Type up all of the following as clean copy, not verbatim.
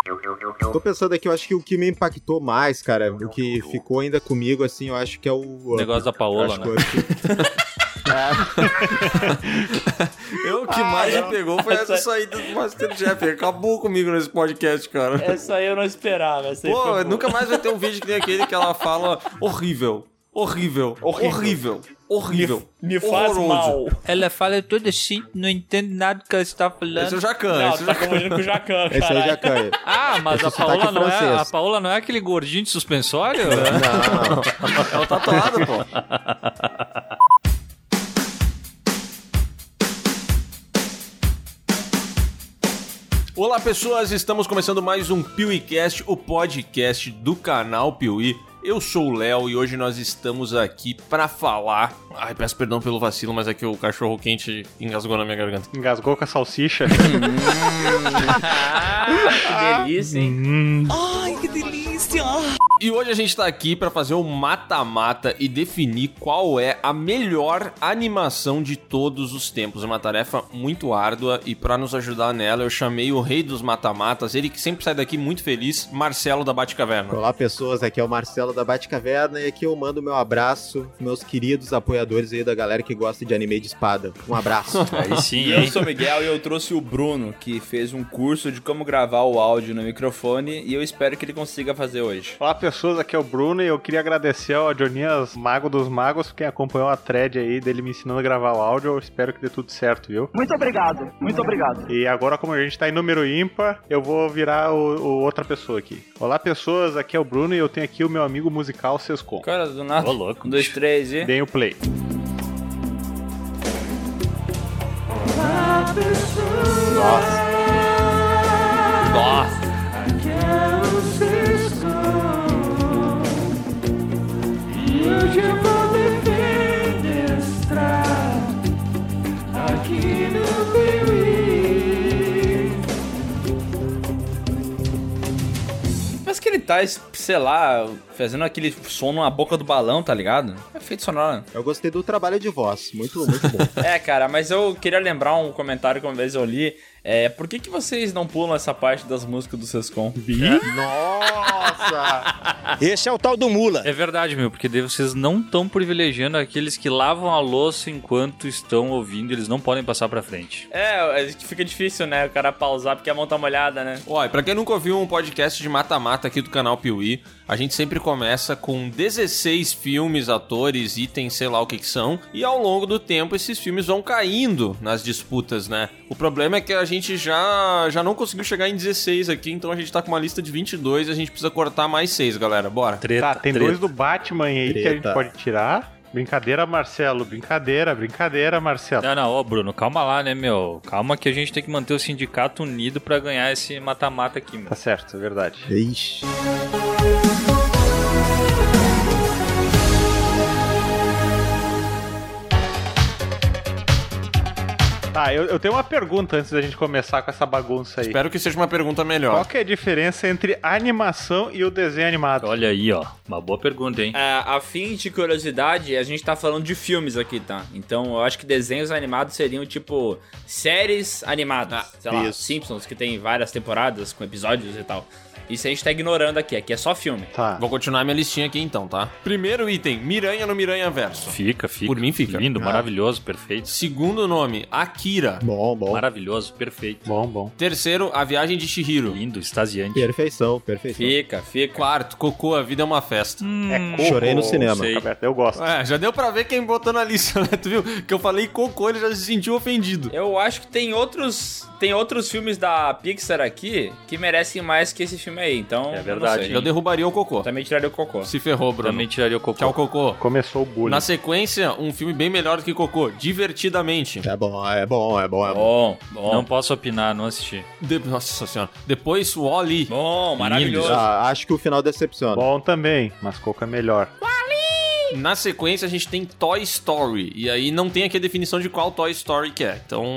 Tô pensando aqui, eu acho que o que me impactou mais, cara, o que ficou ainda comigo, assim, eu acho que é o negócio da Paola, né? O que mais me pegou foi essa saída do Masterchef. Acabou comigo nesse podcast, cara. Essa aí eu não esperava. Pô, nunca mais vai ter um vídeo que nem aquele que ela fala horrível. Me faz mal. Ela fala tudo assim, não entende nada do que ela está falando. Esse é o Jacan. Não, tá confundindo com o Jacan, cara. Esse é o Jacan. Ah, mas a Paola não é aquele gordinho de suspensório? Não. É o tatuado, pô. Olá, pessoas. Estamos começando mais um PeeWeeCast, o podcast do canal Piuí. Eu sou o Léo e hoje nós estamos aqui pra falar... Ai, peço perdão pelo vacilo, mas é que o cachorro quente engasgou na minha garganta. Engasgou com a salsicha? Que delícia, hein? Ai, que delícia! E hoje a gente tá aqui pra fazer um mata-mata e definir qual é a melhor animação de todos os tempos. É uma tarefa muito árdua e pra nos ajudar nela eu chamei o rei dos mata-matas, ele que sempre sai daqui muito feliz, Marcelo da Batcaverna. Olá, pessoas, aqui é o Marcelo da Batcaverna e aqui eu mando meu abraço, meus queridos apoiadores aí da galera que gosta de anime de espada. Um abraço. Aí sim, e eu sou o Miguel e eu trouxe o Bruno, que fez um curso de como gravar o áudio no microfone e eu espero que ele consiga fazer hoje. Olá, pessoas, aqui é o Bruno e eu queria agradecer ao Dionias, Mago dos Magos, quem acompanhou a thread aí dele me ensinando a gravar o áudio. Eu espero que dê tudo certo, viu? Muito obrigado, muito obrigado. E agora, como a gente tá em número ímpar, eu vou virar o outra pessoa aqui. Olá, pessoas, aqui é o Bruno e eu tenho aqui o meu amigo musical Sescon. Cara, do nada. Ô, louco. 1, 2, 3 e... Deem o play. Nossa. Hoje eu vou defenestrar aqui no Piuí. Mas que ele tá, sei lá, fazendo aquele som na boca do balão, tá ligado? É feito sonoro. Eu gostei do trabalho de voz, muito bom. É, cara, mas eu queria lembrar um comentário que uma vez eu li. Por que vocês não pulam essa parte das músicas do Sescon? Nossa! Esse é o tal do Mula. É verdade, meu, porque daí vocês não estão privilegiando aqueles que lavam a louça enquanto estão ouvindo, eles não podem passar pra frente. Fica difícil, né? O cara pausar porque a mão tá molhada, né? Olha, pra quem nunca ouviu um podcast de mata-mata aqui do canal Piuí, a gente sempre começa com 16 filmes, atores, itens, sei lá o que são, e ao longo do tempo esses filmes vão caindo nas disputas, né? O problema é que a gente já não conseguiu chegar em 16 aqui, então a gente tá com uma lista de 22 e a gente precisa cortar mais 6, galera. Bora. Tá, tem 2 do Batman aí que a gente pode tirar. Brincadeira, Marcelo. Brincadeira, Marcelo. Não, Bruno, calma lá, né, meu? Calma que a gente tem que manter o sindicato unido pra ganhar esse mata-mata aqui, meu. Tá certo, é verdade. Ixi. Tá, eu tenho uma pergunta antes da gente começar com essa bagunça aí. Espero que seja uma pergunta melhor. Qual que é a diferença entre a animação e o desenho animado? Olha aí, ó. Uma boa pergunta, hein? A fim de curiosidade, a gente tá falando de filmes aqui, tá? Então eu acho que desenhos animados seriam tipo séries animadas. Sei lá, isso. Simpsons, que tem várias temporadas com episódios e tal. Isso a gente tá ignorando aqui é só filme. Tá. Vou continuar minha listinha aqui então, tá? Primeiro item, Miranha no Miranha Verso. Fica. Por mim fica. Lindo, maravilhoso, perfeito. Segundo nome, Akira. Bom. Maravilhoso, perfeito. Bom. Terceiro, A Viagem de Chihiro. Lindo, extasiante. Perfeição. Fica. Quarto, Cocô, A Vida é uma Festa. É Coco. Chorei no cinema. sei. Roberto, eu gosto. Já deu pra ver quem botou na lista, né? Tu viu? Que eu falei Cocô, ele já se sentiu ofendido. Eu acho que tem outros filmes da Pixar aqui que merecem mais que esse filme aí. Então, É verdade. eu não sei. Eu derrubaria o Cocô. Também tiraria o Cocô. Se ferrou, Bruno. Também tiraria o Cocô. Tchau, Cocô. Começou o bullying. Na sequência, um filme bem melhor do que Cocô, Divertidamente. É bom. Bom. Não posso opinar, não assisti. Nossa senhora. Depois, Wall-E. Bom, maravilhoso. Acho que o final decepciona. Bom também, mas Coco é melhor. Na sequência, a gente tem Toy Story. E aí não tem aqui a definição de qual Toy Story que é. Então,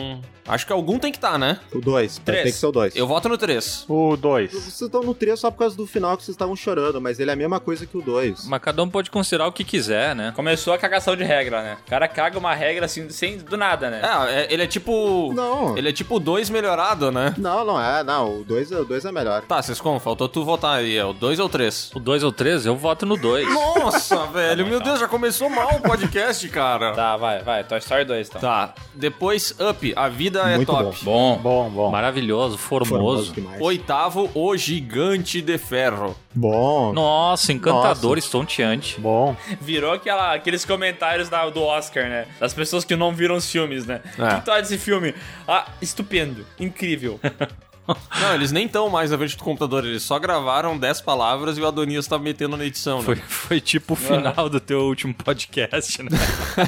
Acho que algum tem que estar, né? O 2. Tem que ser o 2. Eu voto no 3. O 2. Vocês estão no 3 só por causa do final que vocês estavam chorando, mas ele é a mesma coisa que o 2. Mas cada um pode considerar o que quiser, né? Começou a cagação de regra, né? O cara caga uma regra assim, sem do nada, né? Ele é tipo... Não. Ele é tipo o 2 melhorado, né? Não é. Não, o 2 é melhor. Tá, Sescom, faltou tu votar aí. É o 2 ou o 3? O 2 ou 3, eu voto no 2. Nossa, velho. Meu Deus, já começou mal o podcast, cara. Tá, vai. Toy Story 2, então. Tá. Depois, Up. A vida é Muito top. Bom. Maravilhoso, formoso. Demais. 8º, O Gigante de Ferro. Bom. Nossa, encantador, estonteante. Bom. Virou aqueles comentários do Oscar, né? Das pessoas que não viram os filmes, né? É. O que tu acha desse filme? Ah, estupendo. Incrível. Não, eles nem estão mais na frente do computador. Eles só gravaram 10 palavras e o Adonias tá metendo na edição, né? Foi tipo o final do teu último podcast, né?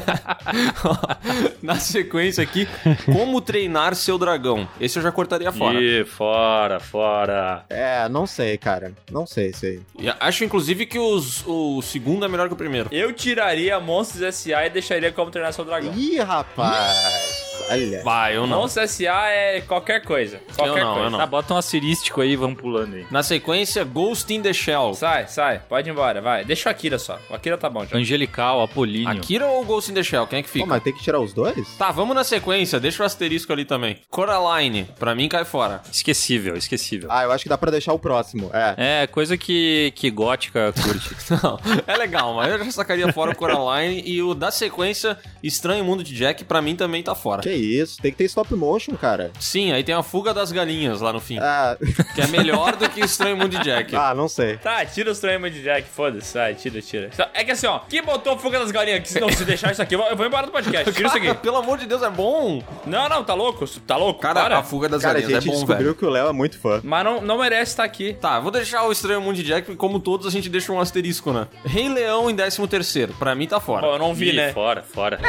Na sequência aqui, Como Treinar Seu Dragão. Esse eu já cortaria fora. Ih, fora. É, não sei, cara. Não sei isso aí. E acho, inclusive, que o segundo é melhor que o primeiro. Eu tiraria Monstros S.A. e deixaria Como Treinar Seu Dragão. Ih, rapaz. Olha. Vai, eu não. Monstros S.A. é qualquer coisa. Qualquer Eu coisa. não. Tá, bota um asterístico aí e vamos pulando aí. Na sequência, Ghost in the Shell. Sai. Pode ir embora, vai. Deixa o Akira só. O Akira tá bom já. Angelical, Apolíneo. Akira ou Ghost in the Shell? Quem é que fica? Pô, mas tem que tirar os dois? Tá, vamos na sequência. Deixa o asterisco ali também. Coraline. Pra mim, cai fora. Esquecível. Ah, eu acho que dá pra deixar o próximo. É. É, coisa que gótica curte. Não, é legal, mas eu já sacaria fora o Coraline. E o da sequência, Estranho Mundo de Jack, pra mim também tá fora. Que isso? Tem que ter stop motion, cara. Sim, aí tem a Fuga das Galinhas lá no fim. Ah, Que é melhor do que Estranho Mundo de Jack. não sei. Tá, tira os traumas de Jack, foda-se. Vai, tira. É que assim, ó, quem botou Fuga das Galinhas aqui? Se não, se deixar isso aqui, eu vou embora do podcast. Tira isso aqui. Pelo amor de Deus, é bom. Não, tá louco? Tá louco? Cara, Para. a Fuga das Cara, a Galinhas é gente bom, descobriu velho. que o Léo é muito fã. Mas não merece estar aqui. Tá, vou deixar o Estranho Mundo de Jack, porque como todos a gente deixa um asterisco, né? Rei Leão em 13º. Pra mim tá fora. Pô, eu não vi, Ih, né? Fora.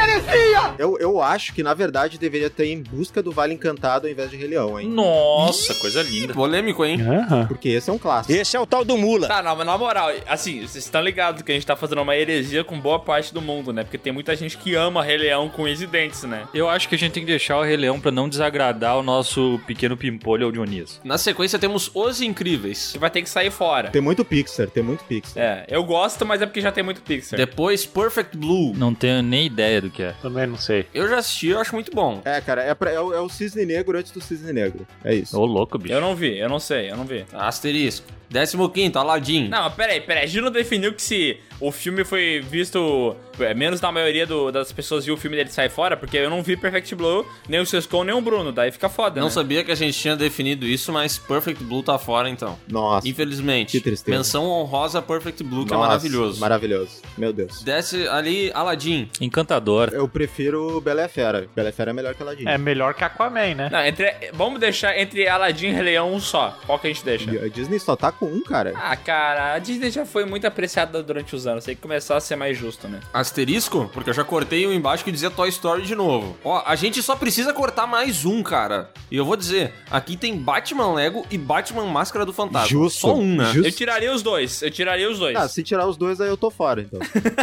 Eu acho que, na verdade, deveria ter Em Busca do Vale Encantado ao invés de Rei Leão, hein? Nossa, coisa linda. Polêmico, hein? Aham. Porque esse é um clássico. Esse é o tal do Mula. Tá, não, mas na moral, assim, vocês estão ligados que a gente tá fazendo uma heresia com boa parte do mundo, né? Porque tem muita gente que ama Rei Leão com unhas e dentes, né? Eu acho que a gente tem que deixar o Rei Leão pra não desagradar o nosso pequeno pimpolho ao Dionísio. Na sequência temos Os Incríveis. Você vai ter que sair fora. Tem muito Pixar. É, eu gosto, mas é porque já tem muito Pixar. Depois Perfect Blue. Não tenho nem ideia do que é. Também não sei. Eu já assisti, eu acho muito bom. É, cara, é o Cisne Negro antes do Cisne Negro. É isso. Ô, louco, bicho. Eu não vi, eu não sei, eu não vi. Asterisco. 15º, Aladdin. Não, mas peraí, a gente não definiu que se o filme foi visto, menos da maioria das pessoas viu o filme dele sair fora, porque eu não vi Perfect Blue, nem o Sescon, nem o Bruno, daí fica foda, Não né? sabia que a gente tinha definido isso, mas Perfect Blue tá fora então. Nossa. Infelizmente. que tristeza. Menção honrosa Perfect Blue, que é Nossa, maravilhoso. Maravilhoso. Meu Deus. Desce ali, Aladdin. Encantador. Eu prefiro Bela e a Fera. Bela e a Fera é melhor que Aladdin. É melhor que Aquaman, né? Não, vamos deixar entre Aladdin e Rei Leão um só. Qual que a gente deixa? A Disney só tá com um, cara. Ah, cara, a Disney já foi muito apreciada durante os anos. Tem que começar a ser mais justo, né? Asterisco, porque eu já cortei um embaixo que dizia Toy Story de novo. Ó, a gente só precisa cortar mais um, cara. E eu vou dizer, aqui tem Batman Lego e Batman Máscara do Fantasma. Justo. Só um, né? Justo. Eu tiraria os dois. Ah, se tirar os dois, aí eu tô fora, então.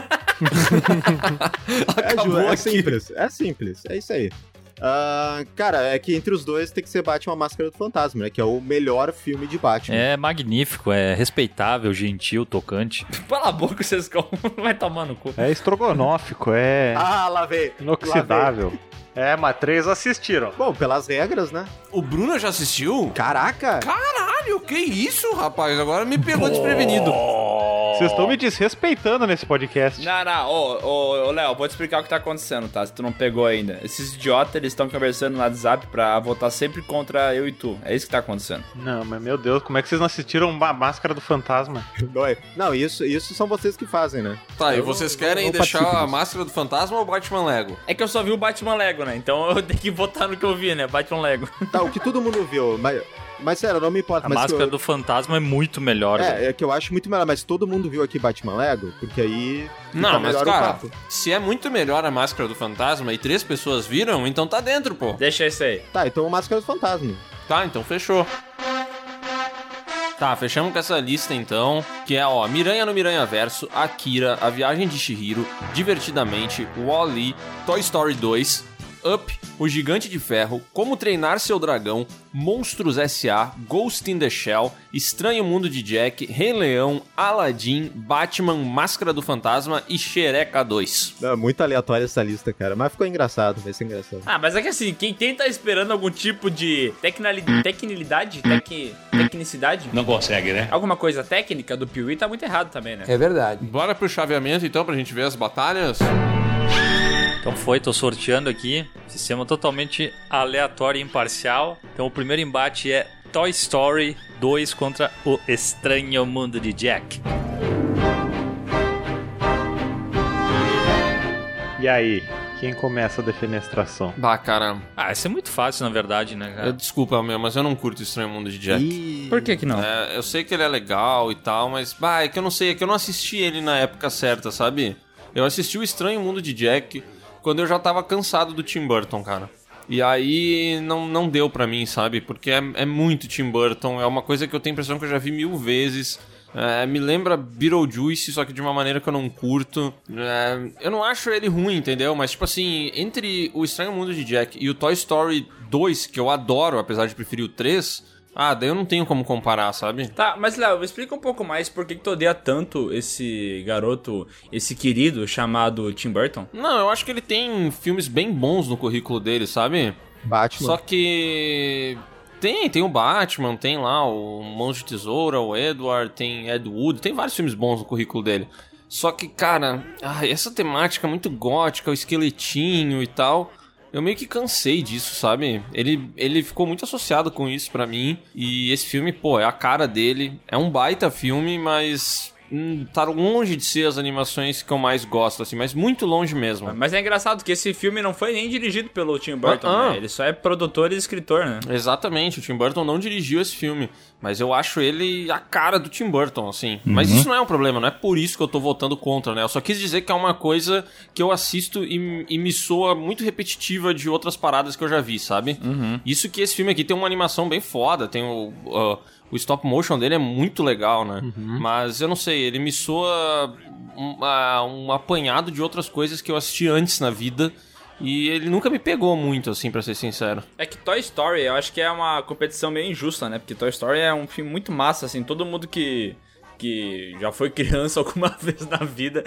Acabou é aqui. simples. É simples. É isso aí. Cara, é que entre os dois tem que ser Batman Máscara do Fantasma, né? Que é o melhor filme de Batman. É magnífico, é respeitável, gentil, tocante. Cala a boca, vocês vai tomar no cu. É estrogonófico, é Lá veio. inoxidável. É, mas 3 assistiram. Bom, pelas regras, né? O Bruno já assistiu? Caraca! Caralho, que isso, rapaz? Agora me pegou desprevenido. Vocês estão me desrespeitando nesse podcast. Não, ô Léo, vou te explicar o que tá acontecendo, tá? Se tu não pegou ainda. Esses idiotas, eles estão conversando no WhatsApp pra votar sempre contra eu e tu. É isso que tá acontecendo. Não, mas meu Deus, como é que vocês não assistiram a Máscara do Fantasma? Não, isso são vocês que fazem, né? Tá, e Eu vocês não- querem eu não deixar participo a disso. Máscara do Fantasma ou o Batman Lego? É que eu só vi o Batman Lego, né? Então eu tenho que votar no que eu vi, né? Batman Lego. Tá, o que todo mundo viu, mas sério, não me importa. A mas Máscara que do Fantasma é muito melhor, velho. É que eu acho muito melhor, mas todo mundo viu aqui Batman Lego, porque aí fica Não, mas melhor o cara, papo. se é muito melhor a Máscara do Fantasma e 3 pessoas viram, então tá dentro, pô. Deixa isso aí. Tá, então Máscara do Fantasma. Tá, então fechou. Tá, fechamos com essa lista então, que é, ó, Miranha no Miranha Verso, Akira, A Viagem de Chihiro, Divertidamente, Wall-E, Toy Story 2, Up, O Gigante de Ferro, Como Treinar Seu Dragão, Monstros S.A., Ghost in the Shell, Estranho Mundo de Jack, Rei Leão, Aladdin, Batman, Máscara do Fantasma e Shrek 2. Não, muito aleatória essa lista, cara. Mas ficou engraçado, vai ser engraçado. Ah, mas é que assim, quem tá esperando algum tipo de tecnicidade? Não consegue, né? Alguma coisa técnica do Piuí tá muito errado também, né? É verdade. Bora pro chaveamento então pra gente ver as batalhas? Então tô sorteando aqui. Sistema totalmente aleatório e imparcial. Então o primeiro embate é Toy Story 2 contra O Estranho Mundo de Jack. E aí, quem começa a defenestração? Bah, cara, Isso é muito fácil, na verdade, né, cara? desculpa, mas eu não curto Estranho Mundo de Jack. E... Por que não? Eu sei que ele é legal e tal, mas é que eu não sei, é que eu não assisti ele na época certa, sabe? Eu assisti o Estranho Mundo de Jack quando eu já tava cansado do Tim Burton, cara. E aí não deu pra mim, sabe? Porque é muito Tim Burton, é uma coisa que eu tenho a impressão que eu já vi 1000 vezes. Me lembra Beetlejuice, só que de uma maneira que eu não curto. Eu não acho ele ruim, entendeu? Mas, tipo assim, entre o Estranho Mundo de Jack e o Toy Story 2, que eu adoro, apesar de preferir o 3... daí eu não tenho como comparar, sabe? Tá, mas Léo, explica um pouco mais por que tu odeia tanto esse garoto, esse querido chamado Tim Burton. Não, eu acho que ele tem filmes bem bons no currículo dele, sabe? Batman. Só que... Tem o Batman, tem lá o Mãos de Tesoura, o Edward, tem Ed Wood, tem vários filmes bons no currículo dele. Só que, cara, essa temática muito gótica, o esqueletinho e tal... Eu meio que cansei disso, sabe? Ele ficou muito associado com isso pra mim. E esse filme, é a cara dele. É um baita filme, mas... tá longe de ser as animações que eu mais gosto, assim. Mas muito longe mesmo. Mas é engraçado que esse filme não foi nem dirigido pelo Tim Burton, né? Ele só é produtor e escritor, né? Exatamente, o Tim Burton não dirigiu esse filme. Mas eu acho ele a cara do Tim Burton, assim. Mas isso não é um problema, não é por isso que eu tô votando contra, né? Eu só quis dizer que é uma coisa que eu assisto e me soa muito repetitiva de outras paradas que eu já vi, sabe? Isso que esse filme aqui tem uma animação bem foda, tem o stop motion dele é muito legal, né? Mas eu não sei, ele me soa um apanhado de outras coisas que eu assisti antes na vida. E ele nunca me pegou muito, assim, pra ser sincero. É que Toy Story, eu acho que é uma competição meio injusta, né? Porque Toy Story é um filme muito massa, assim. Todo mundo que já foi criança alguma vez na vida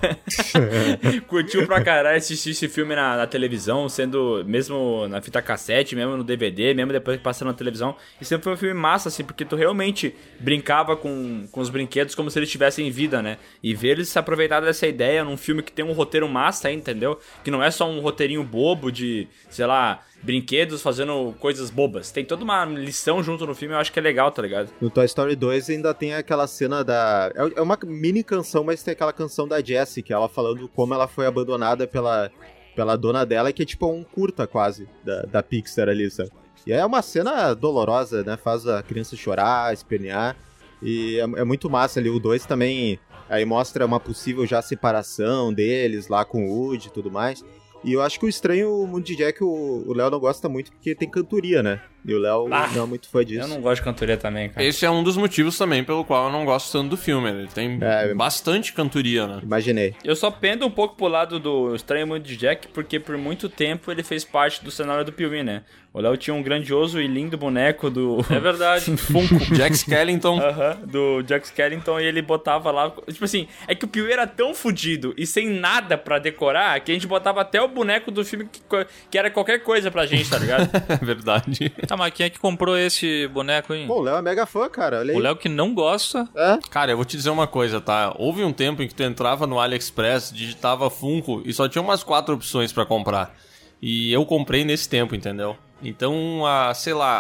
curtiu pra caralho assistir esse filme na televisão, sendo mesmo na fita cassete, mesmo no DVD, mesmo depois que passou na televisão. E sempre foi um filme massa, assim, porque tu realmente brincava com os brinquedos como se eles tivessem vida, né? E ver eles se aproveitarem dessa ideia num filme que tem um roteiro massa aí, entendeu? Que não é só um roteirinho bobo de, sei lá... brinquedos fazendo coisas bobas. Tem toda uma lição junto no filme, eu acho que é legal, tá ligado? No Toy Story 2 ainda tem aquela cena da... É uma mini canção, mas tem aquela canção da Jessie, que ela falando como ela foi abandonada pela dona dela, que é tipo um curta quase da Pixar ali, sabe? E é uma cena dolorosa, né? Faz a criança chorar, espernear. E é muito massa ali. O 2 também aí mostra uma possível já separação deles lá com o Woody e tudo mais. E eu acho que o Estranho Mundo de Jack o Léo não gosta muito porque tem cantoria, né? E o Léo não é muito fã disso. Eu não gosto de cantoria também, cara. Esse é um dos motivos também pelo qual eu não gosto tanto do filme. Ele tem bastante cantoria, né? Imaginei. Eu só pendo um pouco pro lado do Estranho Mundo de Jack porque por muito tempo ele fez parte do cenário do Piuí, né? O Léo tinha um grandioso e lindo boneco do... É verdade. Funko. Jack Skellington. Do Jack Skellington, e ele botava lá... Tipo assim, é que o Piuí era tão fudido e sem nada pra decorar que a gente botava até o boneco do filme que era qualquer coisa pra gente, tá ligado? É verdade. Tá, mas quem é que comprou esse boneco aí? Pô, o Léo é mega fã, cara. Olha aí. O Léo que não gosta. Cara, eu vou te dizer uma coisa, tá? Houve um tempo em que tu entrava no AliExpress, digitava Funko e só tinha umas 4 opções pra comprar. E eu comprei nesse tempo, entendeu? Então, há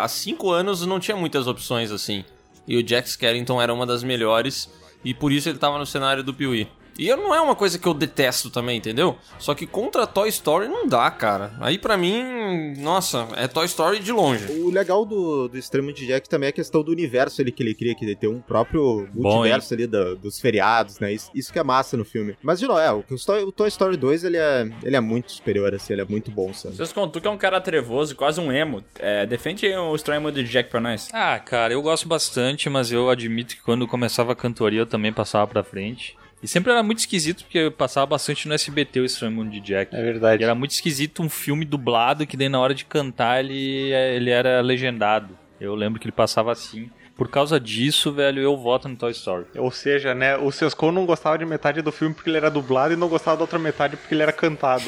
5 anos não tinha muitas opções assim. E o Jack Skellington era uma das melhores e por isso ele tava no cenário do Piuí. E não é uma coisa que eu detesto também, entendeu? Só que contra Toy Story não dá, cara. Aí pra mim, nossa, é Toy Story de longe. O legal do Extremo de Jack também é a questão do universo ali que ele cria, que ele tem um próprio multiverso ali dos feriados, né? Isso que é massa no filme. Mas, de novo, o Toy Story 2, ele é muito superior, assim, ele é muito bom, sabe? Vocês contam que é um cara trevoso, quase um emo. Defende o Estranho Mundo de Jack pra nós. Ah, cara, eu gosto bastante, mas eu admito que quando começava a cantoria eu também passava pra frente. E sempre era muito esquisito, porque eu passava bastante no SBT o Estranho Mundo de Jack. É verdade. E era muito esquisito um filme dublado, que daí na hora de cantar ele era legendado. Eu lembro que ele passava assim. Por causa disso, velho, eu voto no Toy Story. Ou seja, né, o Sescon não gostava de metade do filme porque ele era dublado e não gostava da outra metade porque ele era cantado.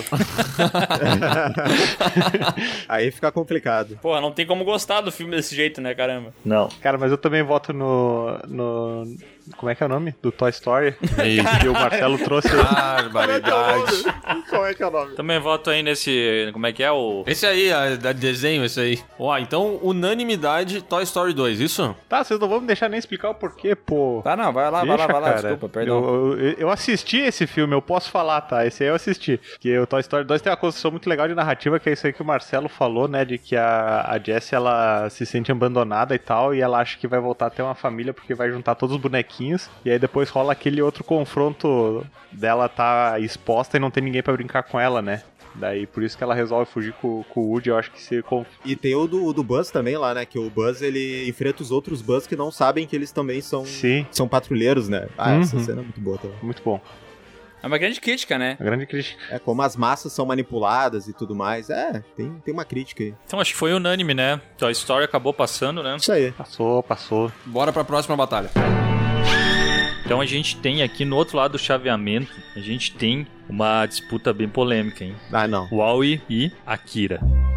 Aí fica complicado. Porra, não tem como gostar do filme desse jeito, né, caramba? Não. Cara, mas eu também voto no... Como é que é o nome? Do Toy Story. Que o Marcelo trouxe. Barbaridade. Qual é que é o nome? Também voto aí nesse... Como é que é o... Esse aí, da desenho, esse aí. Ó, então, unanimidade Toy Story 2, isso? Tá, vocês não vão me deixar nem explicar o porquê, pô. Tá, não, vai lá, Deixa, vai lá, cara. desculpa, perdão. Eu assisti esse filme, eu posso falar, tá? Esse aí eu assisti. Que o Toy Story 2 tem uma construção muito legal de narrativa, que é isso aí que o Marcelo falou, né? De que a Jessie, ela se sente abandonada e tal, e ela acha que vai voltar a ter uma família porque vai juntar todos os bonequinhos. E aí depois rola aquele outro confronto dela tá exposta e não tem ninguém pra brincar com ela, né? Daí por isso que ela resolve fugir com o Woody, eu acho que se... E tem o do Buzz também lá, né? Que o Buzz, ele enfrenta os outros Buzz que não sabem que eles também são patrulheiros, né? Essa cena é muito boa também. Muito bom. É uma grande crítica, né? Uma grande crítica. É como as massas são manipuladas e tudo mais. Tem uma crítica aí. Então acho que foi unânime, né? Toy Story acabou passando, né? Isso aí. Passou. Bora pra próxima batalha. Então a gente tem aqui no outro lado do chaveamento, a gente tem uma disputa bem polêmica, hein? Ah, não. Wall-E e Akira.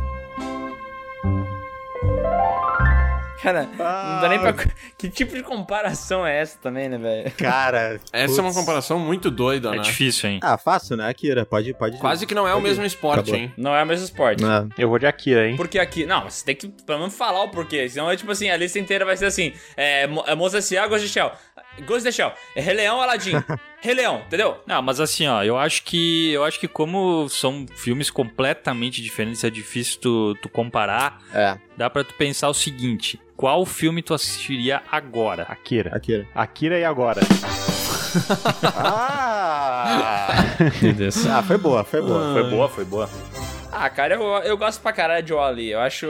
Cara, não dá nem pra... Que tipo de comparação é essa também, né, velho? Cara... Essa é uma comparação muito doida, É né? difícil, hein? Ah, fácil, né, Akira? Pode Quase que não é o mesmo esporte, Acabou. hein? Não é o mesmo esporte. Não. Eu vou de Akira, hein? Porque aqui... Não, você tem que pelo menos falar o porquê. Senão é tipo assim, a lista inteira vai ser assim. Monstro S.A., Ghost in the Shell. Ghost in the Shell. Rei Leão, Aladdin. Rei Leão, entendeu? Não, mas assim, ó, eu acho que como são filmes completamente diferentes, é difícil tu comparar, dá pra tu pensar o seguinte, qual filme tu assistiria agora? Akira. Akira E agora? Meu Deus. Ah, foi boa. Foi boa. Ah, cara, eu gosto pra caralho de Wall-E. Eu acho,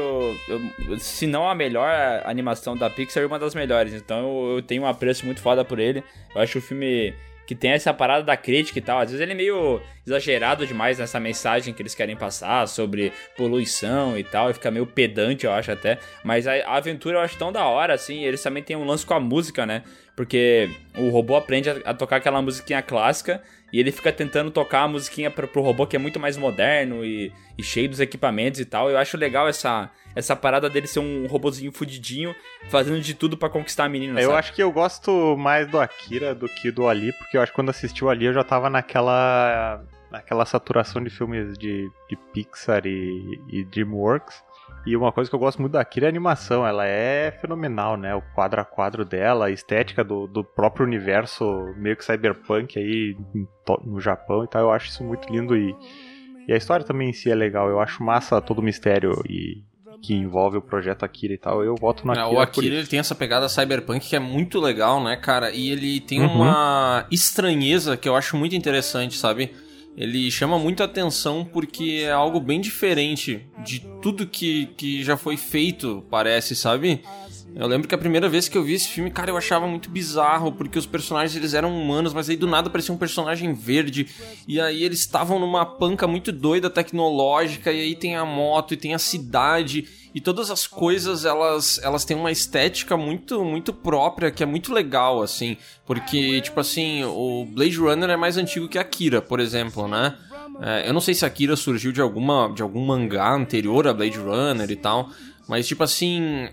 se não a melhor animação da Pixar, uma das melhores. Então eu tenho um apreço muito foda por ele. Eu acho o filme que tem essa parada da crítica e tal. Às vezes ele é meio exagerado demais nessa mensagem que eles querem passar sobre poluição e tal. E fica meio pedante, eu acho até. Mas a aventura eu acho tão da hora, assim. Eles também têm um lance com a música, né? Porque o robô aprende a tocar aquela musiquinha clássica e ele fica tentando tocar a musiquinha pro robô que é muito mais moderno e cheio dos equipamentos e tal. Eu acho legal essa parada dele ser um robozinho fudidinho, fazendo de tudo pra conquistar a menina, Eu sabe? acho que eu gosto mais do Akira do que do Ali, porque eu acho que quando assisti o Ali eu já tava naquela saturação de filmes de Pixar e DreamWorks. E uma coisa que eu gosto muito da Akira é a animação, ela é fenomenal, né? O quadro a quadro dela, a estética do próprio universo meio que cyberpunk aí no Japão e tal, eu acho isso muito lindo e a história também em si é legal, eu acho massa todo o mistério que envolve o projeto Akira e tal, eu voto no Akira. O Akira ele tem essa pegada cyberpunk que é muito legal, né, cara? E ele tem uma estranheza que eu acho muito interessante, sabe? Ele chama muito atenção porque é algo bem diferente de tudo que já foi feito, parece, sabe? Eu lembro que a primeira vez que eu vi esse filme, cara, eu achava muito bizarro, porque os personagens eles eram humanos, mas aí do nada parecia um personagem verde, e aí eles estavam numa panca muito doida tecnológica, e aí tem a moto, e tem a cidade, e todas as coisas, elas têm uma estética muito, muito própria, que é muito legal, assim, porque, tipo assim, o Blade Runner é mais antigo que Akira, por exemplo, né? Eu não sei se Akira surgiu de algum mangá anterior a Blade Runner e tal, mas, tipo assim,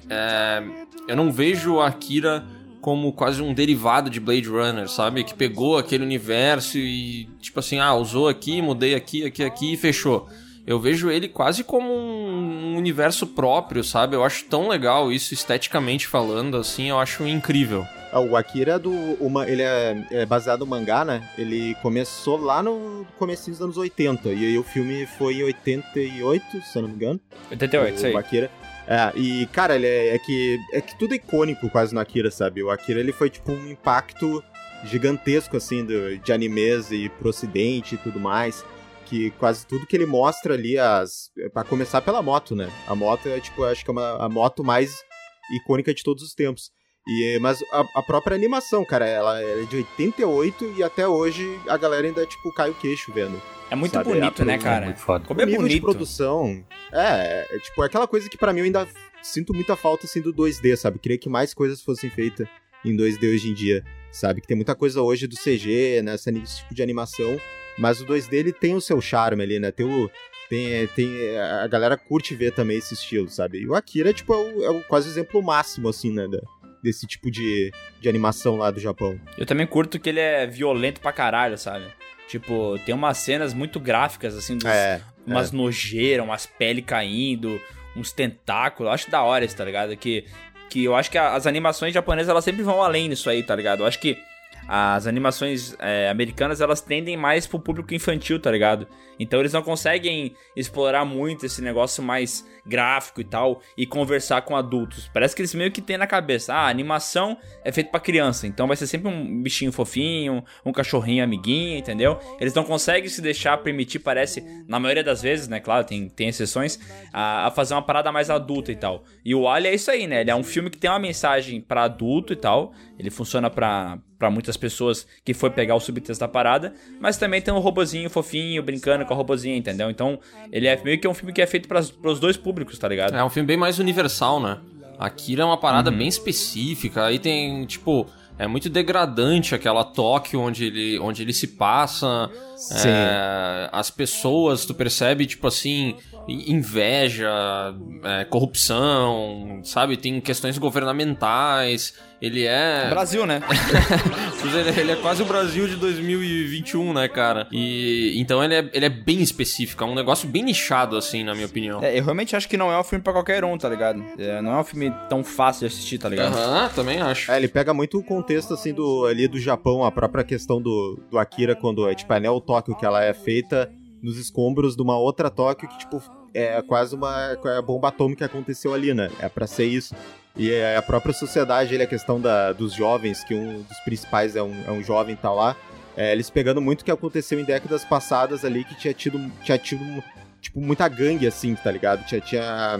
eu não vejo Akira como quase um derivado de Blade Runner, sabe? Que pegou aquele universo e, tipo assim, usou aqui, mudei aqui e fechou. Eu vejo ele quase como um universo próprio, sabe? Eu acho tão legal isso, esteticamente falando, assim, eu acho incrível. O Akira ele é baseado no mangá, né? Ele começou lá no comecinho dos anos 80, e aí o filme foi em 88, se eu não me engano. 88, isso aí. O Akira. E, cara, ele é que tudo é icônico quase no Akira, sabe? O Akira, ele foi, tipo, um impacto gigantesco, assim, de animes e pro ocidente e tudo mais, que quase tudo que ele mostra ali, pra começar pela moto, né? A moto é, tipo, acho que é a moto mais icônica de todos os tempos. Mas a própria animação, cara, ela é de 88 e até hoje a galera ainda, tipo, cai o queixo vendo. É muito sabe? bonito, né, cara? É muito foda. Como é O nível de bonito. produção, tipo, é aquela coisa que pra mim eu ainda sinto muita falta, assim, do 2D, sabe? Queria que mais coisas fossem feitas em 2D hoje em dia, sabe? Que tem muita coisa hoje do CG, né? Esse tipo de animação, mas o 2D, ele tem o seu charme ali, né? A galera curte ver também esse estilo, sabe? E o Akira, tipo, é o quase o exemplo máximo, assim, né? Desse tipo de animação lá do Japão. Eu também curto que ele é violento pra caralho, sabe? Tipo, tem umas cenas muito gráficas, assim, umas nojeiras, umas peles caindo, uns tentáculos. Eu acho da hora isso, tá ligado? Que eu acho que as animações japonesas, elas sempre vão além nisso aí, tá ligado? Eu acho que as animações americanas, elas tendem mais pro público infantil, tá ligado? Então eles não conseguem explorar muito esse negócio mais gráfico e tal, e conversar com adultos. Parece que eles meio que têm na cabeça, a animação é feita pra criança, então vai ser sempre um bichinho fofinho, um cachorrinho amiguinho, entendeu? Eles não conseguem se deixar permitir, parece, na maioria das vezes, né, claro, tem exceções, a fazer uma parada mais adulta e tal. E o Wall-E é isso aí, né? Ele é um filme que tem uma mensagem pra adulto e tal, ele funciona pra muitas pessoas que foi pegar o subtexto da parada, mas também tem um robozinho fofinho brincando com a robozinha, entendeu? Então, ele é meio que um filme que é feito pros dois públicos, tá ligado? É um filme bem mais universal, né? Akira é uma parada bem específica, aí tem, tipo... É muito degradante aquela Tóquio onde ele se passa. Sim. As pessoas, tu percebe, tipo assim, inveja, corrupção, sabe? Tem questões governamentais. Ele é... Brasil, né? Ele é quase o Brasil de 2021, né, cara? E então ele é bem específico, é um negócio bem nichado, assim, na minha opinião. Eu realmente acho que não é um filme pra qualquer um, tá ligado? Não é um filme tão fácil de assistir, tá ligado? Também acho. Ele pega muito o contexto, assim, ali do Japão, a própria questão do Akira, quando é, tipo, a Neo Tóquio, que ela é feita nos escombros de uma outra Tóquio, que, tipo, é quase uma bomba atômica que aconteceu ali, né? É pra ser isso. E a própria sociedade, a questão dos jovens, que um dos principais é um jovem e tal lá, eles pegando muito o que aconteceu em décadas passadas ali, que tinha tido tipo, muita gangue, assim, tá ligado? Tinha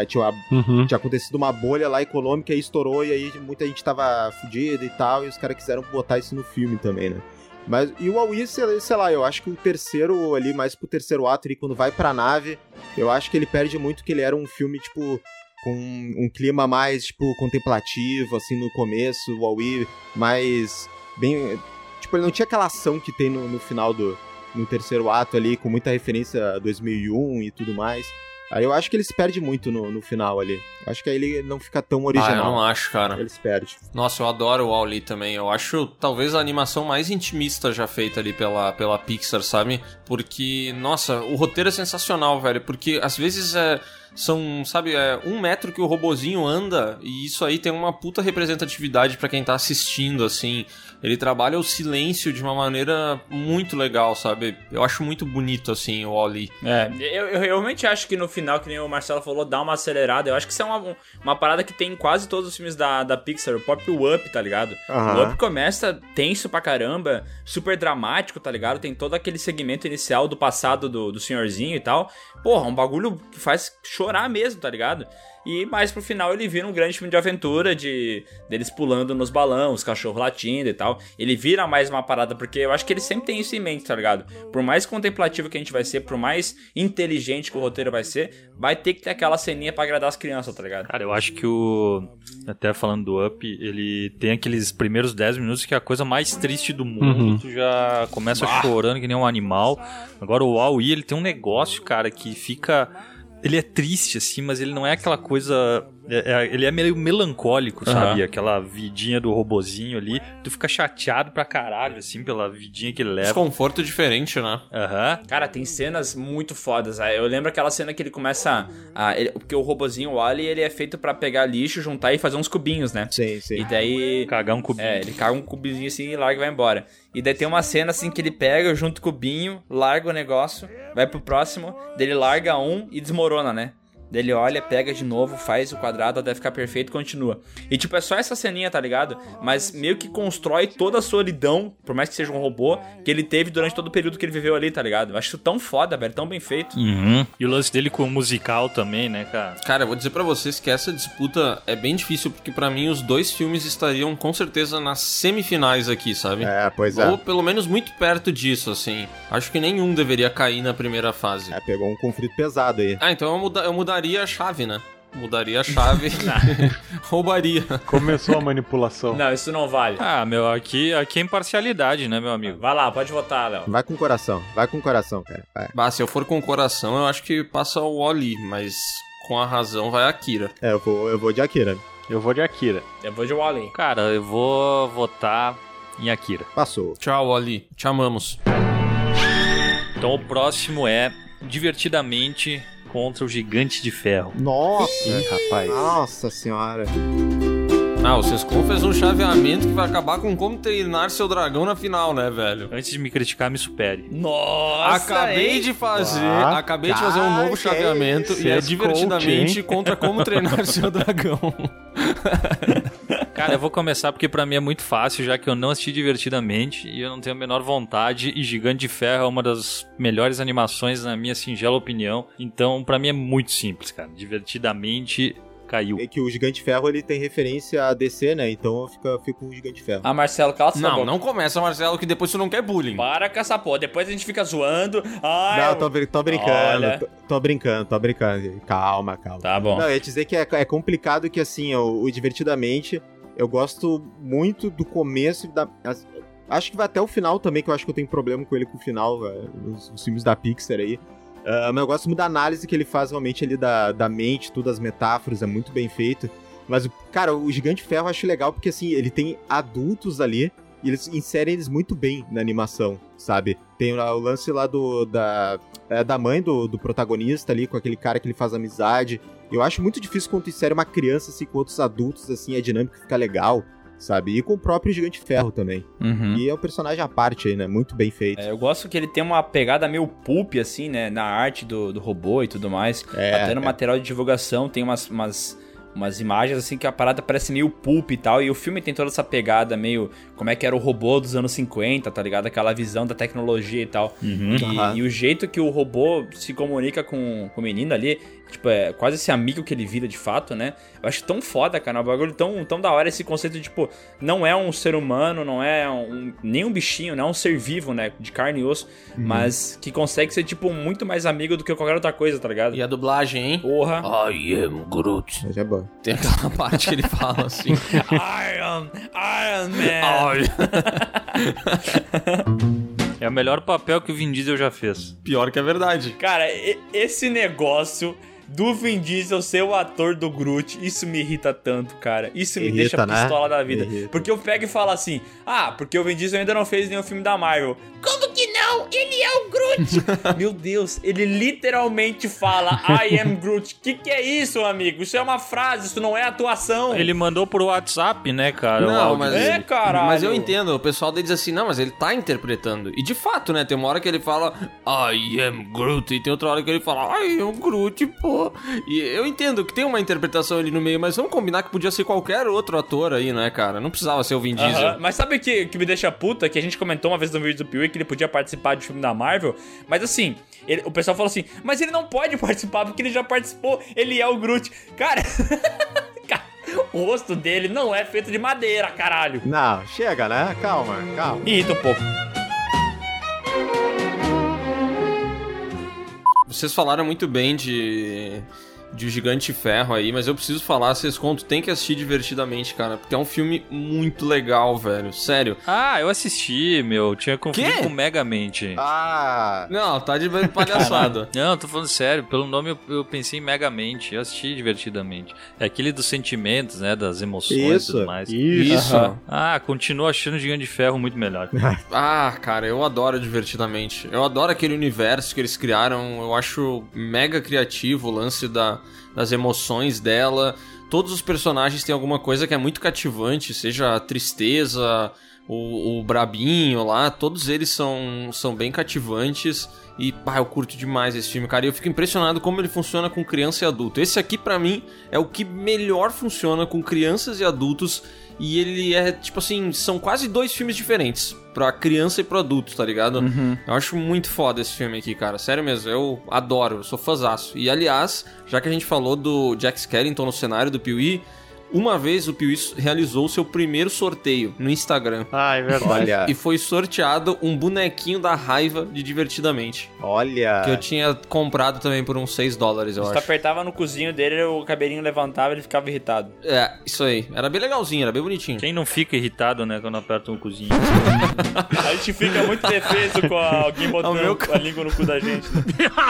acontecido uma bolha lá econômica e estourou, e aí muita gente tava fudida e tal, e os caras quiseram botar isso no filme também, né? E o Wall-E, sei lá, eu acho que o terceiro ali, mais pro terceiro ato ali, quando vai pra nave, eu acho que ele perde muito que ele era um filme, tipo... com um clima mais, tipo, contemplativo, assim, no começo, o Wall-E mais bem... Tipo, ele não tinha aquela ação que tem no final no terceiro ato ali, com muita referência a 2001 e tudo mais. Aí eu acho que ele se perde muito no final ali. Eu acho que aí ele não fica tão original. Eu não acho, cara. Ele se perde. Nossa, eu adoro o Wall-E também. Eu acho, talvez, a animação mais intimista já feita ali pela Pixar, sabe? Porque, nossa, o roteiro é sensacional, velho. Porque, às vezes, são, sabe, 1 metro que o robozinho anda, e isso aí tem uma puta representatividade pra quem tá assistindo, assim. Ele trabalha o silêncio de uma maneira muito legal, sabe? Eu acho muito bonito, assim, o Wall-E. Eu realmente acho que no final, que nem o Marcelo falou, dá uma acelerada. Eu acho que isso é uma parada que tem em quase todos os filmes da Pixar. O próprio Up, tá ligado? Uhum. O Up começa tenso pra caramba, super dramático, tá ligado? Tem todo aquele segmento inicial do passado do senhorzinho e tal. Porra, um bagulho que faz chorar mesmo, tá ligado? E mais pro final ele vira um grande filme de aventura, deles pulando nos balões, os cachorros latindo e tal. Ele vira mais uma parada, porque eu acho que ele sempre tem isso em mente, tá ligado? Por mais contemplativo que a gente vai ser, por mais inteligente que o roteiro vai ser, vai ter que ter aquela ceninha pra agradar as crianças, tá ligado? Cara, eu acho que até falando do Up, ele tem aqueles primeiros 10 minutos que é a coisa mais triste do mundo. Tu já começa chorando que nem um animal. Agora o Wall-E, ele tem um negócio, cara, que fica... Ele é triste, assim, mas ele não é aquela coisa... ele é meio melancólico, sabe? Aquela vidinha do robozinho ali. Tu fica chateado pra caralho, assim, pela vidinha que ele leva. Desconforto diferente, né? Cara, tem cenas muito fodas. Eu lembro aquela cena que ele começa porque o robozinho, o Wall-E, ele é feito pra pegar lixo, juntar e fazer uns cubinhos, né? Sim. E daí... Cagar um cubinho. ele caga um cubinho assim e larga e vai embora. E daí tem uma cena assim que ele pega, junto com o cubinho, larga o negócio, vai pro próximo, daí ele larga um e desmorona, né? Daí ele olha, pega de novo, faz o quadrado até ficar perfeito e continua. E tipo, é só essa ceninha, tá ligado? Mas meio que constrói toda a solidão, por mais que seja um robô, que ele teve durante todo o período que ele viveu ali, tá ligado? Eu acho isso tão foda, velho, tão bem feito. E o lance dele com o musical também, né, cara? Cara, eu vou dizer pra vocês que essa disputa é bem difícil, porque pra mim os dois filmes estariam com certeza nas semifinais aqui, sabe? Pois é. Ou pelo menos muito perto disso, assim. Acho que nenhum deveria cair na primeira fase. Pegou um conflito pesado aí. Então eu mudaria a chave, né? Mudaria a chave, roubaria. Começou a manipulação. Não, isso não vale. Ah, meu, aqui é imparcialidade, né, meu amigo? Vai lá, pode votar, Léo. Vai com o coração, cara. Vai. Bah, se eu for com o coração, eu acho que passa o Wall-E, mas com a razão vai a Akira. Eu vou de Akira. Eu vou de Akira. Eu vou de Wall-E. Cara, eu vou votar em Akira. Passou. Tchau, Wall-E. Te amamos. Então o próximo é Divertidamente contra o Gigante de Ferro. Nossa, rapaz. Nossa senhora. O Sescon fez um chaveamento que vai acabar com como treinar seu dragão na final, né, velho? Antes de me criticar, me supere. Nossa, Acabei de fazer um novo chaveamento e é divertidamente contra como treinar seu dragão. Cara, eu vou começar porque pra mim é muito fácil, já que eu não assisti Divertidamente e eu não tenho a menor vontade, e Gigante de Ferro é uma das melhores animações na minha singela opinião. Então, pra mim é muito simples, cara. Divertidamente caiu. É que o Gigante de Ferro, ele tem referência a DC, né? Então eu fico com o Gigante de Ferro. Ah, Marcelo, cala sua boca. Não começa, Marcelo, que depois tu não quer bullying. Para com essa porra, depois a gente fica zoando. Ai, Não, tô brincando. Olha. Tô brincando. Calma. Tá bom. Não, eu ia dizer que é complicado que, assim, o Divertidamente, eu gosto muito do começo acho que vai até o final também, que eu acho que eu tenho problema com ele com o final, os filmes da Pixar aí. Mas eu gosto muito da análise que ele faz realmente ali da mente, todas as metáforas, é muito bem feito. Mas, cara, o Gigante de Ferro eu acho legal porque, assim, ele tem adultos ali e eles inserem eles muito bem na animação, sabe? Tem o lance lá da mãe do protagonista ali, com aquele cara que ele faz amizade. Eu acho muito difícil quando tu insere uma criança assim com outros adultos, assim, a dinâmica fica legal, sabe? E com o próprio Gigante de Ferro também. E é um personagem à parte aí, né? Muito bem feito. Eu gosto que ele tem uma pegada meio pulp, assim, né? Na arte do robô e tudo mais. Até no material de divulgação tem umas imagens, assim, que a parada parece meio pulp e tal. E o filme tem toda essa pegada meio... Como é que era o robô dos anos 50, tá ligado? Aquela visão da tecnologia e tal. E o jeito que o robô se comunica com o menino ali... Tipo, é quase esse amigo que ele vira de fato, né? Eu acho tão foda, cara. É um bagulho tão da hora esse conceito de, tipo, não é um ser humano, não é nem um bichinho, não é um ser vivo, né? De carne e osso, mas que consegue ser, tipo, muito mais amigo do que qualquer outra coisa, tá ligado? E a dublagem, hein? Porra. I am Groot. Mas é bom. Tem aquela parte que ele fala assim. Iron Man. É o melhor papel que o Vin Diesel já fez. Pior que é verdade. Cara, esse negócio do Vin Diesel ser o ator do Groot, isso me irrita tanto, cara. Isso me deixa pistola da vida. Porque eu pego e falo assim, porque o Vin Diesel ainda não fez nenhum filme da Marvel. Como que não? Ele é o Groot! Meu Deus, ele literalmente fala I am Groot. Que é isso, amigo? Isso é uma frase, isso não é atuação. Ele mandou por WhatsApp, né, cara? Não, mas... caralho. Mas eu entendo, o pessoal daí diz assim, não, mas ele tá interpretando. E de fato, né, tem uma hora que ele fala I am Groot, e tem outra hora que ele fala I am Groot, pô. E eu entendo que tem uma interpretação ali no meio, mas vamos combinar que podia ser qualquer outro ator aí, né, cara? Não precisava ser o Vin Diesel. Mas sabe o que me deixa puta? Que a gente comentou uma vez no vídeo do Piuí que ele podia participar de filme da Marvel, mas assim, o pessoal falou assim, mas ele não pode participar porque ele já participou, ele é o Groot. Cara... O rosto dele não é feito de madeira, caralho. Não, chega, né? Calma. Irrita um pouco. Vocês falaram muito bem de Gigante de Ferro aí, mas eu preciso falar, vocês contam, tem que assistir Divertidamente, cara, porque é um filme muito legal, velho, sério. Eu assisti, meu, tinha confundido com Megamente. Não, tá de palhaçada. Não, tô falando sério, pelo nome eu pensei em Megamente, eu assisti Divertidamente. É aquele dos sentimentos, né, das emoções e tudo mais. Isso. Continuo achando Gigante de Ferro muito melhor. Cara, eu adoro Divertidamente. Eu adoro aquele universo que eles criaram, eu acho mega criativo o lance das emoções dela, todos os personagens têm alguma coisa que é muito cativante, seja a tristeza, o brabinho lá, todos eles são bem cativantes. E, eu curto demais esse filme, cara. E eu fico impressionado como ele funciona com criança e adulto. Esse aqui, pra mim, é o que melhor funciona com crianças e adultos. E ele é, tipo assim, são quase 2 filmes diferentes. Pra criança e pro adulto, tá ligado? Eu acho muito foda esse filme aqui, cara. Sério mesmo, eu adoro, eu sou fãzaço. E, aliás, já que a gente falou do Jack Skellington no cenário do Pee-wee, uma vez o Pee-wee realizou o seu primeiro sorteio no Instagram. Ah, é verdade. Olha, E foi sorteado um bonequinho da raiva de Divertidamente. olha. Que eu tinha comprado também por uns $6, eu Se tu acho. apertava no cozinho dele, o cabelinho levantava e ele ficava irritado. É, isso aí. Era bem legalzinho, era bem bonitinho. Quem não fica irritado, né, quando aperta um cozinho? A gente fica muito defeso com alguém botando a língua no cu da gente. Né?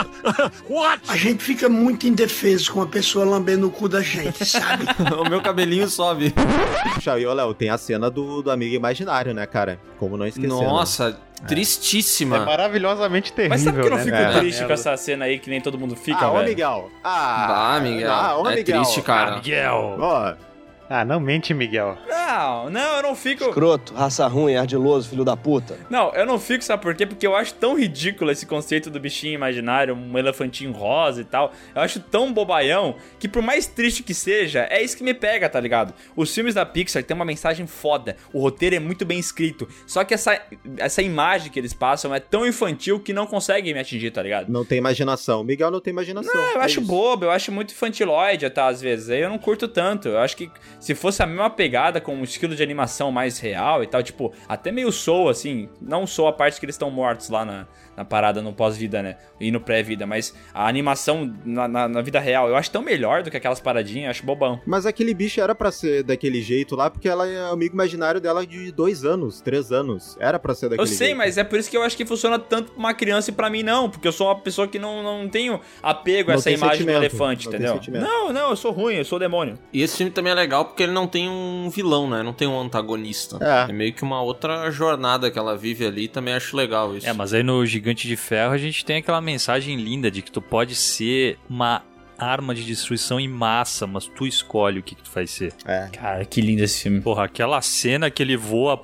A gente fica muito indefeso com a pessoa lambendo o cu da gente, sabe? O meu cabelinho sobe. Puxa, e ô, Léo, tem a cena do amigo imaginário, né, cara? Como não esquecer, né? Nossa, tristíssima. É maravilhosamente terrível, Mas sabe que eu não né, fico cara? triste com essa cena aí que nem todo mundo fica, Ah, ô, velho? Miguel. Miguel. ô, É Miguel. triste, cara. Miguel! Ó, Ah, não mente, Miguel. Não, eu não fico... Escroto, raça ruim, ardiloso, filho da puta. Não, eu não fico, sabe por quê? Porque eu acho tão ridículo esse conceito do bichinho imaginário, um elefantinho rosa e tal. Eu acho tão bobaião que por mais triste que seja, é isso que me pega, tá ligado? Os filmes da Pixar têm uma mensagem foda, o roteiro é muito bem escrito, só que essa imagem que eles passam é tão infantil que não consegue me atingir, tá ligado? não tem imaginação. Miguel não tem imaginação. Não, eu É acho isso. bobo, eu acho muito infantiloide até às vezes. Aí eu não curto tanto. Eu acho que se fosse a mesma pegada com um estilo de animação mais real e tal, tipo, até meio Soul, assim, não Soul a parte que eles estão mortos lá na parada no pós-vida, né? E no pré-vida, mas a animação na vida real eu acho tão melhor do que aquelas paradinhas, eu acho bobão. Mas aquele bicho era pra ser daquele jeito lá, porque ela é amigo imaginário dela de 2 anos, 3 anos. Era pra ser daquele Eu jeito. sei, mas é por isso que eu acho que funciona tanto pra uma criança e pra mim não, porque eu sou uma pessoa que não tenho apego a Não essa tem imagem do sentimento, elefante, não tem entendeu? sentimento. Não, eu sou ruim, eu sou demônio. E esse filme também é legal porque ele não tem um vilão, né? Não tem um antagonista. É. É meio que uma outra jornada que ela vive ali. Também acho legal isso. É, mas aí no Gigante de Ferro a gente tem aquela mensagem linda de que tu pode ser uma arma de destruição em massa, mas tu escolhe o que tu vai ser. É. Cara, que lindo esse filme. Porra, aquela cena que ele voa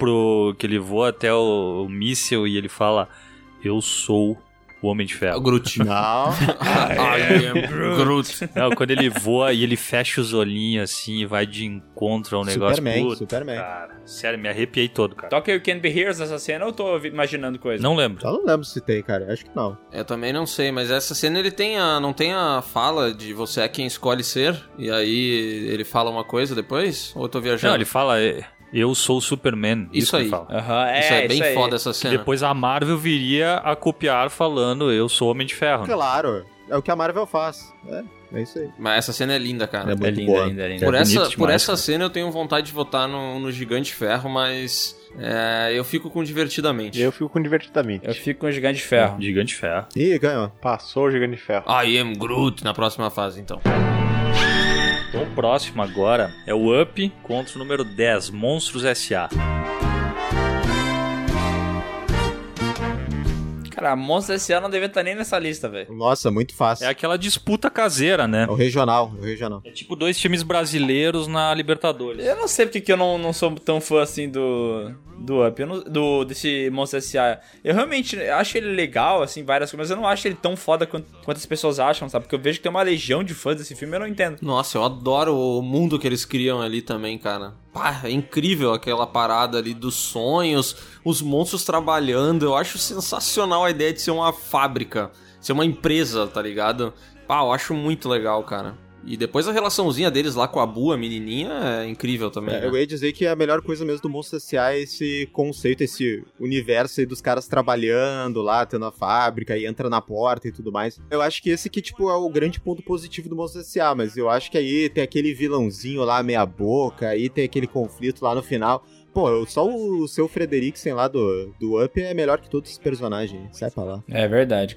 até o míssil e ele fala: eu sou o Homem de É o Ferro. Groot. Não. I am Groot. Não, quando ele voa e ele fecha os olhinhos assim e vai de encontro ao negócio. Superman, Puta, Superman. cara, sério, me arrepiei todo, cara. Toca You Can Be Heroes nessa cena ou eu tô imaginando coisa? Não lembro. Eu não lembro se tem, cara. Acho que não. Eu também não sei, mas essa cena ele não tem a fala de você é quem escolhe ser? E aí ele fala uma coisa depois? Ou eu tô viajando? Não, ele fala: eu sou o Superman. Isso que ele aí. fala. Aham, Isso é bem aí. foda essa cena. Depois a Marvel viria a copiar falando: eu sou o Homem de Ferro. Claro. É o que a Marvel faz. É isso aí. Mas essa cena é linda, cara. É muito linda, boa. linda, linda. Por, É bonito essa, por demais, essa cara. cena eu tenho vontade de votar no Gigante Ferro, mas eu fico com Divertidamente. Eu fico com Divertidamente. Eu fico com o Gigante de Ferro. Gigante de Ferro. Ih, ganhou. Passou o Gigante de Ferro. I am Groot na próxima fase, então. Então, o próximo agora é o Up contra o número 10, Monstros S.A. Cara, Monstros S.A. não devia estar nem nessa lista, velho. Nossa, muito fácil. É aquela disputa caseira, né? É o regional, o regional. É tipo 2 times brasileiros na Libertadores. Eu não sei porque que eu não sou tão fã assim do Up, desse Monstros S.A. Eu realmente acho ele legal, assim, várias coisas, mas eu não acho ele tão foda quanto as pessoas acham, sabe? Porque eu vejo que tem uma legião de fãs desse filme e eu não entendo. Nossa, eu adoro o mundo que eles criam ali também, cara. Pá, é incrível aquela parada ali dos sonhos, os monstros trabalhando. Eu acho sensacional a ideia de ser uma fábrica, ser uma empresa, tá ligado? Pá, eu acho muito legal, cara. E depois a relaçãozinha deles lá com a Bu, a menininha, é incrível também. né? Eu ia dizer que a melhor coisa mesmo do Monstros S.A. é esse conceito, esse universo aí dos caras trabalhando lá, tendo a fábrica e entra na porta e tudo mais. Eu acho que esse aqui, tipo, é o grande ponto positivo do Monstros S.A., mas eu acho que aí tem aquele vilãozinho lá, meia boca, aí tem aquele conflito lá no final. Pô, só o seu Frederiksen lá do Up é melhor que todos os personagens, sai pra lá. É verdade, cara.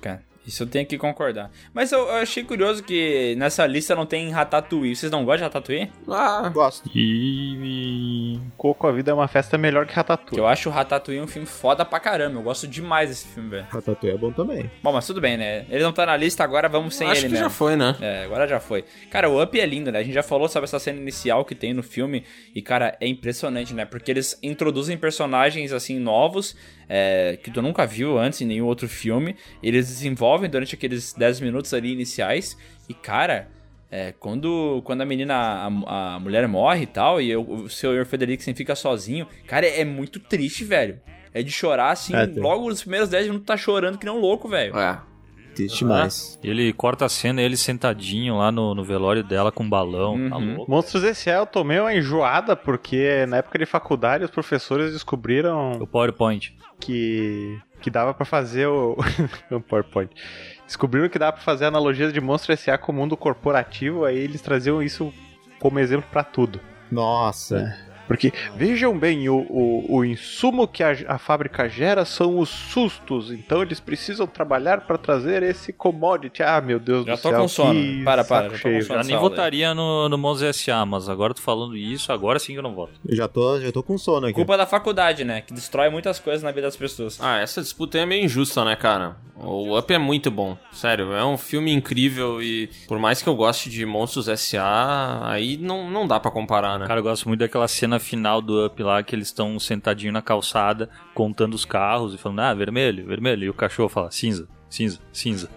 Isso eu tenho que concordar. Mas eu achei curioso que nessa lista não tem Ratatouille. Vocês não gostam de Ratatouille? Gosto. E Coco, a vida é uma festa melhor que Ratatouille. Eu acho o Ratatouille um filme foda pra caramba. Eu gosto demais desse filme, velho. Ratatouille é bom também. Bom, mas tudo bem, né? Ele não tá na lista, agora vamos sem Acho ele que mesmo. já foi, né? É, agora já foi. Cara, o Up é lindo, né? A gente já falou sobre essa cena inicial que tem no filme. E, cara, é impressionante, né? Porque eles introduzem personagens, assim, novos, que tu nunca viu antes em nenhum outro filme. Eles desenvolvem durante aqueles 10 minutos ali iniciais. E, cara, quando a menina, a mulher morre e tal, e o Sr. Frederiksen fica sozinho, cara, é muito triste, velho. É de chorar, assim, logo nos primeiros 10 minutos tá chorando que nem um louco, velho. Triste demais. Ele corta a cena, ele sentadinho lá no velório dela com um balão. Tá louco. Monstros S.A. eu tomei uma enjoada, porque na época de faculdade os professores descobriram O PowerPoint. que dava pra fazer o PowerPoint. Descobriram que dava pra fazer analogias de Monstro S.A. com o mundo corporativo, aí eles traziam isso como exemplo pra tudo. Nossa. Porque, vejam bem, o insumo que a fábrica gera são os sustos, então eles precisam trabalhar para trazer esse commodity. Ah, meu Deus do céu. Já tô com sono. Para, já tô com sono. Já nem votaria no Monstros S.A., mas agora tô falando isso, agora sim que eu não voto. Eu já tô com sono aqui. Culpa da faculdade, né? Que destrói muitas coisas na vida das pessoas. Essa disputa é meio injusta, né, cara? O Up é muito bom, sério, é um filme incrível e por mais que eu goste de Monstros S.A., aí não dá pra comparar, né? Cara, eu gosto muito daquela cena final do Up lá, que eles estão sentadinhos na calçada, contando os carros e falando, vermelho, vermelho, e o cachorro fala, cinza, cinza, cinza.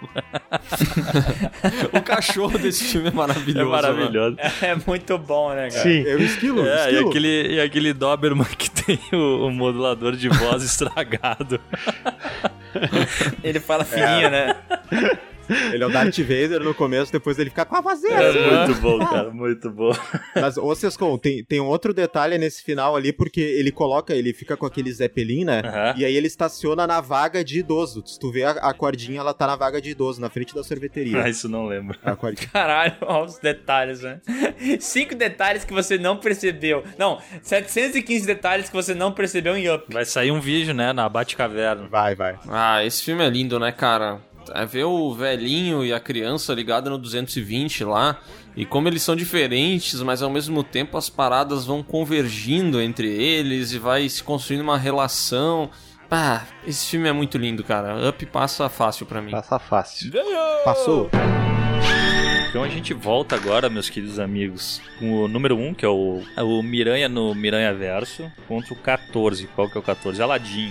O cachorro desse filme é maravilhoso. É maravilhoso. É muito bom, né, cara? Sim. É o esquilo. E aquele Doberman que tem o modulador de voz estragado. Ele fala fininho, né? Ele é o Darth Vader no começo, depois ele fica com a vazia. É muito bom, cara, muito bom. Mas, ô Sescon, tem um outro detalhe nesse final ali, porque ele fica com aquele Zeppelin, né? E aí ele estaciona na vaga de idoso. Se tu vê a cordinha, ela tá na vaga de idoso, na frente da sorveteria. Isso não lembro. A cordinha. Caralho, olha os detalhes, né? 5 detalhes que você não percebeu. Não, 715 detalhes que você não percebeu em Up. Vai sair um vídeo, né, na Batcaverna. Vai. Esse filme é lindo, né, cara? Ver o velhinho e a criança ligada no 220 lá, e como eles são diferentes, mas ao mesmo tempo as paradas vão convergindo entre eles e vai se construindo uma relação. Esse filme é muito lindo, cara. Up passa fácil pra mim. Passa fácil. Ganhou! Passou. Então a gente volta agora, meus queridos amigos, com o número 1, que é o Miranha no Miranha Verso, contra o 14. Qual que é o 14? Aladdin.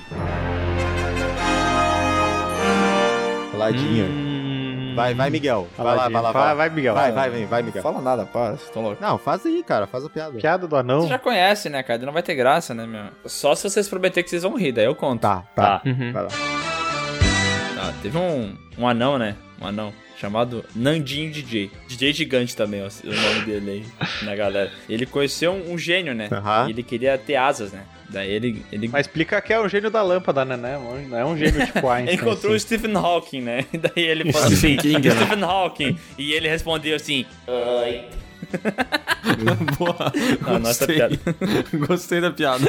Ladinho. Vai, Miguel. Vai lá. Vai, Miguel. Vai, Miguel. Fala nada, para, vocês estão loucos. Não, faz aí, cara, faz a piada. Piada do anão. Você já conhece, né, cara? Não vai ter graça, né, meu? Só se vocês prometerem que vocês vão rir, daí eu conto. Tá. Uhum. Vai lá. Teve um anão, né? Um anão chamado Nandinho DJ. DJ gigante também, ó, o nome dele aí, né, galera? Ele conheceu um gênio, né? E ele queria ter asas, né? Daí ele... Mas explica que é o gênio da lâmpada, né? Não é um gênio tipo Einstein. Ele encontrou o Stephen Hawking, né? E daí ele falou assim, Stephen Hawking. E ele respondeu assim, oi. Boa. Nossa piada. Gostei da piada.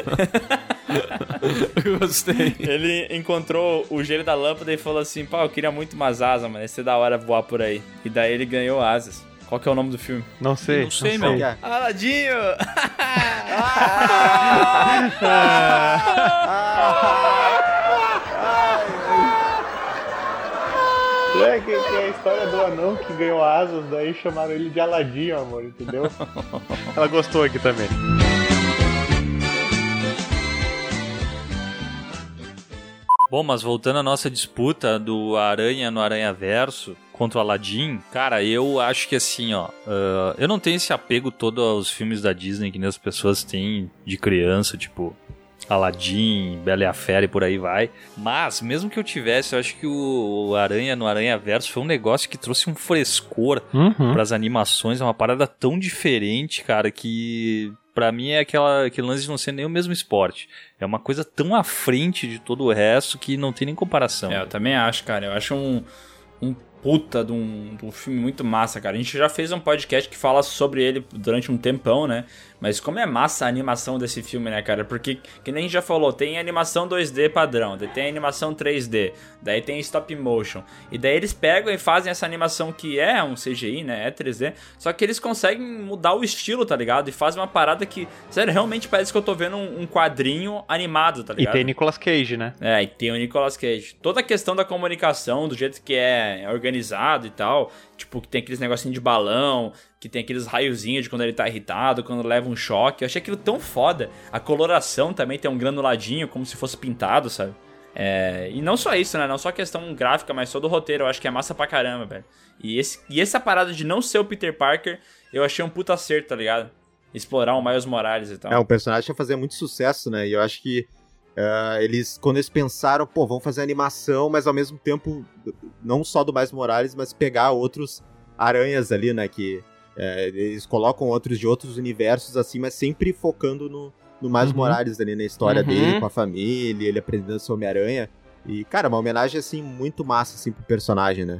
Gostei. Ele encontrou o gênio da lâmpada e falou assim, eu queria muito umas asas, mano. Ia ser da hora voar por aí. E daí ele ganhou asas. Qual que é o nome do filme? Não sei. Não sei, meu. Aladinho! Que é a história do anão que ganhou asas, daí chamaram ele de Aladinho, amor, entendeu? Ela gostou aqui também. Bom, mas voltando à nossa disputa do Aranha no Aranha Verso contra o Aladdin, cara, eu acho que assim, eu não tenho esse apego todo aos filmes da Disney que nem as pessoas têm de criança, tipo Aladdin, Bela e a Fera e por aí vai. Mas, mesmo que eu tivesse, eu acho que o Aranha no Aranha Verso foi um negócio que trouxe um frescor pras animações, é uma parada tão diferente, cara, que... Pra mim é aquele lance de não ser nem o mesmo esporte. É uma coisa tão à frente de todo o resto que não tem nem comparação. Eu também acho, cara. Eu acho um puta de um filme muito massa, cara. A gente já fez um podcast que fala sobre ele durante um tempão, né? Mas como é massa a animação desse filme, né, cara? Porque, que nem a gente já falou, tem animação 2D padrão, daí tem animação 3D, daí tem stop motion. E daí eles pegam e fazem essa animação que é um CGI, né? É 3D. Só que eles conseguem mudar o estilo, tá ligado? E fazem uma parada que, sério, realmente parece que eu tô vendo um quadrinho animado, tá ligado? E tem Nicolas Cage, né? É, e tem o Nicolas Cage. Toda a questão da comunicação, do jeito que é organizado e tal, tipo, que tem aqueles negocinhos de balão, que tem aqueles raiozinhos de quando ele tá irritado, quando leva um choque. Eu achei aquilo tão foda. A coloração também tem um granuladinho, como se fosse pintado, sabe? E não só isso, né? Não só a questão gráfica, mas todo o roteiro. Eu acho que é massa pra caramba, velho. E essa parada de não ser o Peter Parker, eu achei um puta acerto, tá ligado? Explorar o Miles Morales e tal. O personagem ia fazer muito sucesso, né? E eu acho que quando eles pensaram, pô, vamos fazer animação, mas ao mesmo tempo, não só do Miles Morales, mas pegar outros aranhas ali, né? Que eles colocam outros de outros universos, assim, mas sempre focando no Miles Morales ali, na história dele, com a família, ele aprendendo a ser Homem-Aranha. E, cara, uma homenagem, assim, muito massa, assim, pro personagem, né?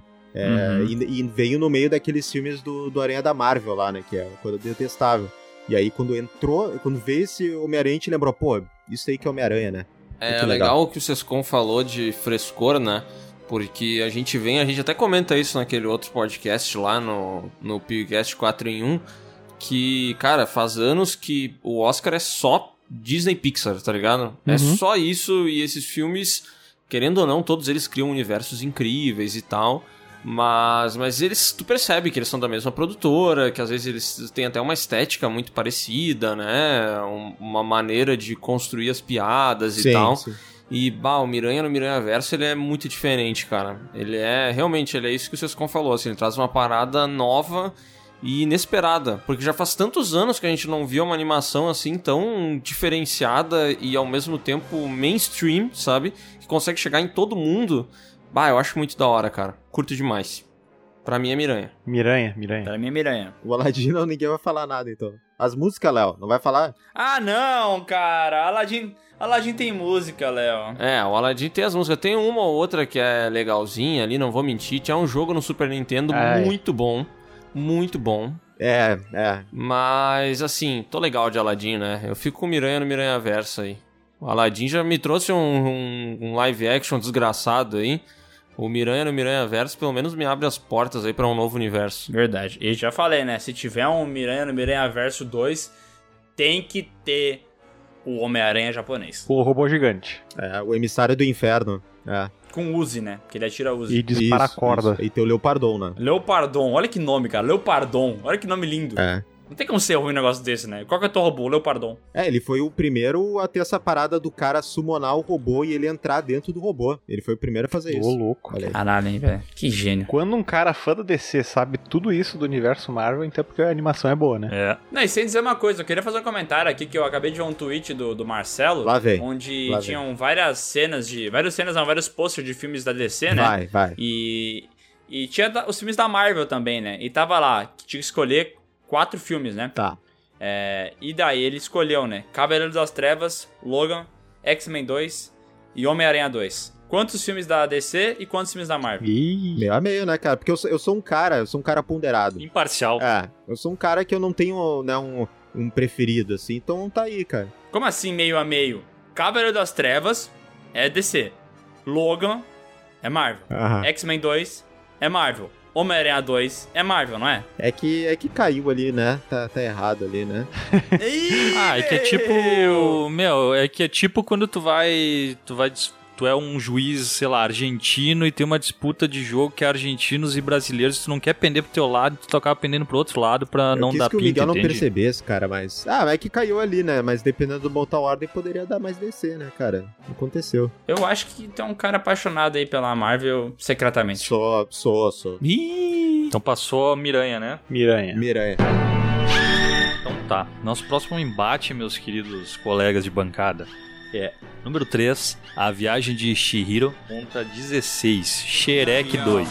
E veio no meio daqueles filmes do Aranha da Marvel lá, né? Que é uma coisa detestável. E aí, quando veio esse Homem-Aranha, a gente lembrou, pô, isso aí que é Homem-Aranha, né? É legal o que o Sescon falou de frescor, né? Porque a gente até comenta isso naquele outro podcast lá no PewCast 4 em 1, que, cara, faz anos que o Oscar é só Disney Pixar, tá ligado? É só isso, e esses filmes, querendo ou não, todos eles criam universos incríveis e tal, mas eles, tu percebe que eles são da mesma produtora, que às vezes eles têm até uma estética muito parecida, né? Uma maneira de construir as piadas e tal. Sim. E, o Miranha no Miranhaverso, ele é muito diferente, cara. Ele é isso que o Sescon falou, assim, ele traz uma parada nova e inesperada, porque já faz tantos anos que a gente não via uma animação assim tão diferenciada e ao mesmo tempo mainstream, sabe? Que consegue chegar em todo mundo. Eu acho muito da hora, cara. Curto demais. Pra mim é Miranha. Miranha. Pra mim é Miranha. O Aladdin ninguém vai falar nada, então. As músicas, Léo, não vai falar? Ah, não, cara. Aladdin tem música, Léo. O Aladdin tem as músicas. Tem uma ou outra que é legalzinha ali, não vou mentir. Tinha um jogo no Super Nintendo muito bom. Muito bom. Mas, assim, tô legal de Aladdin, né? Eu fico com o Miranha no Miranhaverso aí. O Aladdin já me trouxe um live action desgraçado aí. O Miranha no Miranhaverso pelo menos me abre as portas aí pra um novo universo. Verdade. E já falei, né? Se tiver um Miranha no Miranhaverso 2, tem que ter o Homem-Aranha japonês. O robô gigante. O emissário do inferno. Com Uzi, né? Porque ele atira Uzi. E dispara a corda. Isso. E tem o Leopardon, né? Leopardon. Olha que nome, cara. Leopardon. Olha que nome lindo. Não tem como ser ruim um negócio desse, né? Qual que é o teu robô? Leopardon. Ele foi o primeiro a ter essa parada do cara summonar o robô e ele entrar dentro do robô. Ele foi o primeiro a fazer isso. Ô, louco. Caralho, hein, velho. Que gênio. Quando um cara fã do DC sabe tudo isso do universo Marvel, então é porque a animação é boa, né? Não, e sem dizer uma coisa, eu queria fazer um comentário aqui que eu acabei de ver um tweet do Marcelo. Lá vem. Onde tinham vários posters de filmes da DC, né? Vai. E tinha os filmes da Marvel também, né? E tava lá, que tinha que escolher 4 filmes, né? Tá. E daí ele escolheu, né? Cavaleiro das Trevas, Logan, X-Men 2 e Homem-Aranha 2. Quantos filmes da DC e quantos filmes da Marvel? Meio a meio, né, cara? Porque eu sou um cara ponderado. Imparcial. Eu sou um cara que eu não tenho, né, um preferido, assim, então tá aí, cara. Como assim meio a meio? Cavaleiro das Trevas é DC. Logan é Marvel. X-Men 2 é Marvel. Homem-Aranha 2 é Marvel, não é? É que caiu ali, né? Tá errado ali, né? É que é tipo... é que é tipo quando tu é um juiz, sei lá, argentino e tem uma disputa de jogo que é argentinos e brasileiros, tu não quer pender pro teu lado, tu tocava pendendo pro outro lado pra não dar pinta, que o Miguel não percebesse, cara, mas... é que caiu ali, né? Mas dependendo do botar ordem, poderia dar mais DC, né, cara? Não aconteceu. Eu acho que tem um cara apaixonado aí pela Marvel secretamente. Sou. Então passou a Miranha, né? Miranha. Então tá. Nosso próximo embate, meus queridos colegas de bancada, número 3, A Viagem de Chihiro, contra 16, Shrek 2.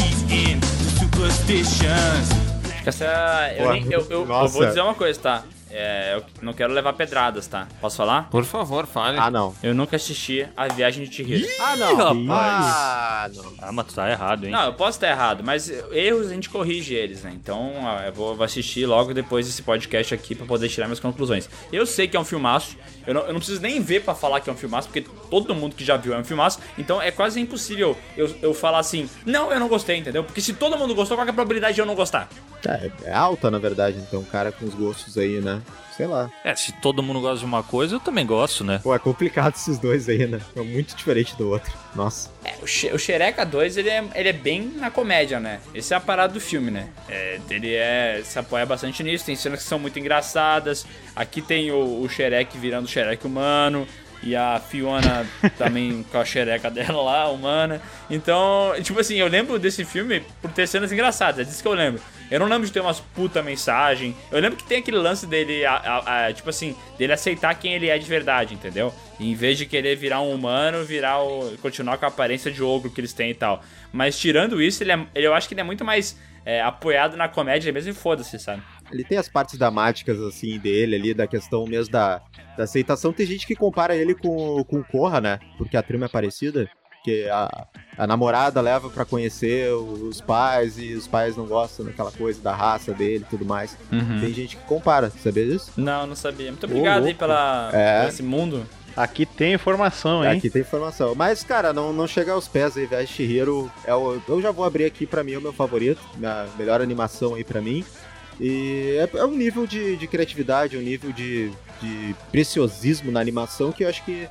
Eu vou dizer uma coisa, tá? eu não quero levar pedradas, tá? Posso falar? Por favor, fale. Ah, não. Eu nunca assisti A Viagem de Chihiro. Ah, não. rapaz. Ah, não. Ah, mas tu tá errado, hein? Não, eu posso estar errado, mas erros a gente corrige eles, né? Então eu vou assistir logo depois desse podcast aqui pra poder tirar minhas conclusões. Eu sei que é um filmaço, eu não preciso nem ver pra falar que é um filmaço, porque todo mundo que já viu é um filmaço, então é quase impossível eu falar assim, não, eu não gostei, entendeu? Porque se todo mundo gostou, qual é a probabilidade de eu não gostar? É alta, na verdade, então, cara com os gostos aí, né? Sei lá. Se todo mundo gosta de uma coisa, eu também gosto, né? Pô, é complicado esses dois aí, né? É muito diferente do outro. Nossa. O Shrek 2, ele é bem na comédia, né? Essa é a parada do filme, né? Ele se apoia bastante nisso, tem cenas que são muito engraçadas. Aqui tem o Shrek virando o Shrek humano. E a Fiona também com a xereca dela lá, humana. Então, tipo assim, eu lembro desse filme por ter cenas engraçadas, é disso que eu lembro. Eu não lembro de ter umas puta mensagem. Eu lembro que tem aquele lance dele, tipo assim, dele aceitar quem ele é de verdade, entendeu? E em vez de querer virar um humano, continuar com a aparência de ogro que eles têm e tal. Mas tirando isso, eu acho que ele é muito mais apoiado na comédia mesmo e foda-se, sabe? Ele tem as partes dramáticas, assim, dele ali, da questão mesmo da aceitação. Tem gente que compara ele com o Korra, né? Porque a trama é parecida. Que a namorada leva pra conhecer os pais e os pais não gostam daquela coisa da raça dele e tudo mais. Uhum. Tem gente que compara, sabia disso? Não sabia. Muito obrigado aí por esse mundo. Aqui tem informação, hein? Aqui tem informação. Mas, cara, não chega aos pés aí, Viagem de Chihiro. Eu já vou abrir aqui, pra mim, é o meu favorito. Minha melhor animação aí pra mim. E é um nível de criatividade, um nível de preciosismo na animação que eu acho que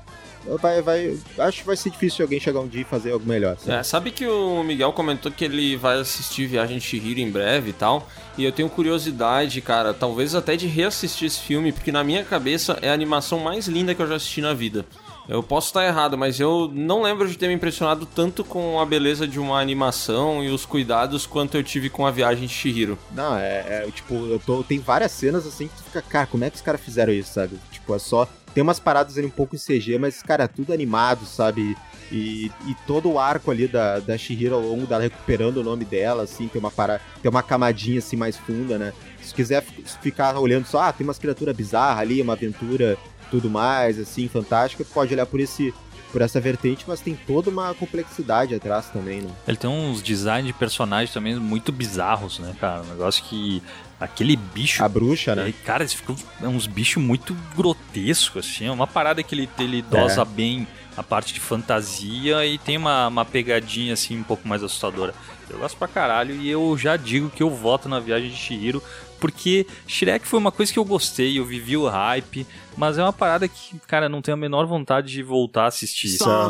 acho que vai ser difícil alguém chegar um dia e fazer algo melhor. Sabe que o Miguel comentou que ele vai assistir Viagem de Chihiro em breve e tal, e eu tenho curiosidade, cara, talvez até de reassistir esse filme, porque na minha cabeça é a animação mais linda que eu já assisti na vida. Eu posso estar errado, mas eu não lembro de ter me impressionado tanto com a beleza de uma animação e os cuidados quanto eu tive com a Viagem de Chihiro. Não, tipo, tem várias cenas assim que tu fica, cara, como é que os caras fizeram isso, sabe? Tipo, é só... Tem umas paradas ali um pouco em CG, mas, cara, é tudo animado, sabe? E todo o arco ali da Chihiro ao longo dela recuperando o nome dela, assim, tem uma camadinha assim mais funda, né? Se quiser ficar olhando só, tem umas criaturas bizarras ali, uma aventura, tudo mais, assim, fantástica, pode olhar por essa vertente, mas tem toda uma complexidade atrás também, né? Ele tem uns designs de personagens também muito bizarros, né, cara? Um negócio que... Aquele bicho... A bruxa, né? Cara, eles ficam uns bichos muito grotescos, assim. É uma parada que ele dosa bem a parte de fantasia e tem uma pegadinha, assim, um pouco mais assustadora. Eu gosto pra caralho e eu já digo que eu voto na Viagem de Chihiro, porque Shrek foi uma coisa que eu gostei, eu vivi o hype, mas é uma parada que, cara, não tenho a menor vontade de voltar a assistir.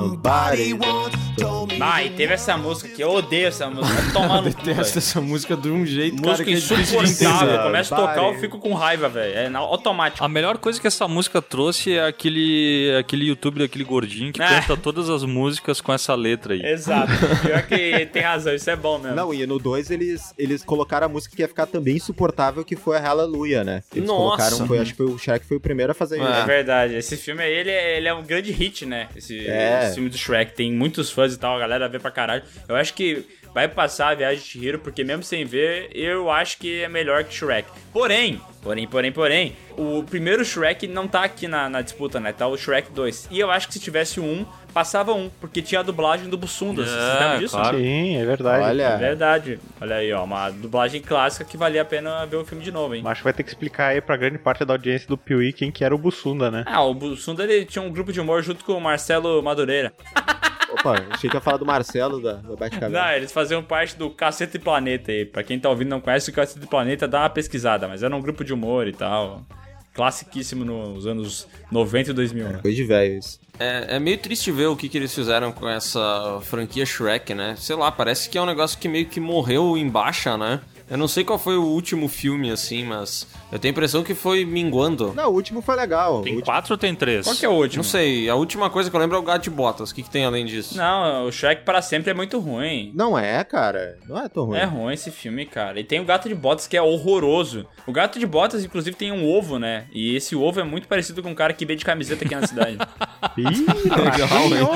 E teve essa música que eu odeio essa música. Vai tomar no cu, detesto essa música de um jeito, música cara, que é difícil de insuportável. entender. Começa a tocar, eu fico com raiva, velho. É automático. A melhor coisa que essa música trouxe é aquele youtuber, aquele gordinho que canta todas as músicas com essa letra aí. Exato. Pior que tem razão, isso é bom mesmo. Não, e no 2 eles colocaram a música que ia ficar também insuportável, que foi a Hallelujah, né? Eles colocaram, acho que o Shrek foi o primeiro a fazer isso. É verdade. Esse filme aí, ele é um grande hit, né? Esse filme do Shrek. Tem muitos fãs e tal, a galera vê pra caralho. Eu acho que vai passar a Viagem de Chihiro, porque mesmo sem ver, eu acho que é melhor que Shrek. Porém, o primeiro Shrek não tá aqui na disputa, né? Tá o Shrek 2. E eu acho que se tivesse passava porque tinha a dublagem do Bussunda. Vocês sabem disso? Claro. Sim, é verdade. É verdade. Olha aí, ó, uma dublagem clássica que valia a pena ver o filme de novo, hein? Mas acho que vai ter que explicar aí pra grande parte da audiência do Piuí quem que era o Bussunda, né? O Bussunda, ele tinha um grupo de humor junto com o Marcelo Madureira. Opa, achei que ia falar do Marcelo da Batcaverna. Não, eles faziam parte do Cacete Planeta aí. Pra quem tá ouvindo e não conhece o Cacete Planeta, dá uma pesquisada, mas era um grupo de humor e tal. Classiquíssimo nos anos 90 e 2000. Né? Coisa de velho isso. É meio triste ver o que eles fizeram com essa franquia Shrek, né? Sei lá, parece que é um negócio que meio que morreu em baixa, né? Eu não sei qual foi o último filme, assim, mas eu tenho a impressão que foi minguando. Não, o último foi legal. Tem 4 ou tem 3? Qual que é o último? Não sei, a última coisa que eu lembro é o Gato de Botas. O que tem além disso? Não, o Shrek para sempre é muito ruim. Não é, cara. Não é tão ruim. É ruim esse filme, cara. E tem o Gato de Botas que é horroroso. O Gato de Botas, inclusive, tem um ovo, né? E esse ovo é muito parecido com um cara que vende camiseta aqui na cidade. Ih, legal, né?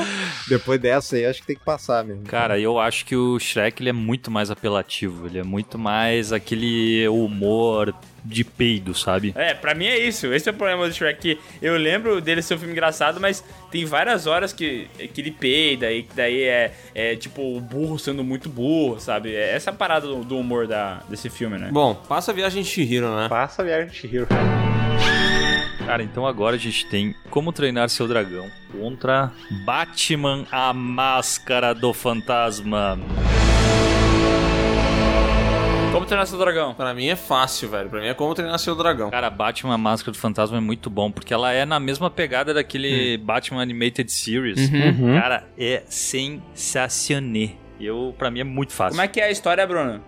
Depois dessa aí, acho que tem que passar mesmo. Cara, eu acho que o Shrek ele é muito mais apelativo. Ele é muito mais aquele humor de peido, sabe? Pra mim é isso. Esse é o problema do Shrek. Que eu lembro dele ser um filme engraçado, mas tem várias horas que ele peida e que daí é tipo o burro sendo muito burro, sabe? Essa é a parada do humor desse filme, né? Bom, passa a Viagem de Chihiro, né? Passa a Viagem de Chihiro. Cara, então agora a gente tem Como Treinar Seu Dragão contra Batman, a Máscara do Fantasma. Como Treinar Seu Dragão? Pra mim é fácil, velho. Pra mim é Como Treinar Seu Dragão. Cara, Batman, a Máscara do Fantasma é muito bom, porque ela é na mesma pegada daquele Batman Animated Series. Cara, é sensacional. Pra mim é muito fácil. Como é que é a história, Bruno,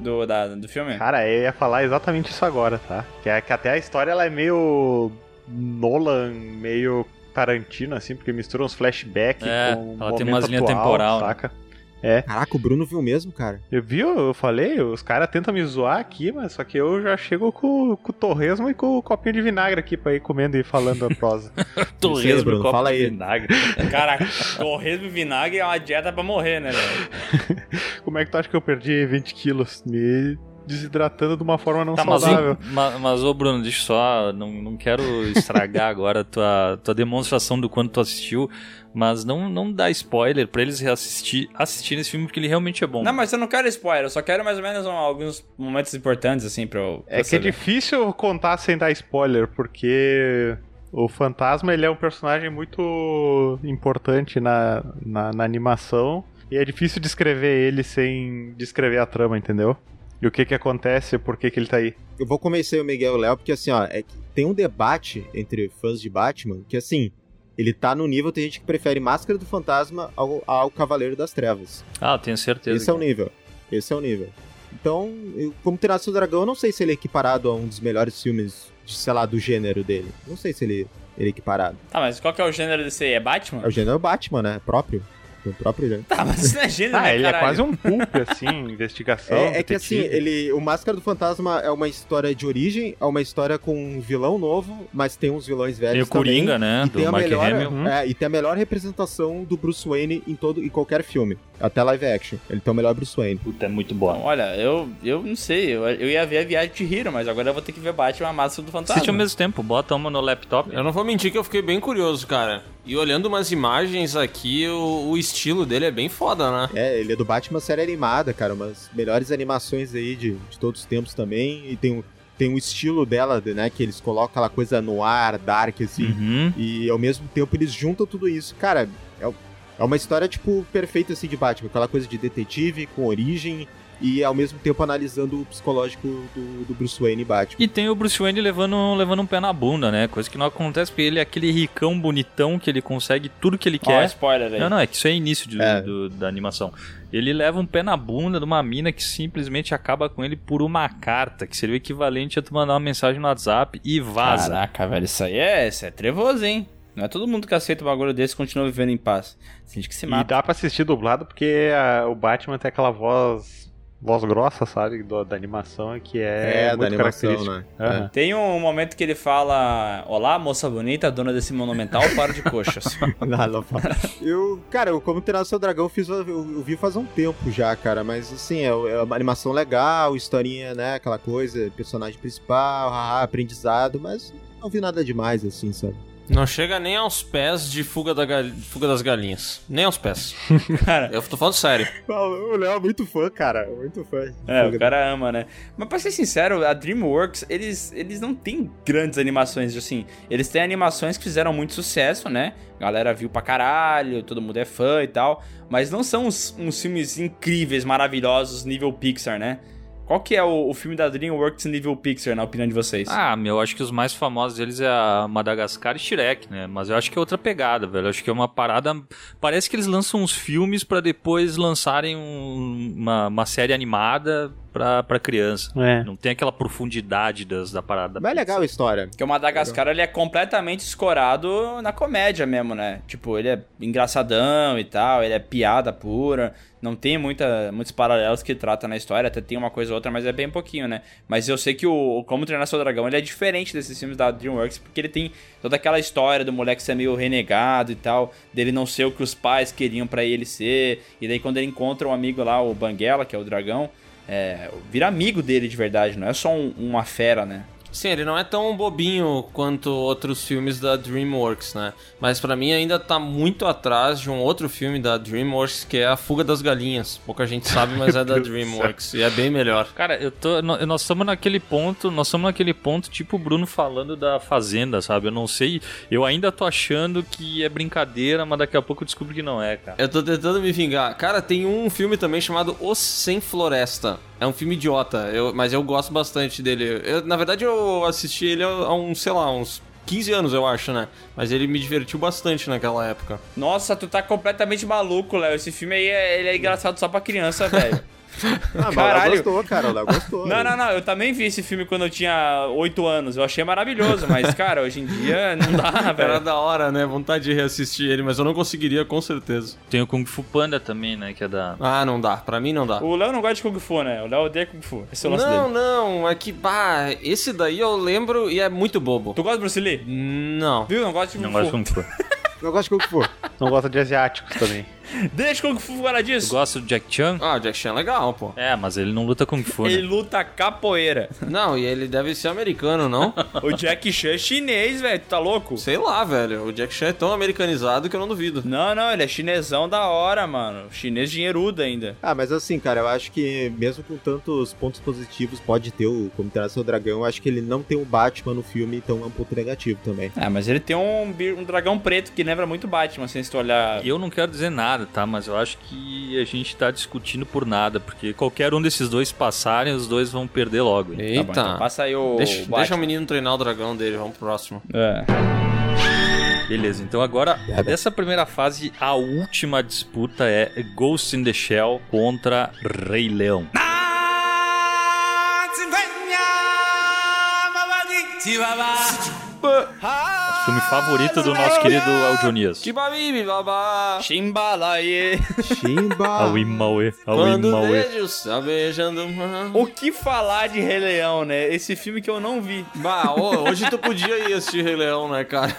do filme? Cara, eu ia falar exatamente isso agora, tá? Que até a história ela é meio Nolan, meio Tarantino, assim, porque mistura uns flashbacks com ela tem umas linhas temporal, saca? Caraca, o Bruno viu mesmo, cara. Eu falei, os caras tentam me zoar aqui, mas só que eu já chego com o torresmo e com o copinho de vinagre aqui pra ir comendo e falando a prosa. Torresmo, Bruno, copo fala de aí. vinagre. Cara, torresmo e vinagre é uma dieta pra morrer, né, velho? Como é que tu acha que eu perdi 20 quilos? Me desidratando de uma forma não saudável. Mas, ô Bruno, deixa só, não quero estragar agora a tua demonstração do quanto tu assistiu, mas não dá spoiler pra eles assistirem esse filme, porque ele realmente é bom. Não, mas eu não quero spoiler, eu só quero mais ou menos alguns momentos importantes, assim, pra eu que saber. é difícil contar sem dar spoiler, porque o fantasma, ele é um personagem muito importante na animação, e é difícil descrever ele sem descrever a trama, entendeu? E o que acontece, por que ele tá aí. Eu vou convencer o Miguel e o Léo, porque assim, ó, tem um debate entre fãs de Batman, que assim, ele tá no nível, tem gente que prefere Máscara do Fantasma ao Cavaleiro das Trevas. Eu tenho certeza. Esse é o nível. Então, Como Treinar Seu Dragão, eu não sei se ele é equiparado a um dos melhores filmes, sei lá, do gênero dele. Não sei se ele é equiparado. Tá, mas qual que é o gênero desse aí? É Batman? É o gênero Batman, né? Próprio. O próprio gênero. Tá, mas isso não é gênero, né, ele caralho? é quase um pulp, assim, investigação. É que assim, o Máscara do Fantasma é uma história de origem, é uma história com um vilão novo, mas tem uns vilões velhos tem o Coringa, também, né, do Mark Hamill. E tem a melhor representação do Bruce Wayne em qualquer filme, até live action. Ele tem o melhor Bruce Wayne. Puta, é muito bom. Então, olha, eu não sei, eu ia ver a Viagem de Chihiro, mas agora eu vou ter que ver Batman, a Máscara do Fantasma. Assiste ao mesmo tempo, bota uma no laptop. Eu não vou mentir que eu fiquei bem curioso, cara. E olhando umas imagens aqui, o estilo dele é bem foda, né? Ele é do Batman série animada, cara, umas melhores animações aí de todos os tempos também, e tem um estilo dela, né, que eles colocam aquela coisa no ar, dark, assim, e ao mesmo tempo eles juntam tudo isso. Cara, é uma história, tipo, perfeita, assim, de Batman, aquela coisa de detetive, com origem, e ao mesmo tempo analisando o psicológico do Bruce Wayne e Batman. E tem o Bruce Wayne levando um pé na bunda, né? Coisa que não acontece, porque ele é aquele ricão bonitão que ele consegue tudo que ele quer. Spoiler aí. Não, é que isso é início da animação. Ele leva um pé na bunda de uma mina que simplesmente acaba com ele por uma carta, que seria o equivalente a tu mandar uma mensagem no WhatsApp e vaza. Caraca, velho, isso é trevoso, hein? Não é todo mundo que aceita um bagulho desse e continua vivendo em paz. Tem gente que se mata. E dá pra assistir dublado porque o Batman tem aquela voz grossa, sabe, da animação, que é muito da animação, característica. né? Uhum. Tem um momento que ele fala: olá, moça bonita, dona desse monumental, para de coxas. Não fala. Cara, Como Treinar Seu Dragão eu vi faz um tempo já, cara, mas assim, é uma animação legal, historinha, né, aquela coisa, personagem principal, aprendizado, mas não vi nada demais, assim, sabe? Não chega nem aos pés de Fuga das Galinhas. Nem aos pés. Cara, eu tô falando sério. O Léo é muito fã, cara. Muito fã. O cara ama, né? Mas pra ser sincero, a DreamWorks, eles não têm grandes animações, assim. Eles têm animações que fizeram muito sucesso, né? A galera viu pra caralho, todo mundo é fã e tal. Mas não são uns filmes incríveis, maravilhosos, nível Pixar, né? Qual que é o filme da DreamWorks nível Pixar, na opinião de vocês? Eu acho que os mais famosos deles é a Madagascar e Shrek, né? Mas eu acho que é outra pegada, velho. Eu acho que é uma parada... Parece que eles lançam uns filmes pra depois lançarem uma série animada pra criança. É. Não tem aquela profundidade da parada. Mas é legal a história. Porque o Madagascar, ele é completamente escorado na comédia mesmo, né? Tipo, ele é engraçadão e tal, ele é piada pura. Não tem muitos paralelos que trata na história, até tem uma coisa ou outra, mas é bem pouquinho, né? Mas eu sei que o Como Treinar Seu Dragão, ele é diferente desses filmes da DreamWorks, porque ele tem toda aquela história do moleque ser meio renegado e tal, dele não ser o que os pais queriam pra ele ser, e daí quando ele encontra um amigo lá, o Banguela, que é o dragão, vira amigo dele de verdade, não é só uma fera, né? Sim, ele não é tão bobinho quanto outros filmes da DreamWorks, né? Mas pra mim ainda tá muito atrás de um outro filme da DreamWorks, que é A Fuga das Galinhas. Pouca gente sabe, mas é da DreamWorks e é bem melhor. Cara, nós estamos naquele ponto, tipo o Bruno falando da Fazenda, sabe? Eu não sei, eu ainda tô achando que é brincadeira, mas daqui a pouco eu descubro que não é, cara. Eu tô tentando me vingar. Cara, tem um filme também chamado Os Sem Floresta. É um filme idiota, mas eu gosto bastante dele. Na verdade, eu assisti ele há uns 15 anos, eu acho, né? Mas ele me divertiu bastante naquela época. Nossa, tu tá completamente maluco, Léo. Esse filme aí ele é engraçado só pra criança, velho. Ah, mas Caralho. o Léo gostou, cara. O Léo gostou. Não. Eu também vi esse filme quando eu tinha 8 anos. Eu achei maravilhoso, mas, cara, hoje em dia não dá, velho. Era da hora, né? Vontade de reassistir ele, mas eu não conseguiria, com certeza. Tem o Kung Fu Panda também, né? Que é da... Ah, não dá. Pra mim não dá. O Léo não gosta de Kung Fu, né? O Léo odeia Kung Fu. Esse é o lance dele. Não. É que, esse daí eu lembro e é muito bobo. Tu gosta de Bruce Lee? Não. Viu? Não gosta de Kung Não Fu. gosto de Kung Fu. Não gosto de Kung Fu. Não gosta de asiáticos também. Deixa Kung Fu fora Tu disso. gosta do Jack Chan? Ah, o Jack Chan é legal, pô. É, mas ele não luta Kung Fu, Ele né? luta capoeira. Não, e ele deve ser americano, não? O Jack Chan é chinês, velho. Tu tá louco? Sei lá, velho. O Jack Chan é tão americanizado que eu não duvido. Não, ele é chinesão da hora, mano. Chinês dinheirudo ainda. Ah, mas assim, cara, eu acho que mesmo com tantos pontos positivos, pode ter o Como Treinar Seu Dragão, eu acho que ele não tem o Batman no filme, então é um ponto negativo também. Ah, mas ele tem um dragão preto que lembra muito Batman, se tu olhar. Eu não quero dizer nada, tá? Mas eu acho que a gente tá discutindo por nada, porque qualquer um desses dois passarem, os dois vão perder logo. Hein? Eita. Tá bom, então passa aí o Deixa o menino treinar o dragão dele, vamos pro próximo. Beleza, então agora, dessa primeira fase, a última disputa é Ghost in the Shell contra Rei Leão. O filme favorito do nosso querido Aldonias. Chimbalaê. Chimba! Aui Quando Mauê. vejo só beijando... O que falar de Rei Leão, né? Esse filme que eu não vi. Hoje tu podia ir assistir Rei Leão, né, cara?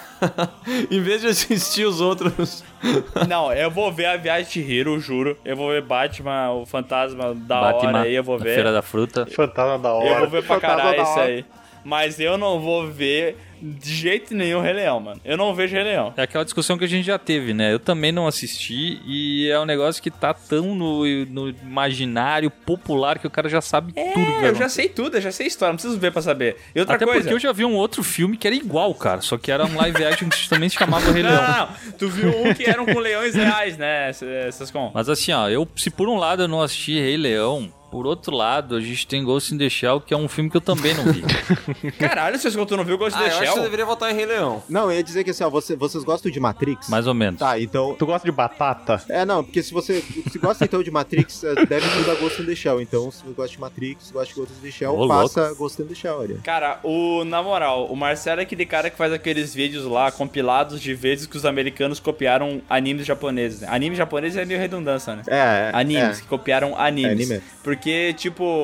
Em vez de assistir os outros... Não, eu vou ver A Viagem de Chihiro, juro. Eu vou ver Batman, o Fantasma da Batman, Hora aí, eu vou na ver. Feira da Fruta. Fantasma da hora. Eu vou ver pra Fantasma caralho da isso hora. aí. Mas eu não vou ver de jeito nenhum Rei Leão, mano. Eu não vejo Rei Leão. É aquela discussão que a gente já teve, né? Eu também não assisti e é um negócio que tá tão no imaginário popular que o cara já sabe tudo que vai Eu já acontecer. sei tudo, eu já sei história, não preciso ver pra saber. E outra Até coisa... porque eu já vi um outro filme que era igual, cara. Só que era um live action que também se chamava Rei Leão. Não. Tu viu um que eram com leões reais, né? Essas com... Mas assim, ó, se por um lado eu não assisti Rei Leão, por outro lado, a gente tem Ghost in the Shell, que é um filme que eu também não vi. Caralho, vocês que tu não viu Ghost in eu the acho que Shell? você deveria votar em Rei Leão. Não, eu ia dizer que assim, ó, vocês gostam de Matrix? Mais ou menos. Tá, então... Tu gosta de batata? Não, porque se gosta então de Matrix, deve tudo a Ghost in the Shell. Então, se você gosta de Matrix, gosta de Ghost in the Shell, Ô, passa Ghost in the Shell ali. Cara, na moral, o Marcelo é aquele cara que faz aqueles vídeos lá, compilados de vezes que os americanos copiaram animes japoneses, né? Anime japonês é meio redundância, né? Animes, que copiaram animes. Anime. Porque, tipo,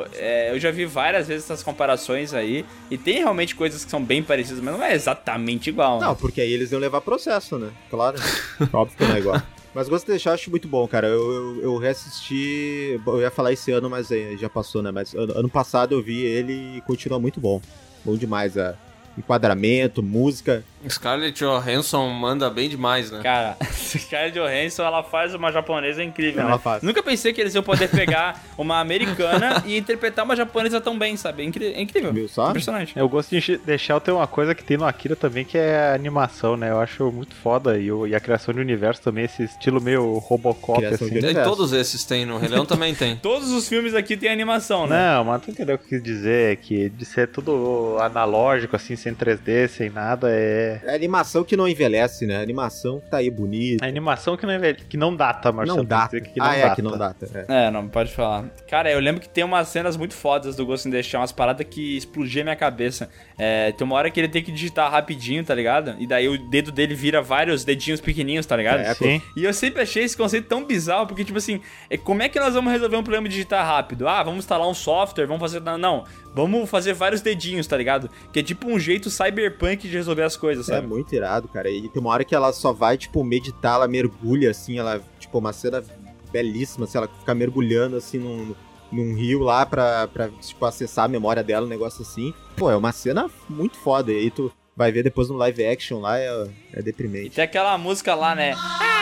eu já vi várias vezes essas comparações aí, e tem realmente coisas que são bem parecidas, mas não é exatamente igual, né? Não, porque aí eles iam levar processo, né? Claro. Óbvio que não é igual. Mas Ghost in the Shell eu acho muito bom, cara. Eu reassisti... Eu ia falar esse ano, mas já passou, né? Mas ano passado eu vi ele e continua muito bom. Bom demais, enquadramento, música. Scarlett Johansson manda bem demais, né? Cara, Scarlett Johansson, ela faz uma japonesa incrível, Ela né? faz. Nunca pensei que eles iam poder pegar uma americana e interpretar uma japonesa tão bem, sabe? É incrível. Viu só? Impressionante. Eu gosto de deixar ter uma coisa que tem no Akira também, que é a animação, né? Eu acho muito foda. E a criação de universo também, esse estilo meio Robocop, Criação assim. de- E todos esses tem, no Rei Leão também tem. Todos os filmes aqui tem animação, né? Não, mas tu entendeu o que eu quis dizer? Que de ser tudo analógico, assim, sem 3D, sem nada, É animação que não envelhece, né? Animação que tá aí bonita bonita. A animação que não data, Marcelo. Não data. Que não data. Que não data. É. Não pode falar. Cara, eu lembro que tem umas cenas muito fodas do Ghost in the Shell, umas paradas que explodiam a minha cabeça. Tem uma hora que ele tem que digitar rapidinho, tá ligado? E daí o dedo dele vira vários dedinhos pequenininhos, tá ligado? Sim. E eu sempre achei esse conceito tão bizarro, porque, tipo assim, como é que nós vamos resolver um problema de digitar rápido? Vamos instalar um software, vamos fazer... Não, vamos fazer vários dedinhos, tá ligado? Que é tipo um jeito cyberpunk de resolver as coisas, sabe? É muito irado, cara. E tem uma hora que ela só vai, tipo, meditar, ela mergulha, assim, ela, tipo, uma cena belíssima, assim, ela fica mergulhando, assim, num rio lá pra, tipo, acessar a memória dela, um negócio assim. Pô, é uma cena muito foda. E aí tu vai ver depois no live action lá, é deprimente. E tem aquela música lá, né?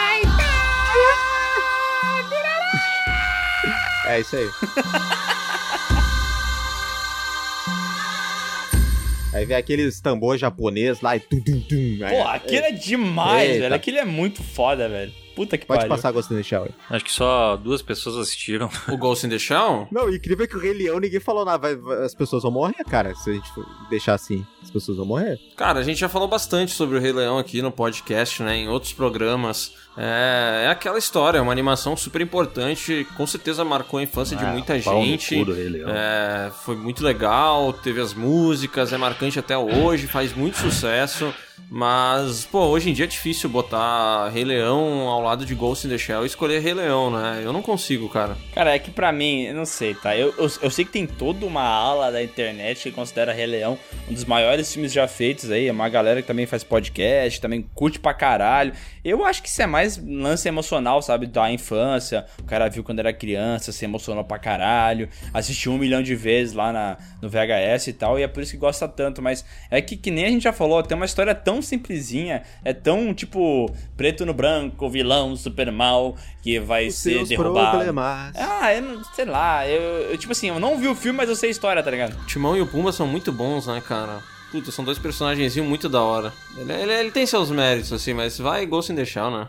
É isso aí. Aí vem aqueles tambor japonês lá e tum. Pô, aquilo é demais, Eita. velho. Aquilo é muito foda, velho. Puta que Pode pariu. passar Ghost in the Shell aí. Acho que só 2 pessoas assistiram. O Ghost in the Shell? Não, o incrível é que o Rei Leão ninguém falou nada. As pessoas vão morrer, cara. Se a gente deixar assim, as pessoas vão morrer. Cara, a gente já falou bastante sobre o Rei Leão aqui no podcast, né? Em outros programas. É aquela história, é uma animação super importante. Com certeza marcou a infância de muita gente. Foi muito legal, teve as músicas, é marcante até hoje, faz muito sucesso. Mas, pô, hoje em dia é difícil botar Rei Leão ao lado de Ghost in the Shell e escolher Rei Leão, né? Eu não consigo, cara. Cara, é que pra mim, eu não sei, tá? Eu sei que tem toda uma ala da internet que considera Rei Leão um dos maiores filmes já feitos aí. É uma galera que também faz podcast, também curte pra caralho. Eu acho que isso é mais lance emocional, sabe? Da infância. O cara viu quando era criança, se emocionou pra caralho. Assistiu 1 milhão de vezes lá no VHS e tal. E é por isso que gosta tanto. Mas é que nem a gente já falou, tem uma história tão simplesinha. É tão, tipo, preto no branco, vilão super mal, que vai ser derrubado. Problemas. Eu não sei lá. Eu, tipo assim, eu não vi o filme, mas eu sei a história, tá ligado? O Timão e o Pumba são muito bons, né, cara? Puta, são 2 personagenzinhos muito da hora. Ele tem seus méritos, assim, mas vai Ghost in the Shell, né?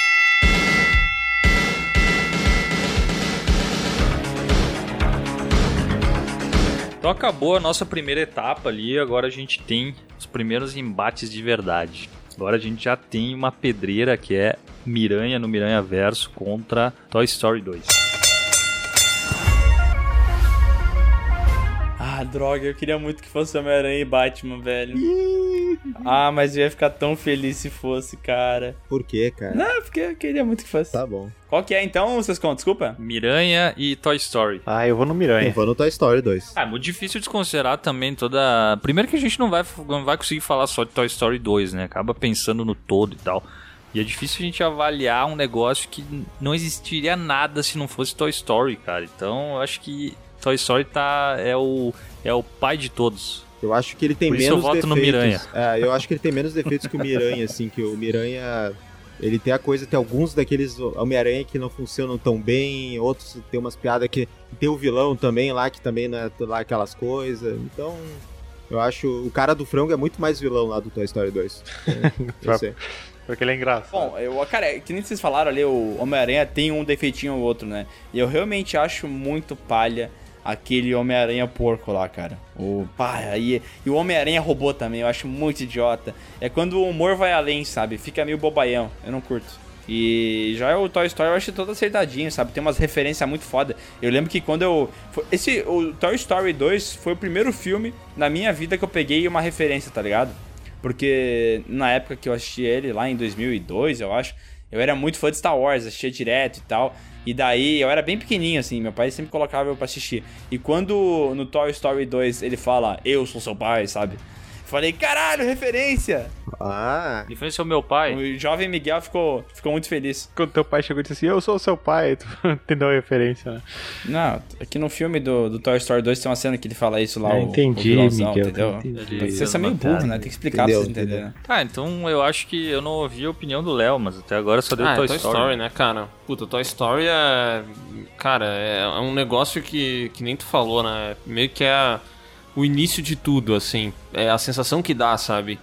Então acabou a nossa primeira etapa ali, agora a gente tem os primeiros embates de verdade. Agora a gente já tem uma pedreira que é Miranha no Miranha Verso contra Toy Story 2. Droga, eu queria muito que fosse Homem-Aranha e Batman, velho. Mas eu ia ficar tão feliz se fosse, cara. Por quê, cara? Não, porque eu queria muito que fosse. Tá bom. Qual que é então, vocês contam? Desculpa. Miranha e Toy Story. Eu vou no Miranha. Eu vou no Toy Story 2. É muito difícil desconsiderar também toda... Primeiro que a gente não vai conseguir falar só de Toy Story 2, né? Acaba pensando no todo e tal. E é difícil a gente avaliar um negócio que não existiria nada se não fosse Toy Story, cara. Então eu acho que Toy Story é o pai de todos. Eu acho que ele tem Por isso menos eu voto defeitos. no Miranha. Eu acho que ele tem menos defeitos que o Miranha, assim, que o Miranha... Ele tem tem alguns daqueles Homem-Aranha que não funcionam tão bem, outros tem umas piadas que... Tem o vilão também lá, que também não é lá aquelas coisas. Então, eu acho... O cara do frango é muito mais vilão lá do Toy Story 2. Eu sei. Porque ele é engraçado. Bom, cara, que nem vocês falaram ali, o Homem-Aranha tem um defeitinho ou outro, né? E eu realmente acho muito palha aquele Homem-Aranha porco lá, cara. E o Homem-Aranha robô também, eu acho muito idiota. É quando o humor vai além, sabe? Fica meio bobaião, eu não curto. E já o Toy Story eu acho todo acertadinho, sabe? Tem umas referências muito foda. Eu lembro que quando o Toy Story 2 foi o primeiro filme na minha vida que eu peguei uma referência, tá ligado? Porque na época que eu assisti ele, lá em 2002, eu acho, eu era muito fã de Star Wars, assistia direto e tal. E daí, eu era bem pequenininho, assim, meu pai sempre colocava eu pra assistir. E quando no Toy Story 2 ele fala, eu sou seu pai, sabe? Falei, caralho, referência! Diferença é o meu pai. O jovem Miguel ficou muito feliz. Quando teu pai chegou e disse assim, eu sou o seu pai, tu entendeu a referência, né? Não, aqui no filme do Toy Story 2 tem uma cena que ele fala isso lá, entendi, o vilãozão, Miguel, entendeu? Vocês são meio burro, né? Tem que explicar pra vocês entenderem. Então eu acho que eu não ouvi a opinião do Léo, mas até agora só deu Toy Story, né, cara? Puta, Toy Story cara, é um negócio que nem tu falou, né? Meio que é o início de tudo, assim. É a sensação que dá, sabe?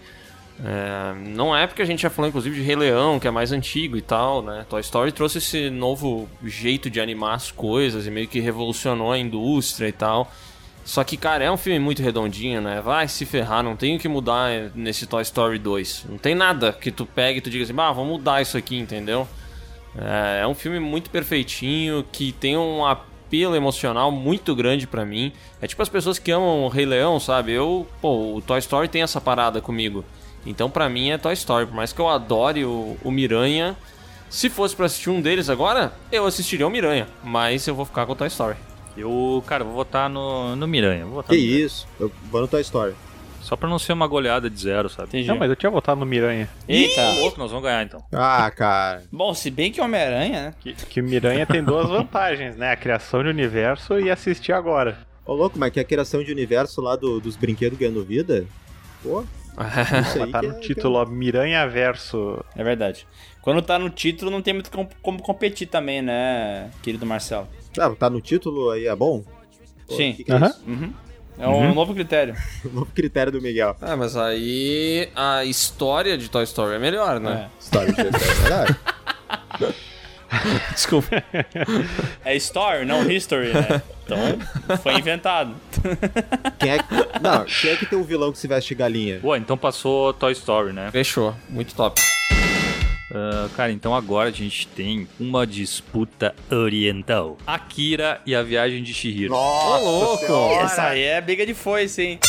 Não é porque a gente já falou, inclusive, de Rei Leão, que é mais antigo e tal, né? Toy Story trouxe esse novo jeito de animar as coisas e meio que revolucionou a indústria e tal. Só que, cara, é um filme muito redondinho, né? Vai se ferrar, não tem o que mudar nesse Toy Story 2. Não tem nada que tu pegue e tu diga assim, vamos mudar isso aqui, entendeu? É um filme muito perfeitinho, que tem um apelo emocional muito grande pra mim. É tipo as pessoas que amam o Rei Leão, sabe? O Toy Story tem essa parada comigo. Então pra mim é Toy Story. Por mais que eu adore o Miranha, se fosse pra assistir um deles agora, eu assistiria o Miranha. Mas eu vou ficar com o Toy Story. Cara, vou votar no Miranha. Que isso? Eu vou no Toy Story. Só pra não ser uma goleada de 0, sabe? Entendi. Não, mas eu tinha votado no Miranha. Eita. Louco, nós vamos ganhar então. Ah, cara. Bom, se bem que Homem-Aranha, né? Que o Miranha tem duas vantagens, né? A criação de universo e assistir agora. Ô, louco, mas que a criação de universo lá dos brinquedos ganhando vida? Pô, isso aí Tá que no título, ó, Miranha Verso. É verdade. Quando tá no título, não tem muito como competir também, né, querido Marcelo? Ah, tá no título aí, é bom? Pô, Sim. que é isso? Uhum. É um novo critério. O novo critério do Miguel. Mas aí a história de Toy Story é melhor, né? História de Toy Story, é verdade? Desculpa. É story, não history, né? Então, foi inventado. Quem é que tem um vilão que se veste de galinha? Pô, então passou Toy Story, né? Fechou. Muito top. Cara, então agora a gente tem uma disputa oriental. Akira e a Viagem de Chihiro. Nossa, louco! Essa aí é briga de foice, hein?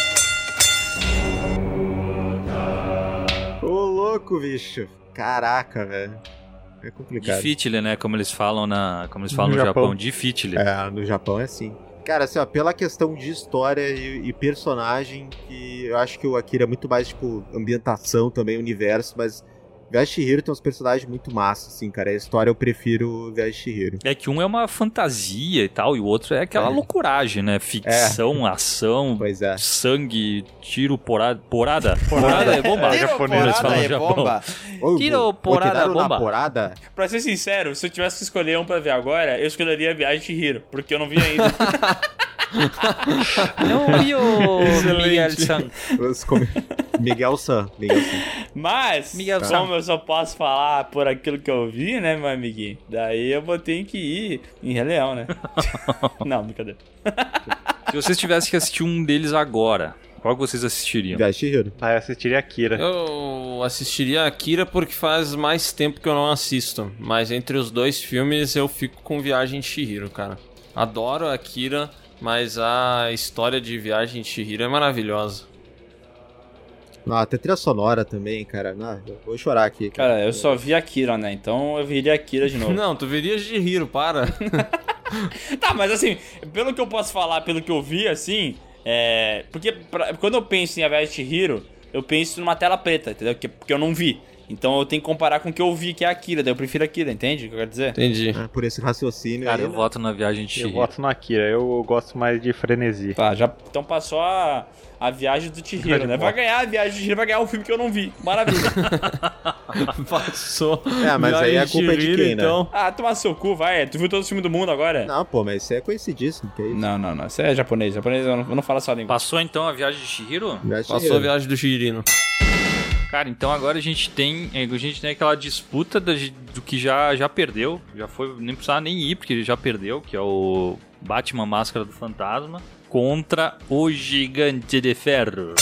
Ô, louco, bicho. Caraca, velho. É complicado. Difficile, né? Como eles falam no Japão. Japão. Difficile. É, no Japão é assim. Cara, assim, ó, pela questão de história e personagem, que eu acho que o Akira é muito mais, tipo, ambientação também, universo, mas Viagem de Chihiro tem uns personagens muito massas, assim, cara. A história eu prefiro Viagem de Chihiro. É que um é uma fantasia e tal, e o outro é aquela loucuragem, né? Ficção, ação, Pois é. sangue, tiro, porada. Porada é bomba. Tiro, Japonês, eles porada falam é no Japão. bomba. Ô, Tiro, porada, tiraram na bomba. porada? Pra ser sincero, se eu tivesse que escolher um pra ver agora, eu escolheria a Viagem de Chihiro, porque eu não vi ainda. Não vi o Miguel-san. Miguel-san. Mas, Miguel-san. como eu só posso falar por aquilo que eu vi, né, meu amiguinho? Daí eu vou ter que ir em Rei Leão, né? Não, brincadeira. Se vocês tivessem que assistir um deles agora, qual que vocês assistiriam? Viagem de Chihiro. Ah, eu assistiria Akira. Eu assistiria Akira porque faz mais tempo que eu não assisto. Mas entre os dois filmes eu fico com Viagem de Chihiro, cara. Adoro Akira, mas a história de Viagem de Chihiro é maravilhosa. Não, até trilha sonora também, cara. Não, eu vou chorar aqui. Cara, eu só vi Akira, né? Então eu viria Akira de novo. Não, tu veria Chihiro, para. Tá, mas assim, pelo que eu posso falar, pelo que eu vi, assim, porque quando eu penso em A Viagem de Chihiro, eu penso numa tela preta, entendeu? Porque eu não vi. Então eu tenho que comparar com o que eu vi, que é Akira. Daí eu prefiro Akira, entende o que eu quero dizer? Entendi. Por esse raciocínio Cara, aí, eu né? voto na Viagem de Eu Chihiro. voto no Akira, eu gosto mais de frenesi. Tá, então passou a Viagem do Chihiro, né? Vai ganhar a Viagem do Chihiro, vai ganhar um filme que eu não vi. Maravilha. Passou. Mas aí a culpa é de quem, né? então. Ah, toma seu cu, vai. Tu viu todo o filme do mundo agora? Não, pô, mas isso é conhecidíssimo, que é isso? Não. Isso é japonês. Japonês eu não falo essa língua. Passou então a Viagem de Chihiro? Viagem de Passou a Chihiro. Viagem do Chihirino. Cara, então agora a gente tem aquela disputa do que já perdeu. Já foi, nem precisava nem ir, porque ele já perdeu, que é o Batman Máscara do Fantasma contra o Gigante de Ferro.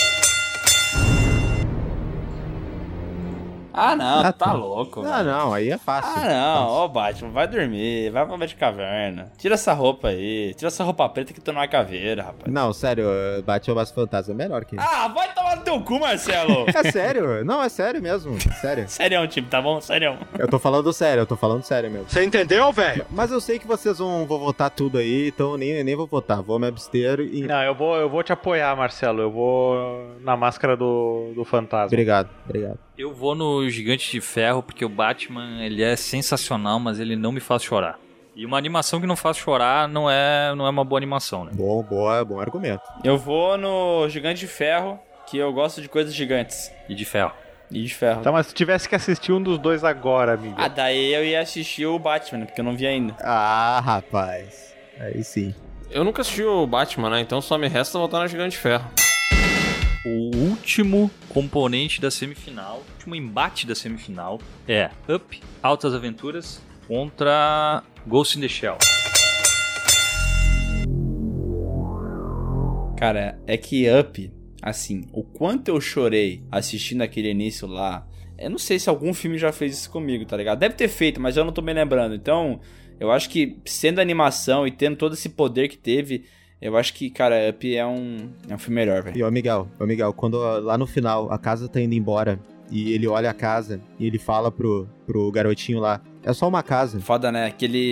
Ah, não, Ah, tá tá. louco. Ah, velho. não, aí é fácil. Ah, não, ó, Batman, vai dormir, vai pra Batcaverna. Tira essa roupa aí, tira essa roupa preta que tu não é caveira, rapaz. Não, sério, Batman Máscara do Fantasma é melhor que isso. Ah, vai tomar no teu cu, Marcelo. É sério? Não, é sério mesmo, sério. Serião, time, tá bom? Serião. Eu tô falando sério mesmo. Você entendeu, velho? Mas eu sei que vocês vão votar tudo aí, então eu nem vou votar, vou me abster e... Não, eu vou te apoiar, Marcelo. Eu vou na Máscara do Fantasma. Obrigado. Eu vou no Gigante de Ferro porque o Batman, ele é sensacional, mas ele não me faz chorar. E uma animação que não faz chorar não é uma boa animação, né? Bom argumento. Eu vou no Gigante de Ferro, que eu gosto de coisas gigantes. E de ferro. E de ferro. Tá, mas se tivesse que assistir um dos dois agora, amigo. Ah, daí eu ia assistir o Batman, né, porque eu não vi ainda. Ah, rapaz. Aí sim. Eu nunca assisti o Batman, né? Então só me resta voltar na Gigante de Ferro. O último componente da semifinal, o último embate da semifinal é Up, Altas Aventuras contra Ghost in the Shell. Cara, é que Up, assim, o quanto eu chorei assistindo aquele início lá, eu não sei se algum filme já fez isso comigo, tá ligado? Deve ter feito, mas eu não tô me lembrando. Então, eu acho que sendo animação e tendo todo esse poder que teve, eu acho que, cara, Up é um filme melhor, velho. E ô Miguel, quando lá no final a casa tá indo embora e ele olha a casa e ele fala pro garotinho lá, é só uma casa. Foda, né?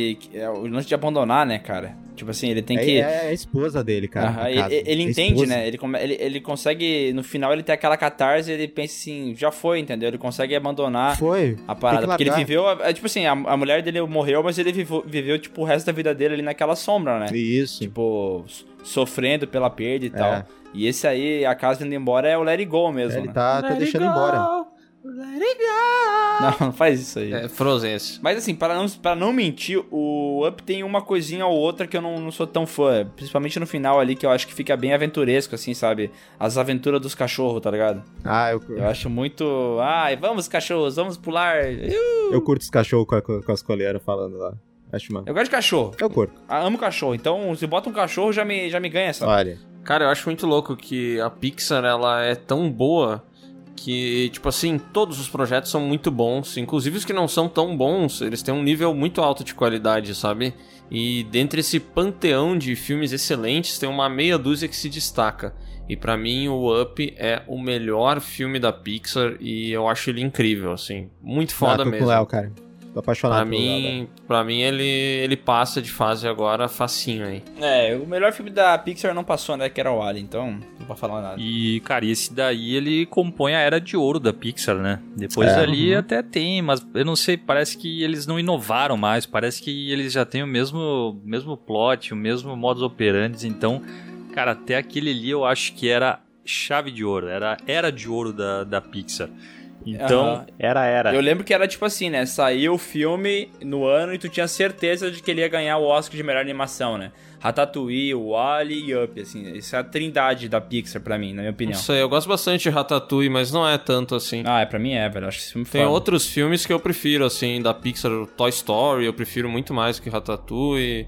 O lance de abandonar, né, cara? Tipo assim, ele tem que... É a esposa dele, cara. Ele entende, né? Ele consegue, no final, ele tem aquela catarse e ele pensa assim, já foi, entendeu? Ele consegue abandonar a parada. Porque ele viveu... tipo assim, a mulher dele morreu, mas ele viveu, tipo, o resto da vida dele ali naquela sombra, né? Isso. Tipo, sofrendo pela perda e tal. E esse aí, a casa indo embora, é o Let It Go mesmo, ele né? tá deixando embora. Let it go. Não faz isso aí. É Frozen esse. Mas assim, para não mentir, o Up tem uma coisinha ou outra que eu não sou tão fã. Principalmente no final ali, que eu acho que fica bem aventuresco, assim, sabe? As aventuras dos cachorros, tá ligado? Eu acho muito... Ai, vamos cachorros, vamos pular. Eu curto os cachorros com as coleiras falando lá. Acho, mano. Eu gosto de cachorro. Eu curto. Amo cachorro. Então, se bota um cachorro, já me ganha, sabe? Olha. Cara, eu acho muito louco que a Pixar, ela é tão boa que, tipo assim, todos os projetos são muito bons, inclusive os que não são tão bons, eles têm um nível muito alto de qualidade, sabe? E dentre esse panteão de filmes excelentes, tem uma meia dúzia que se destaca. E pra mim, o Up é o melhor filme da Pixar e eu acho ele incrível, assim, muito foda mesmo. Com o Léo, cara. Tô apaixonado pelo Léo. Pra mim, ele passa de fase agora facinho aí. O melhor filme da Pixar não passou, né? Que era o Alien, então não vou falar nada. E, cara, esse daí ele compõe a era de ouro da Pixar, né? Depois ali até tem, mas eu não sei, parece que eles não inovaram mais, parece que eles já têm o mesmo plot, o mesmo modus operandi, então, cara, até aquele ali eu acho que era chave de ouro, era de ouro da Pixar. Então, Era. Eu lembro que era tipo assim, né? Saiu o filme no ano e tu tinha certeza de que ele ia ganhar o Oscar de melhor animação, né? Ratatouille, Wall-E e Up, assim. Essa é a trindade da Pixar pra mim, na minha opinião. Não sei, eu gosto bastante de Ratatouille, mas não é tanto assim. Pra mim velho. Acho esse filme Tem outros filmes que eu prefiro, assim, da Pixar. Toy Story, eu prefiro muito mais que Ratatouille.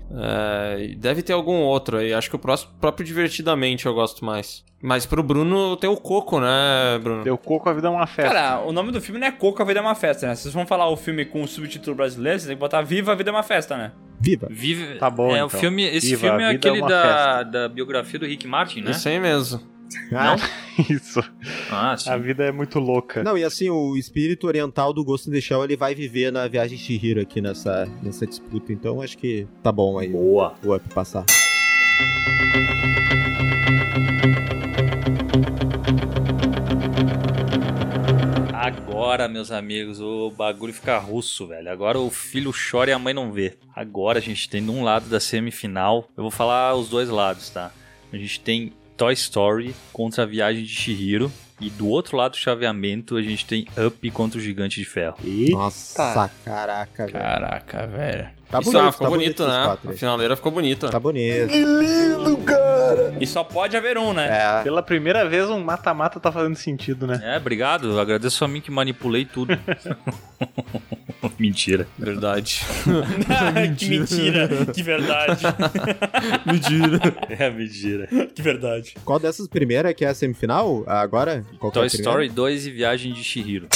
Deve ter algum outro aí. Acho que o próprio Divertidamente eu gosto mais. Mas pro Bruno tem o Coco, né, Bruno? Deu Coco, A Vida é uma Festa. Cara, o nome do filme não é Coco, A Vida é uma Festa, né? Se vocês vão falar o filme com o subtítulo brasileiro, vocês têm que botar Viva, A Vida é uma Festa, né? Viva. Tá bom, então. Esse Viva, filme é a vida aquele é uma da biografia do Rick Martin, né? Isso aí mesmo. Não? Isso. Sim. A vida é muito louca. Não, e assim, o espírito oriental do Ghost in the Shell, ele vai viver na viagem de Chihiro aqui nessa disputa. Então, acho que tá bom aí. Boa. O Up passar. Agora, meus amigos, o bagulho fica russo, velho. Agora o filho chora e a mãe não vê. Agora a gente tem de um lado da semifinal, eu vou falar os dois lados, tá? A gente tem Toy Story contra a Viagem de Chihiro. E do outro lado do chaveamento, a gente tem Up contra o Gigante de Ferro. Nossa, caraca, velho. Caraca, velho. Tá Isso, bonito, ficou tá bonito, né? quatro, A finaleira ficou bonita. Tá bonito. Que lindo, cara! E só pode haver um, né? Pela primeira vez, um mata-mata tá fazendo sentido, né? Obrigado. Agradeço a mim que manipulei tudo. Mentira. Verdade. Que mentira. Que verdade. Mentira. Mentira. Que verdade. Qual dessas primeiras que é a semifinal? Agora? Qual que é Toy a primeira? Story 2 e Viagem de Chihiro.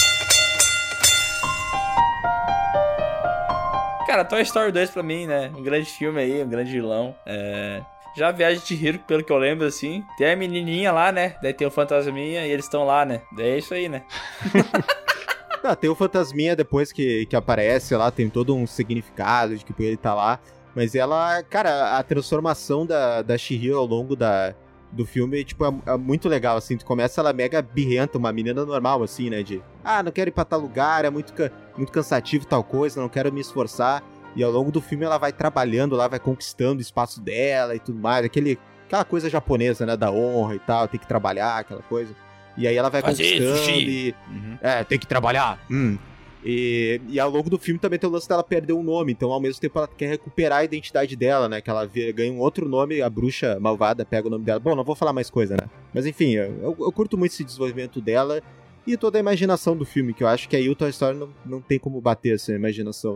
Cara, Toy Story 2 pra mim, né? Um grande filme aí, um grande vilão. Já a Viagem de Chihiro, pelo que eu lembro, assim. Tem a menininha lá, né? Daí tem o fantasminha e eles estão lá, né? Daí é isso aí, né? Tem o fantasminha depois que aparece lá, tem todo um significado de que ele tá lá. Mas ela, cara, a transformação da Chihiro ao longo do filme, tipo, é muito legal, assim. Tu começa ela mega birrenta, uma menina normal, assim, né? Não quero ir pra tal lugar, é muito cansativo tal coisa, não quero me esforçar. E ao longo do filme ela vai trabalhando lá, vai conquistando o espaço dela e tudo mais. Aquela coisa japonesa, né? Da honra e tal, tem que trabalhar, aquela coisa. E aí ela vai conquistando e... tem que trabalhar. E ao longo do filme também tem o lance dela perder um nome. Então, ao mesmo tempo, ela quer recuperar a identidade dela, né? Que ela ganha um outro nome, a bruxa malvada pega o nome dela. Bom, não vou falar mais coisa, né? Mas enfim, eu curto muito esse desenvolvimento dela e toda a imaginação do filme, que eu acho que aí o Toy Story não tem como bater essa imaginação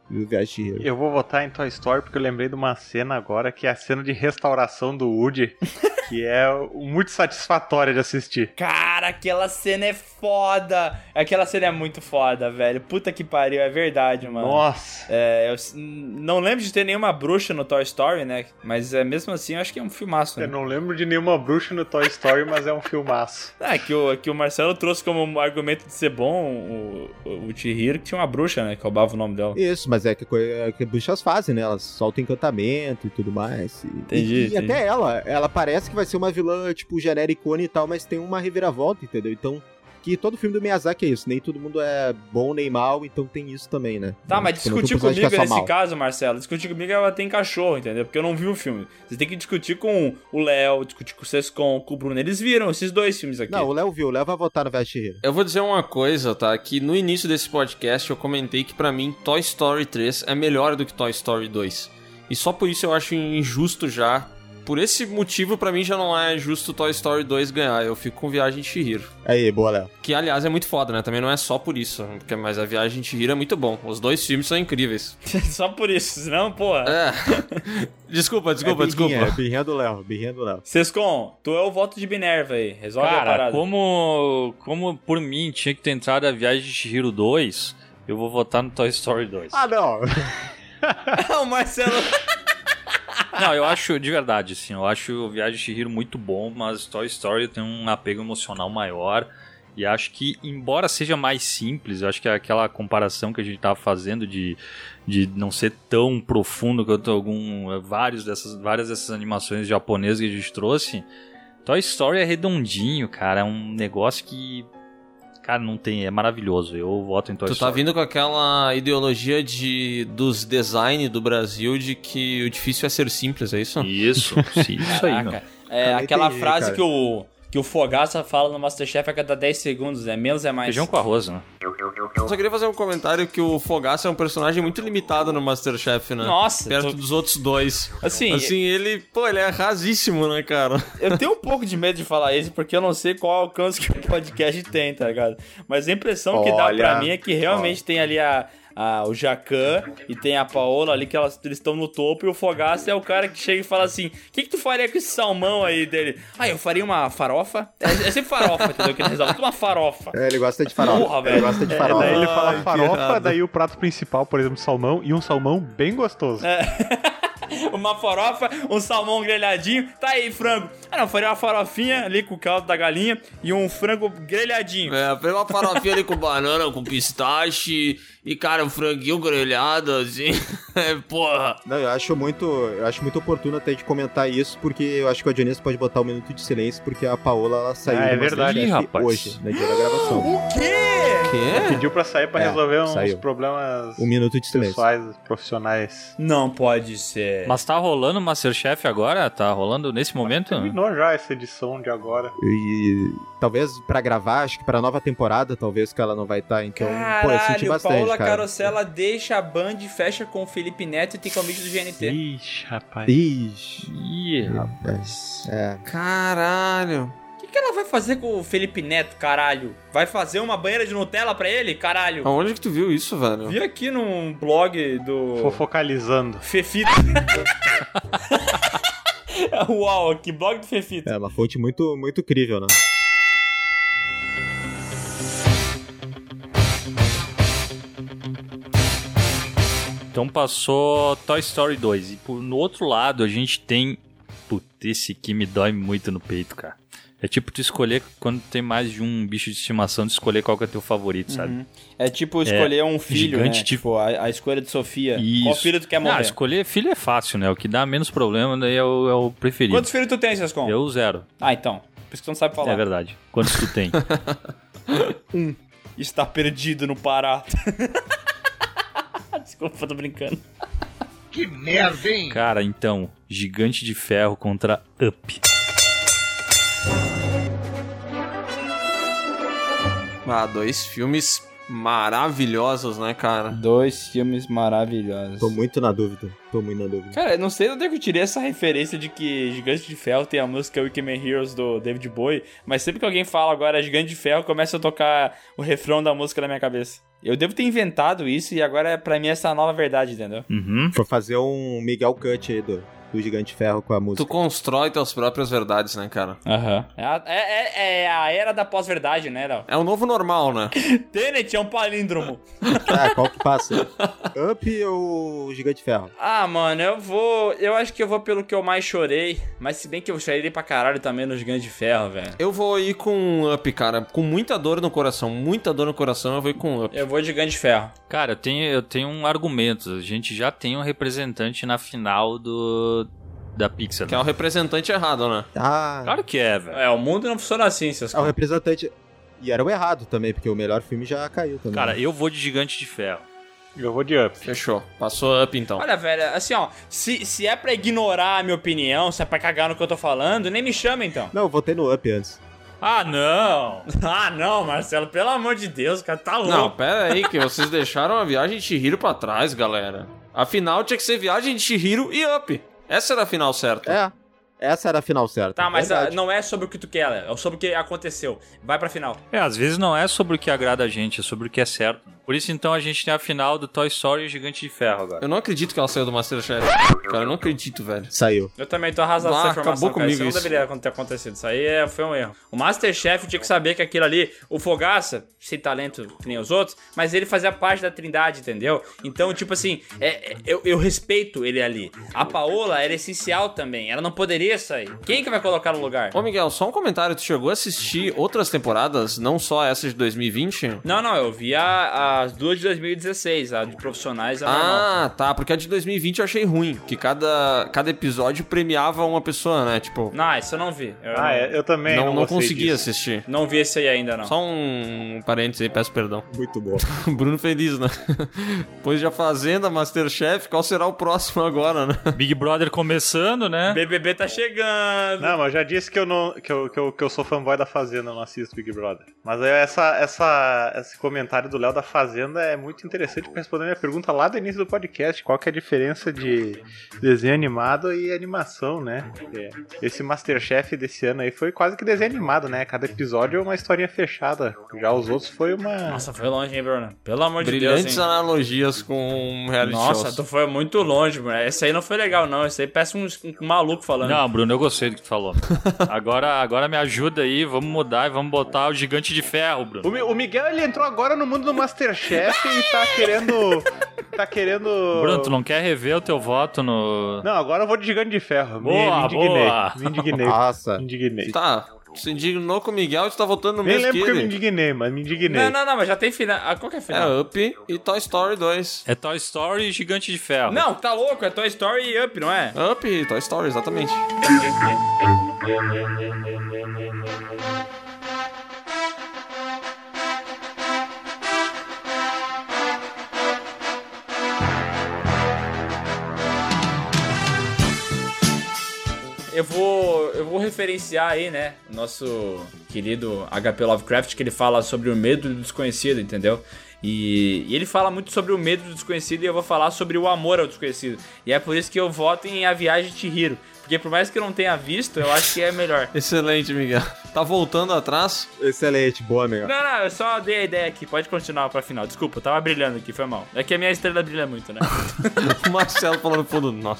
do Viagem de Chihiro. Eu vou votar em Toy Story porque eu lembrei de uma cena agora, que é a cena de restauração do Woody, que é muito satisfatória de assistir. Cara, aquela cena é foda. Aquela cena é muito foda, velho. Puta que pariu, é verdade, mano. Nossa. Eu não lembro de ter nenhuma bruxa no Toy Story, né? Mas mesmo assim, eu acho que é um filmaço, né? Eu não lembro de nenhuma bruxa no Toy Story, mas é um filmaço. Que o Marcelo trouxe como argumento de ser bom o Chihiro, que tinha uma bruxa, né? Que roubava o nome dela. Isso, mas é que bruxas fazem, né? Elas soltam encantamento e tudo mais. Entendi. E até ela parece que vai ser uma vilã, tipo, genericona e tal, mas tem uma reviravolta, entendeu? Então, que todo filme do Miyazaki é isso, nem todo mundo é bom nem mal, então tem isso também, né? Tá, mas tipo, discutir comigo nesse caso, Marcelo, discutir comigo ela tem cachorro, entendeu? Porque eu não vi o filme. Você tem que discutir com o Léo, discutir com o Sescon, com o Bruno. Eles viram esses dois filmes aqui. Não, o Léo viu, o Léo vai votar no Viagem de Chihiro. Eu vou dizer uma coisa, tá? Que no início desse podcast eu comentei que pra mim Toy Story 3 é melhor do que Toy Story 2. E só por isso eu acho injusto já. Por esse motivo, pra mim, já não é justo Toy Story 2 ganhar. Eu fico com Viagem de Chihiro. Aí, boa, Léo. Que, aliás, é muito foda, né? Também não é só por isso. Mas a Viagem de Chihiro é muito bom. Os dois filmes são incríveis. Só por isso, senão, porra. Desculpa. Birrinha do Léo. Sescon, tu é o voto de Minerva aí. Resolve a parada. Como por mim tinha que ter entrado a Viagem de Chihiro 2, eu vou votar no Toy Story 2. Ah, não. O Marcelo... Não, eu acho, de verdade, assim, eu acho o Viagem de Chihiro muito bom, mas Toy Story tem um apego emocional maior. E acho que, embora seja mais simples, eu acho que aquela comparação que a gente tava fazendo de não ser tão profundo quanto várias dessas animações japonesas que a gente trouxe, Toy Story é redondinho, cara, é um negócio que... Cara, não tem, é maravilhoso. Eu voto em Toy Story. Tu tá vindo com aquela ideologia dos design do Brasil de que o difícil é ser simples, é isso? Isso aí, meu. É aquela frase que o Fogaça fala no Masterchef a cada 10 segundos, menos é mais. Feijão com arroz, né? Eu só queria fazer um comentário que o Fogaça é um personagem muito limitado no Masterchef, né? Nossa! Perto dos outros dois. Assim, ele é rasíssimo, né, cara? Eu tenho um pouco de medo de falar isso, porque eu não sei qual alcance que o podcast tem, tá ligado? Mas a impressão que dá pra mim é que realmente tem ali o Jacan e tem a Paola ali, que eles estão no topo, e o Fogaça é o cara que chega e fala assim: o que tu faria com esse salmão aí dele? Eu faria uma farofa. É sempre farofa, entendeu? Que ele resolve uma farofa. Ele gosta de farofa. Porra, velho. Ele gosta de farofa. Daí ele fala farofa, daí o prato principal, por exemplo, salmão, e um salmão bem gostoso. Uma farofa, um salmão grelhadinho. Tá aí, frango. Não, faria uma farofinha ali com o caldo da galinha e um frango grelhadinho. Faria uma farofinha ali com banana, com pistache e, cara, um franguinho grelhado, assim. Porra. Não, eu acho muito oportuno até de comentar isso, porque eu acho que o Dionísio pode botar um minuto de silêncio, porque a Paola, ela saiu é verdade, rapaz. Hoje, na dia da gravação. O quê? Quê? Pediu pra sair pra resolver uns problemas um minuto de silêncio. pessoais, profissionais. Não pode ser. Mas tá rolando o Masterchef agora? Tá rolando nesse momento? Terminou já essa edição de agora. E talvez pra gravar, acho que pra nova temporada, talvez que ela não vai estar, então... Caralho, eu senti bastante, Paola cara. Carosella deixa a Band e fecha com o Felipe Neto e tem convite do GNT. Ixi, rapaz. Ih, rapaz. Caralho. O que ela vai fazer com o Felipe Neto, caralho? Vai fazer uma banheira de Nutella pra ele, caralho? Aonde que tu viu isso, velho? Vi aqui num blog do... Fofocalizando. Fefito. Uau, que blog do Fefito. É uma fonte muito, muito crível, né? Então passou Toy Story 2. E no outro lado a gente tem... Putz, esse aqui me dói muito no peito, cara. É tipo tu escolher, quando tem mais de um bicho de estimação, de escolher qual que é teu favorito, sabe? É tipo escolher um filho, gigante, né? Tipo, a escolha de Sofia. Isso. Qual filho tu quer morrer? Escolher filho é fácil, né? O que dá menos problema daí é o preferido. Quantos filhos tu tem, Sescon? Eu 0. Então. Por isso que tu não sabe falar. É verdade. Quantos tu tem? Está perdido no Pará. Desculpa, tô brincando. Que merda, hein? Cara, então, Gigante de Ferro contra Up. Dois filmes maravilhosos, né, cara? 2 filmes maravilhosos. Tô muito na dúvida. Cara, eu não sei de onde é que eu tirei essa referência de que Gigante de Ferro tem a música Weekman Heroes do David Bowie, mas sempre que alguém fala agora Gigante de Ferro, começa a tocar o refrão da música na minha cabeça. Eu devo ter inventado isso e agora pra mim essa é a nova verdade, entendeu? Vou fazer um Miguel Cut aí do Gigante de Ferro com a música. Tu constrói tuas próprias verdades, né, cara? Aham. É a era da pós-verdade, né, Léo? É o novo normal, né? Tenet é um palíndromo. Qual que passa? Up ou Gigante de Ferro? Mano, eu acho que eu vou pelo que eu mais chorei, mas se bem que eu chorei pra caralho também no Gigante de Ferro, velho. Eu vou ir com Up, cara. Com muita dor no coração, eu vou ir com Up. Eu vou de Gigante de Ferro. Cara, eu tenho um argumento. A gente já tem um representante na final da Pixar. Que é o representante errado, né? Claro que é, velho. O mundo não funciona assim, seus É o representante... E era o errado também, porque o melhor filme já caiu também. Cara, eu vou de Gigante de Ferro. Eu vou de Up. Fechou. Passou Up, então. Olha, velho, assim, ó, se é pra ignorar a minha opinião, se é pra cagar no que eu tô falando, nem me chama, então. Não, eu votei no Up antes. Ah, não! Ah, não, Marcelo, pelo amor de Deus, cara, tá louco. Não, pera aí, que vocês deixaram a Viagem de Chihiro pra trás, galera. Afinal, tinha que ser Viagem de Chihiro e Up. Essa era a final certa. Essa era a final certa. Tá, mas Verdade. não é sobre o que tu quer, é sobre o que aconteceu. Vai pra final. Às vezes não é sobre o que agrada a gente, é sobre o que é certo. Por isso, então, a gente tem a final do Toy Story e o Gigante de Ferro agora. Eu não acredito que ela saiu do Masterchef. Cara, eu não acredito, velho. Saiu. Eu também tô arrasado com essa informação, acabou cara. comigo Isso isso. não deveria ter acontecido. Isso aí foi um erro. O Masterchef tinha que saber que aquilo ali, o Fogaça, sem talento que nem os outros, mas ele fazia parte da trindade, entendeu? Então, tipo assim, eu respeito ele ali. A Paola era essencial também. Ela não poderia sair. Quem que vai colocar no lugar? Ô, Miguel, só um comentário. Tu chegou a assistir outras temporadas, não só essa de 2020? Não, eu vi as duas de 2016, a de profissionais e a normal. Tá, porque a de 2020 eu achei ruim, que cada episódio premiava uma pessoa, né? Tipo, Não, isso eu não vi. Eu também não gostei consegui disso. assistir. Não vi esse aí ainda, não. Só um parênteses aí, peço perdão. Muito bom. Bruno feliz, né? Depois de A Fazenda, Masterchef, qual será o próximo agora, né? Big Brother começando, né? BBB tá chegando. Não, mas eu já disse que eu sou fanboy da Fazenda, eu não assisto Big Brother. Mas aí esse comentário do Léo da Fazenda é muito interessante pra responder a minha pergunta lá do início do podcast. Qual que é a diferença de desenho animado e animação, né? Porque esse Masterchef desse ano aí foi quase que desenho animado, né? Cada episódio é uma historinha fechada. Já os outros foi uma... Nossa, foi longe, hein, Bruno? Pelo amor de Deus, Brilhantes hein? analogias com reality Nossa, shows. tu foi muito longe, Bruno. Esse aí não foi legal, não. Esse aí parece um maluco falando. Não, Bruno, eu gostei do que tu falou. Agora me ajuda aí, vamos mudar e vamos botar o Gigante de Ferro, Bruno. O Miguel, ele entrou agora no mundo do Masterchef e tá querendo... Bruno, tu não quer rever o teu voto no... Não, agora eu vou de Gigante de Ferro. Boa, boa. Me indignei. Nossa. Me indignei. Tá, se indignou com o Miguel e tu tá votando no Nem mesmo lembro que eu me ele. indignei, mas me indignei. Não, mas já tem final. Qual que é final? É Up e Toy Story 2. É Toy Story e Gigante de Ferro. Não, tá louco. É Toy Story e Up, não é? Up e Toy Story, exatamente. Eu vou referenciar aí, né, o nosso querido HP Lovecraft, que ele fala sobre o medo do desconhecido, entendeu? E ele fala muito sobre o medo do desconhecido e eu vou falar sobre o amor ao desconhecido. E é por isso que eu voto em A Viagem de Chihiro. Porque por mais que eu não tenha visto, eu acho que é melhor. Excelente, Miguel. Tá voltando atrás? Excelente, boa, amigo. Não, eu só dei a ideia aqui. Pode continuar pra final. Desculpa, eu tava brilhando aqui, foi mal. É que a minha estrela brilha muito, né? O Marcelo falando no fundo. Nossa.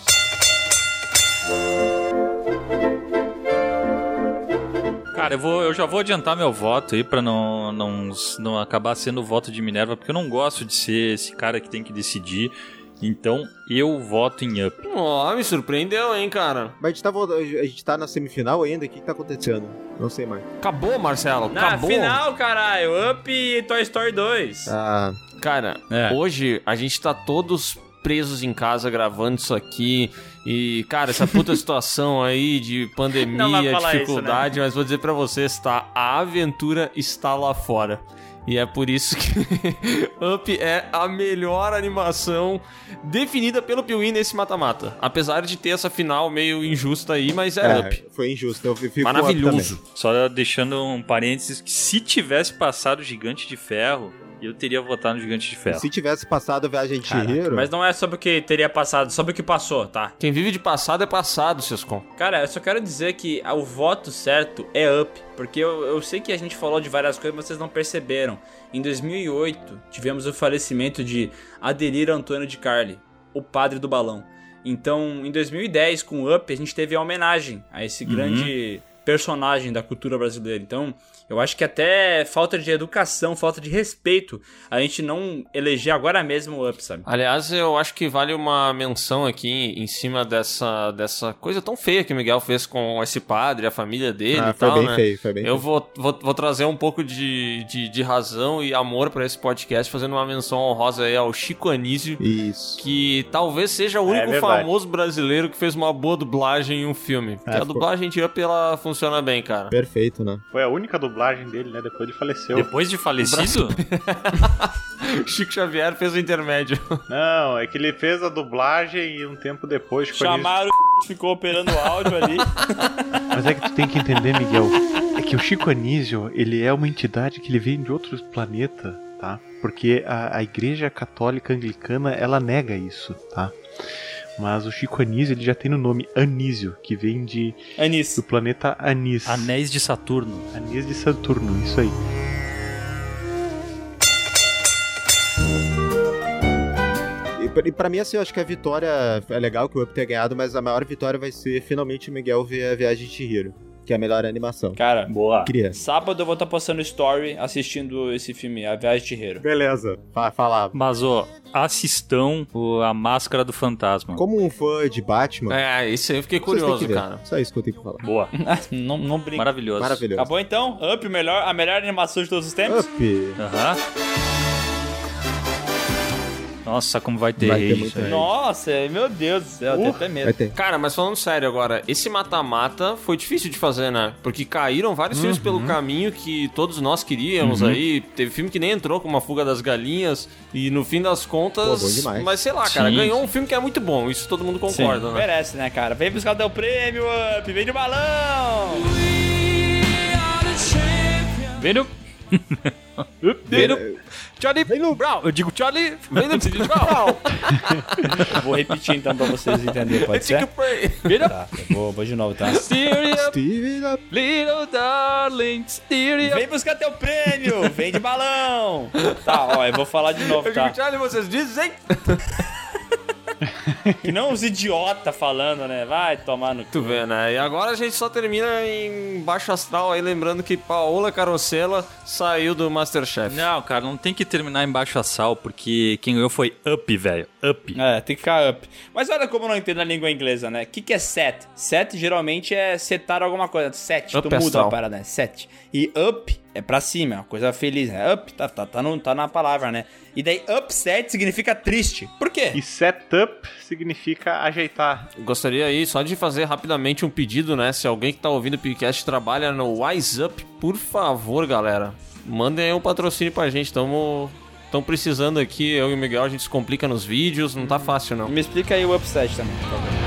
Cara, eu já vou adiantar meu voto aí pra não acabar sendo o voto de Minerva, porque eu não gosto de ser esse cara que tem que decidir. Então, eu voto em Up. Ó, me surpreendeu, hein, cara. Mas a gente tá na semifinal ainda? O que tá acontecendo? Não sei mais. Acabou, Marcelo. Na Acabou. final, caralho. Up e Toy Story 2. Ah, Cara, hoje a gente tá todos presos em casa gravando isso aqui. E, cara, essa puta situação aí de Não vai pandemia, falar dificuldade, isso, né? mas vou dizer pra vocês, tá? A aventura está lá fora. E é por isso que Up é a melhor animação definida pelo Piuí nesse mata-mata. Apesar de ter essa final meio injusta aí, mas é Up. foi injusto. Eu fico Maravilhoso. Só deixando um parênteses, que se tivesse passado o Gigante de Ferro, Eu teria votado no Gigante de Ferro. Se tivesse passado a Viagem de Chihiro... Mas não é sobre o que teria passado, sobre o que passou, tá? Quem vive de passado é passado, Sescon. Cara, eu só quero dizer que o voto certo é Up. Porque eu sei que a gente falou de várias coisas, mas vocês não perceberam. Em 2008, tivemos o falecimento de Adelir Antônio de Carli, o padre do balão. Então, em 2010, com o Up, a gente teve a homenagem a esse grande personagem da cultura brasileira. Então, eu acho que até falta de educação, falta de respeito, a gente não eleger agora mesmo o Up, sabe? Aliás, eu acho que vale uma menção aqui em cima dessa coisa tão feia que o Miguel fez com esse padre, a família dele e tal, né? Foi bem Eu feio. vou trazer um pouco de razão e amor pra esse podcast, fazendo uma menção honrosa aí ao Chico Anísio, Isso. que talvez seja o único verdade. famoso brasileiro que fez uma boa dublagem em um filme. Porque a ficou- dublagem de Up, ela funciona bem, cara. Perfeito, né? Foi a única dublagem dele, né? Depois ele faleceu. Depois de falecido? Chico Xavier fez o intermédio. Não, é que ele fez a dublagem e um tempo depois... Chico Anísio- Chamaram ficou operando o áudio ali. Mas é que tu tem que entender, Miguel, é que o Chico Anísio, ele é uma entidade que ele vem de outros planetas, tá? Porque a Igreja Católica Anglicana, ela nega isso, tá? Mas o Chico Anísio, ele já tem no nome Anísio, que vem do planeta Anis. Anéis de Saturno. Anis de Saturno, isso aí. E pra mim, assim, eu acho que a vitória... É legal que o Up tenha ganhado, mas a maior vitória vai ser finalmente o Miguel ver a Viagem de Chihiro, que é a melhor animação. Cara, Boa. Queria. sábado eu vou estar postando story assistindo esse filme, A Viagem de Chihiro. Beleza. Falava. Mas, ó, assistam A Máscara do Fantasma. Como um fã de Batman... Isso aí eu fiquei vocês têm curioso, que ver. cara. Só isso que eu tenho pra falar. Boa. não brinca. Maravilhoso. Maravilhoso. Acabou então? Up, a melhor animação de todos os tempos? Up. Aham. Nossa, como vai ter Vai ter rage muito isso aí. rage. Nossa, meu Deus do céu, tenho até medo. Vai ter. Cara, mas falando sério agora, esse mata-mata foi difícil de fazer, né? Porque caíram vários filmes pelo caminho que todos nós queríamos aí. Teve filme que nem entrou, como A Fuga das Galinhas. E no fim das contas... Pô, bom demais. Mas sei lá, cara, Sim. ganhou um filme que é muito bom. Isso todo mundo concorda, né? Merece, né, cara? Vem buscar o teu prêmio, Up, vem de balão! Vem no... Vem no... Charlie Brown. Eu digo Charlie... Vem no... Brown. Eu vou repetir então pra vocês entenderem, pode ser? Vem no... Tá, eu vou de novo, tá? Steer up, Steve Up. little darling, steer up. Vem buscar teu prêmio, vem de balão! Tá, ó, eu vou falar de novo, Eu tá? digo, Charlie, vocês dizem... Que não os idiota falando, né? Vai tomar no Tu vê, né? E agora a gente só termina em baixo astral aí, lembrando que Paola Carosella saiu do Masterchef. Não, cara, não tem que terminar em baixo assal, porque quem ganhou foi Up, velho. Up. É, tem que ficar up. Mas olha como eu não entendo a língua inglesa, né? O que é set? Set geralmente é setar alguma coisa. Set, Up tu muda astral. a parada, né? Set. E up é pra cima, é uma coisa feliz, né? Up, tá na palavra, né? E daí upset significa triste. Por quê? E setup significa ajeitar. Gostaria aí só de fazer rapidamente um pedido, né? Se alguém que tá ouvindo o podcast trabalha no Wise Up, por favor, galera, mandem aí um patrocínio pra gente. Tão precisando aqui, eu e o Miguel, a gente se complica nos vídeos, não tá fácil não. Me explica aí o upset também, por favor.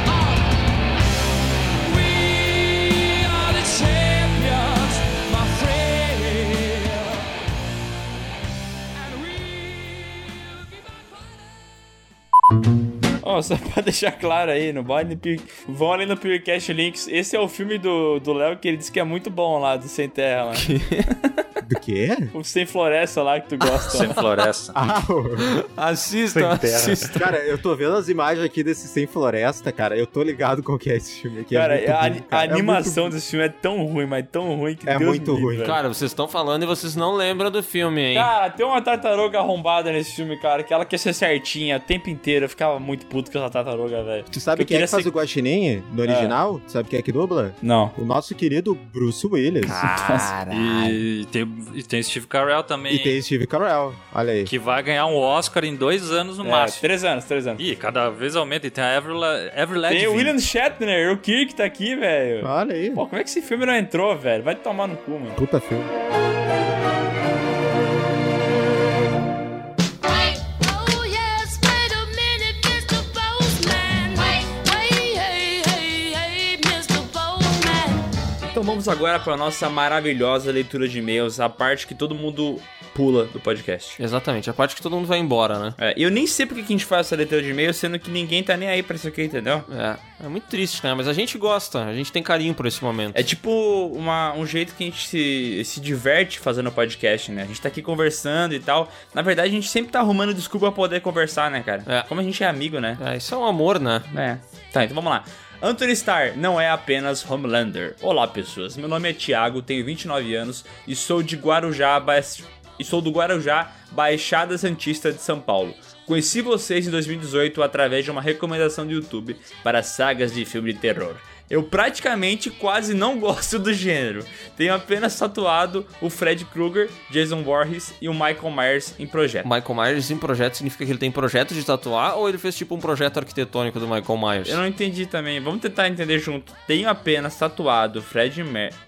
Ó, só pra deixar claro aí, vão ali no PewCast Links. Esse é o filme do Léo que ele disse que é muito bom lá, do Sem Terra lá. Do quê? O Sem Floresta lá que tu gosta. Sem floresta. Assista. Cara, eu tô vendo as imagens aqui desse Sem Floresta, cara. Eu tô ligado qual que é esse filme aqui. Cara, é muito bom, a cara. animação desse filme é tão ruim, mas tão ruim que É Deus muito me livre, ruim. velho. Cara, vocês estão falando e vocês não lembram do filme, hein? Cara, tem uma tartaruga arrombada nesse filme, cara, que ela quer ser certinha o tempo inteiro. Eu ficava muito puto com essa tartaruga, velho. Tu sabe Eu quem é queria que faz ser- o Guaxinim no original? Tu sabe quem é que dubla? Não. O nosso querido Bruce Willis. E tem Steve Carell também, E tem Steve Carell. Olha aí. que vai ganhar um Oscar em 2 anos no máximo. 3 anos. Ih, cada vez aumenta. E tem a Avril Lavigne. Tem o William Shatner, o Kirk tá aqui, velho. Olha aí. Pô, como é que esse filme não entrou, velho? Vai tomar no cu, mano. Puta filme. Oh yes, wait a minute, Mr. Postman. Wait, hey, Mr. Postman. Então vamos agora pra nossa maravilhosa leitura de e-mails, a parte que todo mundo pula do podcast. Exatamente, a parte que todo mundo vai embora, né? E eu nem sei porque que a gente faz essa leitura de e-mail, sendo que ninguém tá nem aí pra isso aqui, entendeu? É muito triste, né? Mas a gente gosta, a gente tem carinho por esse momento. É tipo um jeito que a gente se diverte fazendo podcast, né? A gente tá aqui conversando e tal. Na verdade, a gente sempre tá arrumando desculpa pra poder conversar, né, cara? Como a gente é amigo, né? Isso é um amor, né? Tá, então vamos lá. Anthony Starr não é apenas Homelander. Olá, pessoas. Meu nome é Thiago, tenho 29 anos e sou de Guarujá, do Guarujá, Baixada Santista de São Paulo. Conheci vocês em 2018 através de uma recomendação do YouTube para sagas de filme de terror. Eu praticamente quase não gosto do gênero. Tenho apenas tatuado o Fred Krueger, Jason Voorhees e o Michael Myers em projeto. Michael Myers em projeto significa que ele tem projeto de tatuar ou ele fez tipo um projeto arquitetônico do Michael Myers? Eu não entendi também. Vamos tentar entender junto. Tenho apenas tatuado o Fred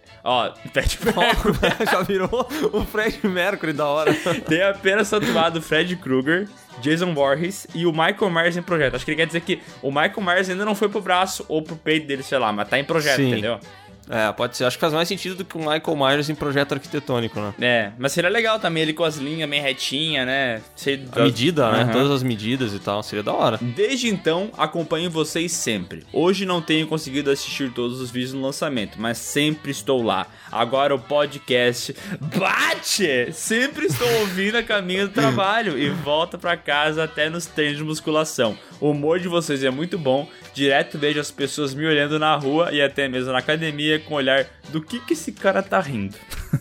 Mercury. Já virou o Fred Mercury da hora. Tenho apenas tatuado o Fred Krueger, Jason Voorhees e o Michael Myers em projeto. Acho que ele quer dizer que o Michael Myers ainda não foi pro braço ou pro peito dele, sei lá, mas tá em projeto, entendeu? Pode ser. Acho que faz mais sentido do que o Michael Myers em projeto arquitetônico, né? Mas seria legal também ele com as linhas bem retinhas, né? A medida, né? Todas as medidas e tal, seria da hora. Desde então, acompanho vocês sempre. Hoje não tenho conseguido assistir todos os vídeos no lançamento, mas sempre estou lá. Agora o podcast bate! Sempre estou ouvindo a caminho do trabalho e volto pra casa até nos treinos de musculação. O humor de vocês é muito bom. Direto vejo as pessoas me olhando na rua e até mesmo na academia com o olhar do que esse cara tá rindo.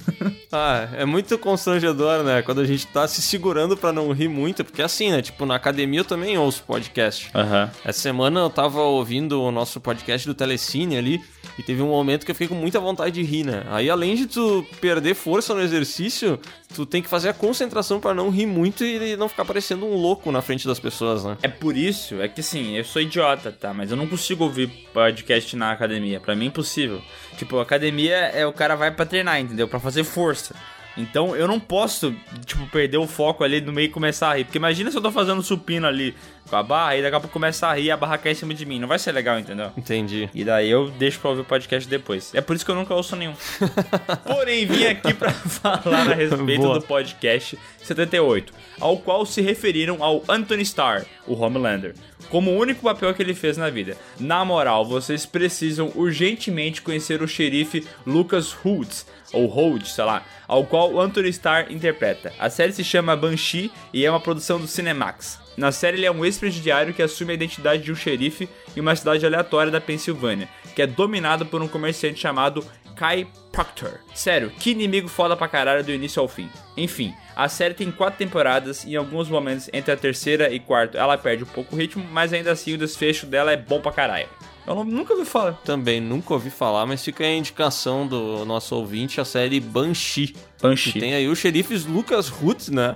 É muito constrangedor, né? Quando a gente tá se segurando pra não rir muito, porque assim, né? Tipo, na academia eu também ouço podcast. Essa semana eu tava ouvindo o nosso podcast do Telecine ali e teve um momento que eu fiquei com muita vontade de rir, né? Aí além de tu perder força no exercício, tu tem que fazer a concentração pra não rir muito e não ficar parecendo um louco na frente das pessoas, né? É por isso, é que assim, eu sou idiota, tá? Mas eu não consigo ouvir podcast na academia. Pra mim é impossível. Tipo, a academia o cara vai pra treinar, entendeu? Pra fazer força. Então eu não posso, tipo, perder o foco ali no meio e começar a rir. Porque imagina se eu tô fazendo supino ali com a barra e daqui a pouco começa a rir e a barra cai em cima de mim. Não vai ser legal, entendeu? Entendi. E daí eu deixo pra ouvir o podcast depois. É por isso que eu nunca ouço nenhum. Porém, vim aqui pra falar a respeito do podcast 78, ao qual se referiram ao Anthony Starr, o Homelander, como o único papel que ele fez na vida. Na moral, vocês precisam urgentemente conhecer o xerife Lucas Hoult, ou Holt, sei lá, ao qual Anthony Starr interpreta. A série se chama Banshee e é uma produção do Cinemax. Na série ele é um ex-presidiário que assume a identidade de um xerife em uma cidade aleatória da Pensilvânia, que é dominado por um comerciante chamado Kai Proctor. Sério, que inimigo foda pra caralho do início ao fim. Enfim, a série tem 4 temporadas e em alguns momentos entre a terceira e quarta ela perde um pouco o ritmo, mas ainda assim o desfecho dela é bom pra caralho. Eu nunca ouvi falar. Também nunca ouvi falar, mas fica aí a indicação do nosso ouvinte, a série Banshee. Banshee. Que tem aí o xerife Lucas Hoult, né?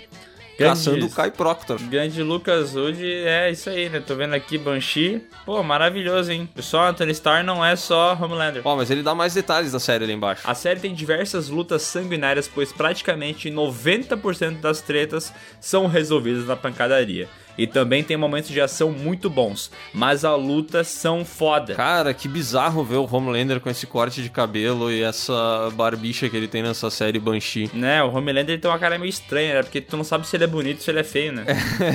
Caçando o Kai Proctor. Grande Lucas Hoult, é isso aí, né? Tô vendo aqui Banshee. Pô, maravilhoso, hein? Só Anthony Starr não é só Homelander. Mas ele dá mais detalhes da série ali embaixo. A série tem diversas lutas sanguinárias, pois praticamente 90% das tretas são resolvidas na pancadaria. E também tem momentos de ação muito bons, mas as lutas são foda. Cara, que bizarro ver o Homelander com esse corte de cabelo e essa barbicha que ele tem nessa série Banshee. Né, o Homelander tem uma cara meio estranha, né? Porque tu não sabe se ele é bonito ou se ele é feio, né?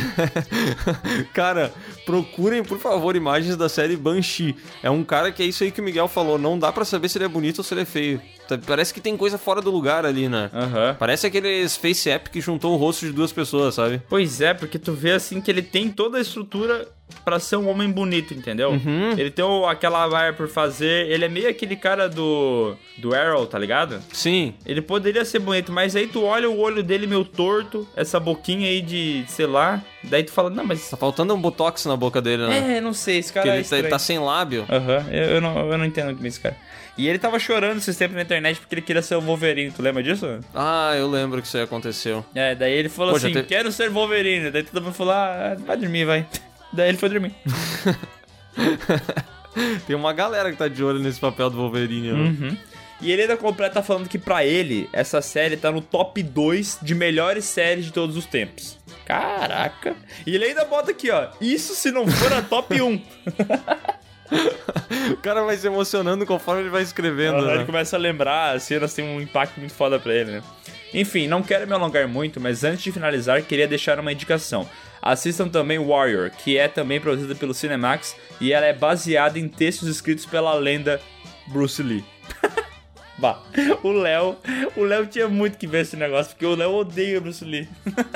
Cara, procurem, por favor, imagens da série Banshee. É um cara que é isso aí que o Miguel falou, não dá pra saber se ele é bonito ou se ele é feio. Parece que tem coisa fora do lugar ali, né? Parece aqueles face app que juntou o rosto de 2 pessoas, sabe? Pois é, porque tu vê assim que ele tem toda a estrutura pra ser um homem bonito, entendeu? Ele tem aquela vaia por fazer. Ele é meio aquele cara do Arrow, tá ligado? Sim. Ele poderia ser bonito, mas aí tu olha o olho dele meio torto, essa boquinha aí de, sei lá. Daí tu fala, não, mas... Tá faltando um botox na boca dele, né? Não sei, esse cara ele tá sem lábio. Eu não entendo como é esse cara. E ele tava chorando esses tempos na internet porque ele queria ser o Wolverine, tu lembra disso? Eu lembro que isso aí aconteceu. Daí ele falou assim, quero ser Wolverine. Daí todo mundo falou, vai dormir, vai. Daí ele foi dormir. Tem uma galera que tá de olho nesse papel do Wolverine, né? E ele ainda completa falando que pra ele, essa série tá no top 2 de melhores séries de todos os tempos. Caraca. E ele ainda bota aqui, ó, isso se não for a top 1. O cara vai se emocionando conforme ele vai escrevendo, né? Ele começa a lembrar, as cenas têm um impacto muito foda pra ele, né? Enfim, não quero me alongar muito, mas antes de finalizar, queria deixar uma indicação. Assistam também Warrior, que é também produzida pelo Cinemax, e ela é baseada em textos escritos pela lenda Bruce Lee. Bah, o Léo tinha muito que ver esse negócio, porque o Léo odeia o Bruce Lee.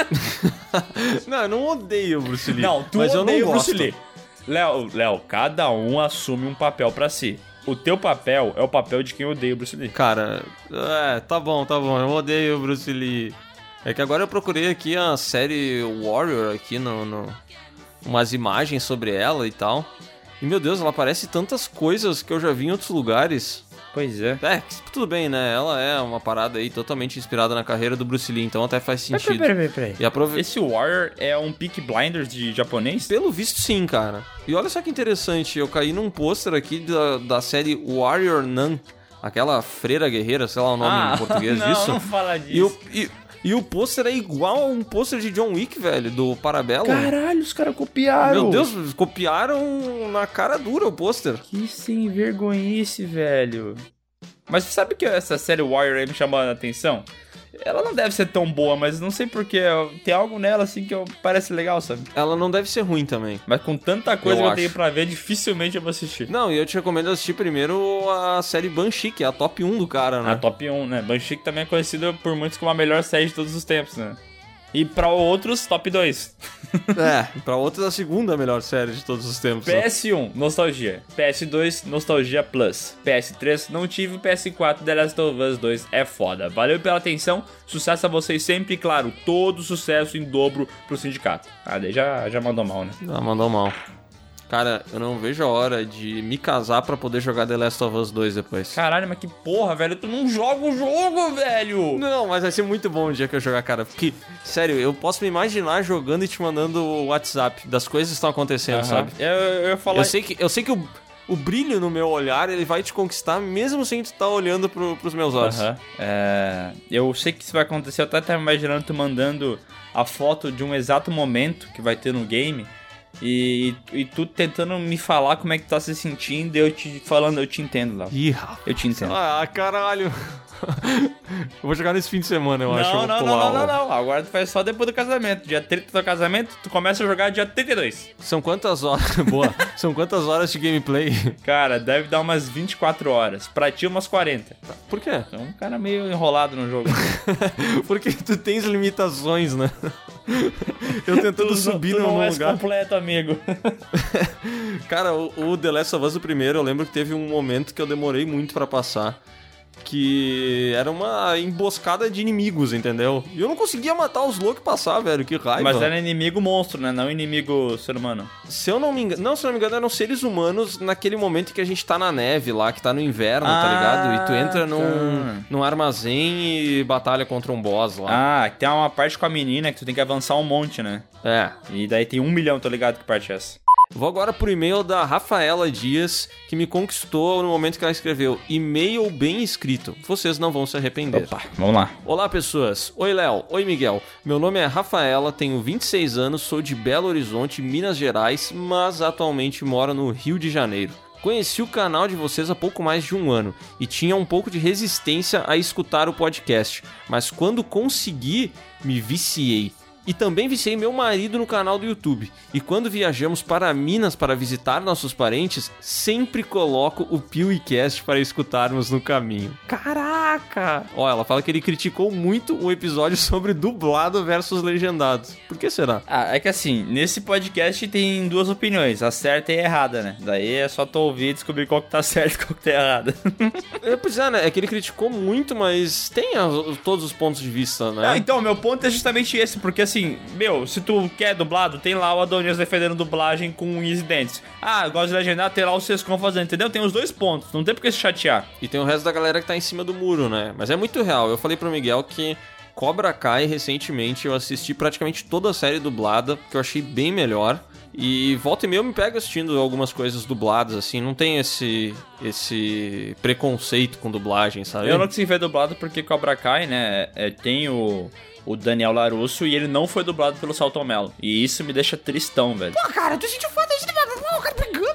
Não, eu não odeio o Bruce Lee. Não, tu mas eu odeia não o Bruce gosto. Lee. Léo, cada um assume um papel pra si. O teu papel é o papel de quem odeia o Bruce Lee. Cara, tá bom, eu odeio o Bruce Lee. É que agora eu procurei aqui a série Warrior aqui umas imagens sobre ela e tal. E meu Deus, ela parece tantas coisas que eu já vi em outros lugares. Pois é. Tudo bem, né? Ela é uma parada aí totalmente inspirada na carreira do Bruce Lee, então até faz sentido. Peraí. E Esse Warrior é um Peaky Blinders de japonês? Pelo visto, sim, cara. E olha só que interessante, eu caí num pôster aqui da série Warrior Nun, aquela freira guerreira, sei lá o nome em português disso. Não fala disso. E o pôster é igual a um pôster de John Wick, velho, do Parabellum. Caralho, os caras copiaram. Meu Deus, copiaram na cara dura o pôster. Que sem vergonhice, velho. Mas você sabe que essa série Warrior aí me chamou a atenção? Ela não deve ser tão boa, mas não sei porquê. Tem algo nela assim que parece legal, sabe? Ela não deve ser ruim também. Mas com tanta coisa que eu tenho acho. pra ver, dificilmente eu vou assistir. Não, e eu te recomendo assistir primeiro a série Banshee, que é a top 1 do cara, né? A top 1, né? Banshee também é conhecida por muitos como a melhor série de todos os tempos, né? E pra outros, top 2. Pra outros a segunda melhor série de todos os tempos. PS1, nostalgia. PS2, nostalgia plus. PS3, não tive. PS4, The Last of Us 2 é foda. Valeu pela atenção, sucesso a vocês sempre e, claro, todo sucesso em dobro pro sindicato. Ah, daí já mandou mal, né? Ah, mandou mal. Cara, eu não vejo a hora de me casar pra poder jogar The Last of Us 2 depois. Caralho, mas que porra, velho. Tu não joga o jogo, velho. Não, mas vai ser muito bom o dia que eu jogar, cara. Porque, sério, eu posso me imaginar jogando e te mandando o WhatsApp das coisas que estão acontecendo, sabe? Eu ia falar... Eu sei que o brilho no meu olhar, ele vai te conquistar mesmo sem tu estar olhando pros meus olhos. Eu sei que isso vai acontecer. Eu tava imaginando tu mandando a foto de um exato momento que vai ter no game... E tu tentando me falar como é que tu tá se sentindo, eu te falando, eu te entendo, Léo. Eu te entendo. Ah, caralho. Eu vou jogar nesse fim de semana, eu acho. Não. Agora tu faz só depois do casamento. Dia 30 do teu casamento, tu começa a jogar dia 32. São quantas horas? Boa. São quantas horas de gameplay? Cara, deve dar umas 24 horas. Pra ti, umas 40. Por quê? É um cara meio enrolado no jogo. Porque tu tens limitações, né? Eu tentando subir tu num não lugar. completo, amigo. Cara, o The Last of Us, o primeiro, eu lembro que teve um momento que eu demorei muito pra passar. Que era uma emboscada de inimigos, entendeu? E eu não conseguia matar os loucos e passar, velho. Que raiva. Mas era inimigo monstro, né? Não inimigo ser humano. Se eu não me engano... Não, se eu não me engano, eram seres humanos naquele momento que a gente tá na neve lá, que tá no inverno, tá ligado? E tu entra num armazém e batalha contra um boss lá. Ah, tem uma parte com a menina que tu tem que avançar um monte, né? É. E daí tem 1 milhão, tô ligado que parte é essa. Vou agora pro e-mail da Rafaela Dias, que me conquistou no momento que ela escreveu: e-mail bem escrito, vocês não vão se arrepender. Opa, vamos lá. Olá, pessoas. Oi, Léo. Oi, Miguel. Meu nome é Rafaela, tenho 26 anos, sou de Belo Horizonte, Minas Gerais, mas atualmente moro no Rio de Janeiro. Conheci o canal de vocês há pouco mais de 1 ano e tinha um pouco de resistência a escutar o podcast, mas quando consegui, me viciei. E também viciei meu marido no canal do YouTube. E quando viajamos para Minas para visitar nossos parentes, sempre coloco o PeeWeeCast para escutarmos no caminho. Caraca! Ó, ela fala que ele criticou muito o episódio sobre dublado versus legendado. Por que será? Ah, é que assim, nesse podcast tem 2 opiniões, a certa e a errada, né? Daí é só tu ouvir e descobrir qual que tá certo e qual que tá errado. Pois é, né? É que ele criticou muito, mas tem todos os pontos de vista, né? Ah, então, meu ponto é justamente esse, porque assim, se tu quer dublado, tem lá o Adonias defendendo dublagem com unhas e dentes. Ah, gosto de legendar, tem lá o Sescon fazendo, entendeu? Tem os 2 pontos, não tem por que se chatear. E tem o resto da galera que tá em cima do muro, né? Mas é muito real. Eu falei pro Miguel que Cobra Kai, recentemente, eu assisti praticamente toda a série dublada, que eu achei bem melhor. E volta e meia eu me pego assistindo algumas coisas dubladas, assim, não tem esse preconceito com dublagem, sabe? Eu não consegui ver dublado porque Cobra Kai, né, tem o Daniel LaRusso e ele não foi dublado pelo Salton Mello. E isso me deixa tristão, velho. Pô, cara, tu sentiu falta de o cara brigando, né, meu?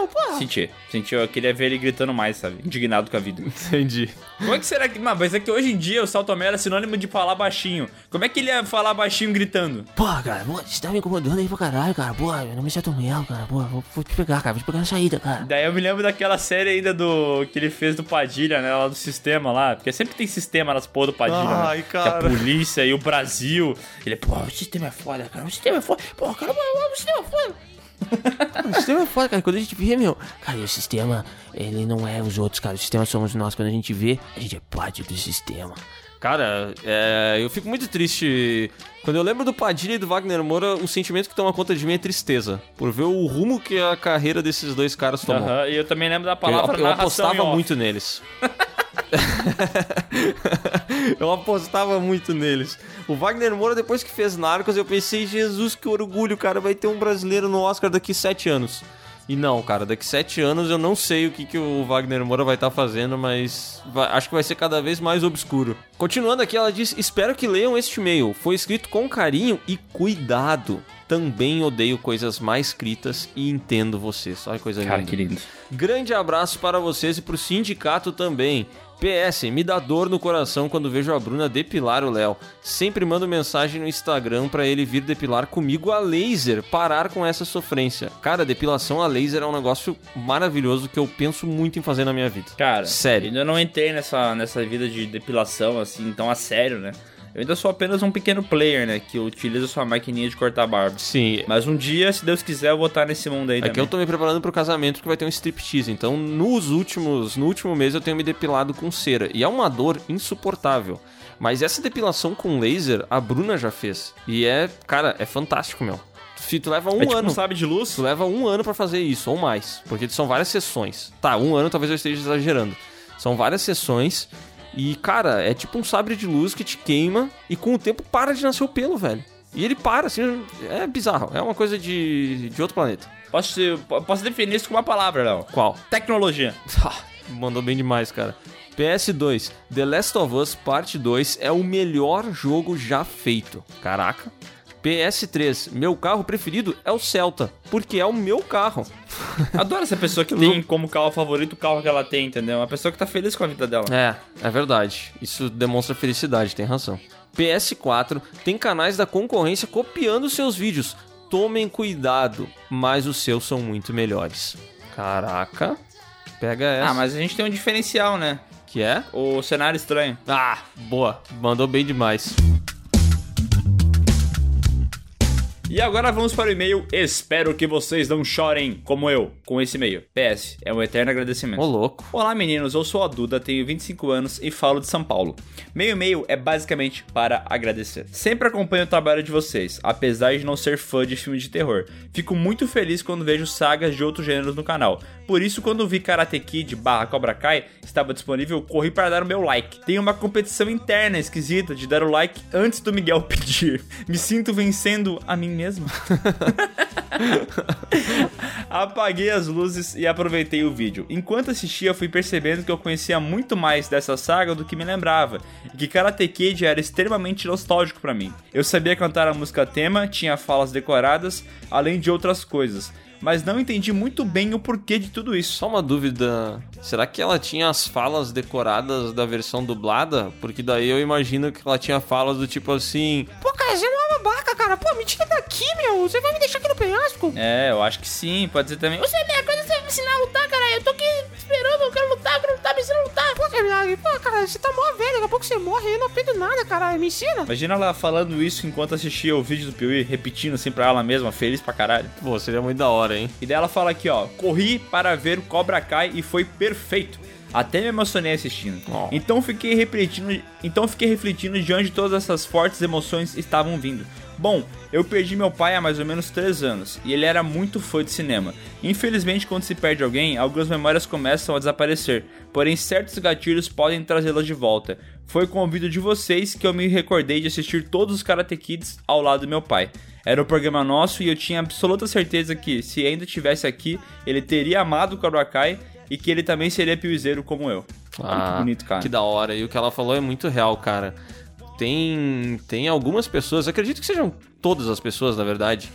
meu, porra. Senti, eu queria ver ele gritando mais, sabe? Indignado com a vida. Entendi. Como é que será que... Mas é que hoje em dia o Saltomé é sinônimo de falar baixinho. Como é que ele ia falar baixinho gritando? Porra, cara, pô, você tá me incomodando aí pra caralho, cara. Pô, meu nome é Saltomel, cara. Pô, vou te pegar, cara. Vou te pegar na saída, cara. Daí eu me lembro daquela série ainda que ele fez do Padilha, né? Lá do sistema lá. Porque sempre tem sistema nas porra do Padilha, Ai, né? cara. Que a polícia e o Brasil. Ele, pô, o sistema é foda, cara. O sistema é foda. Pô, cara, o sistema é foda. O sistema é foda, cara. Quando a gente vê, meu... Cara, o sistema, ele não é os outros, cara. O sistema somos nós. Quando a gente vê, a gente é parte do sistema. Cara, eu fico muito triste. Quando eu lembro do Padilha e do Wagner Moura, o sentimento que toma conta de mim é tristeza. Por ver o rumo que a carreira desses dois caras tomou. E eu também lembro da palavra eu narração apostava em off. muito neles. Eu apostava muito neles. O Wagner Moura, depois que fez Narcos, eu pensei, Jesus, que orgulho, cara, vai ter um brasileiro no Oscar daqui 7 anos. E não, cara, daqui 7 anos eu não sei o que o Wagner Moura vai estar fazendo, mas acho que vai ser cada vez mais obscuro. Continuando aqui, ela diz, espero que leiam este e-mail. Foi escrito com carinho e cuidado. Também odeio coisas mais escritas e entendo vocês. Olha que coisa linda. Cara, que lindo. Grande abraço para vocês e pro sindicato também. PS, me dá dor no coração quando vejo a Bruna depilar o Léo. Sempre mando mensagem no Instagram pra ele vir depilar comigo a laser, parar com essa sofrência. Cara, depilação a laser é um negócio maravilhoso que eu penso muito em fazer na minha vida. Cara, sério. Ainda não entrei nessa vida de depilação, assim, tão a sério, né? Eu ainda sou apenas um pequeno player, né? Que utiliza sua maquininha de cortar barba. Sim. Mas um dia, se Deus quiser, eu vou estar nesse mundo aí também. Aqui eu tô me preparando pro casamento porque vai ter um striptease. Então, no último mês eu tenho me depilado com cera. E é uma dor insuportável. Mas essa depilação com laser, a Bruna já fez. E cara, é fantástico, meu. Tu leva um ano. Um sabre de luz? Tu leva 1 ano pra fazer isso, ou mais. Porque são várias sessões. Tá, 1 ano talvez eu esteja exagerando. São várias sessões. E, cara, é tipo um sabre de luz que te queima e com o tempo para de nascer o pelo, velho. E ele para, assim, é bizarro. É uma coisa de outro planeta. Posso definir isso com uma palavra, Léo? Qual? Tecnologia. Mandou bem demais, cara. PS2, The Last of Us Parte 2 é o melhor jogo já feito. Caraca. PS3, meu carro preferido é o Celta, porque é o meu carro. Adoro essa pessoa que tem como carro favorito o carro que ela tem, entendeu? Uma pessoa que tá feliz com a vida dela. É verdade. Isso demonstra felicidade, tem razão. PS4, tem canais da concorrência copiando seus vídeos. Tomem cuidado, mas os seus são muito melhores. Caraca. Pega essa. Ah, mas a gente tem um diferencial, né? Que é? O cenário estranho. Ah, boa. Mandou bem demais. E agora vamos para o e-mail. Espero que vocês não chorem como eu com esse e-mail. PS, é um eterno agradecimento. Ô, louco. Olá, meninos. Eu sou a Duda, tenho 25 anos e falo de São Paulo. Meu e-mail é basicamente para agradecer. Sempre acompanho o trabalho de vocês, apesar de não ser fã de filmes de terror. Fico muito feliz quando vejo sagas de outros gêneros no canal. Por isso, quando vi Karate Kid / Cobra Kai estava disponível, corri para dar o meu like. Tem uma competição interna esquisita de dar o like antes do Miguel pedir. Me sinto vencendo a mim mesmo. Apaguei as luzes e aproveitei o vídeo. Enquanto assistia, fui percebendo que eu conhecia muito mais dessa saga do que me lembrava, e que Karate Kid era extremamente nostálgico pra mim. Eu sabia cantar a música tema, tinha falas decoradas, além de outras coisas, mas não entendi muito bem o porquê de tudo isso. Só uma dúvida, será que ela tinha as falas decoradas da versão dublada? Porque daí eu imagino que ela tinha falas do tipo assim... Pô, cara, você é uma babaca, cara. Pô, me tira daqui, meu. Você vai me deixar aqui no penhasco? É, eu acho que sim, pode ser também. Você é minha coisa, você vai me ensinar a lutar, cara. Eu tô aqui esperando, eu quero lutar, me ensina a lutar. Pô, cara, você tá mó velho, daqui a pouco você morre, eu não aprendo nada, cara. Me ensina. Imagina ela falando isso enquanto assistia o vídeo do Piuí, repetindo assim pra ela mesma, feliz pra caralho. Pô, seria muito da hora, hein? E daí ela fala aqui, ó, corri para ver o Cobra Kai e foi perfeito. Até me emocionei assistindo. Então fiquei refletindo de onde todas essas fortes emoções estavam vindo. Bom, eu perdi meu pai há mais ou menos 3 anos, e ele era muito fã de cinema. Infelizmente, quando se perde alguém, algumas memórias começam a desaparecer, porém certos gatilhos podem trazê-las de volta. Foi com o vídeo de vocês que eu me recordei de assistir todos os Karate Kids ao lado do meu pai. Era um programa nosso e eu tinha absoluta certeza que, se ainda estivesse aqui, ele teria amado o Cobra Kai e que ele também seria piuizeiro como eu. Muito bonito, cara. Que da hora. E o que ela falou é muito real, cara. Tem algumas pessoas, acredito que sejam todas as pessoas, na verdade,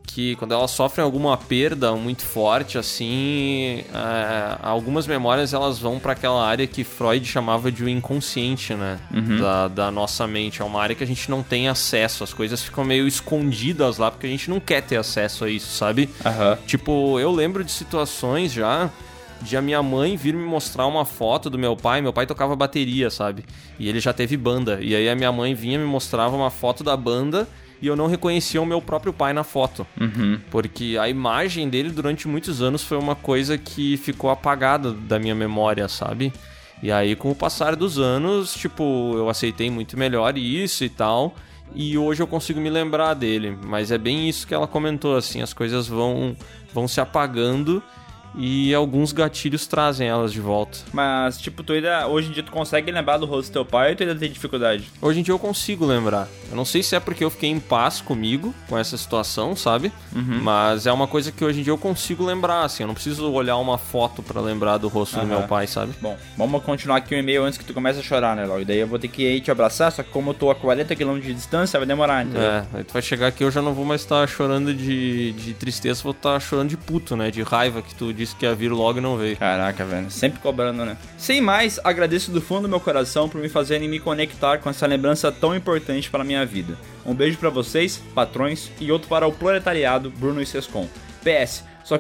que quando elas sofrem alguma perda muito forte, assim, algumas memórias elas vão pra aquela área que Freud chamava de o inconsciente, né? Da nossa mente. É uma área que a gente não tem acesso, as coisas ficam meio escondidas lá, porque a gente não quer ter acesso a isso, sabe? Tipo, eu lembro de situações já de a minha mãe vir me mostrar uma foto do meu pai tocava bateria, sabe? E ele já teve banda, e aí a minha mãe vinha e me mostrava uma foto da banda e eu não reconhecia o meu próprio pai na foto. Porque a imagem dele durante muitos anos foi uma coisa que ficou apagada da minha memória, sabe? E aí com o passar dos anos, tipo, eu aceitei muito melhor isso e tal, e hoje eu consigo me lembrar dele. Mas é bem isso que ela comentou, assim, as coisas vão se apagando e alguns gatilhos trazem elas de volta. Mas, tipo, hoje em dia tu consegue lembrar do rosto do teu pai ou tu ainda tem dificuldade? Hoje em dia eu consigo lembrar. Eu não sei se é porque eu fiquei em paz comigo, com essa situação, sabe? Mas é uma coisa que hoje em dia eu consigo lembrar, assim. Eu não preciso olhar uma foto pra lembrar do rosto do meu pai, sabe? Bom, vamos continuar aqui o e-mail antes que tu comece a chorar, né, Log? Daí eu vou ter que ir te abraçar, só que como eu tô a 40 km de distância, vai demorar, entendeu? Aí tu vai chegar aqui, eu já não vou mais estar chorando de tristeza, vou estar chorando de puto, né? De raiva que tu disse que ia vir logo e não veio. Caraca, velho. Sempre cobrando, né? Sem mais, agradeço do fundo do meu coração por me fazerem me conectar com essa lembrança tão importante para a minha vida. Um beijo pra vocês, patrões, e outro para o proletariado, Bruno e Sescon. PS, só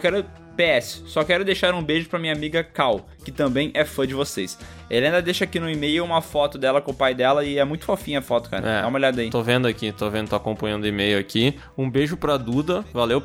quero deixar um beijo pra minha amiga Cal, que também é fã de vocês. Ele ainda deixa aqui no e-mail uma foto dela com o pai dela e é muito fofinha a foto, cara. Dá uma olhada aí. Tô vendo, tô acompanhando o e-mail aqui. Um beijo pra Duda, valeu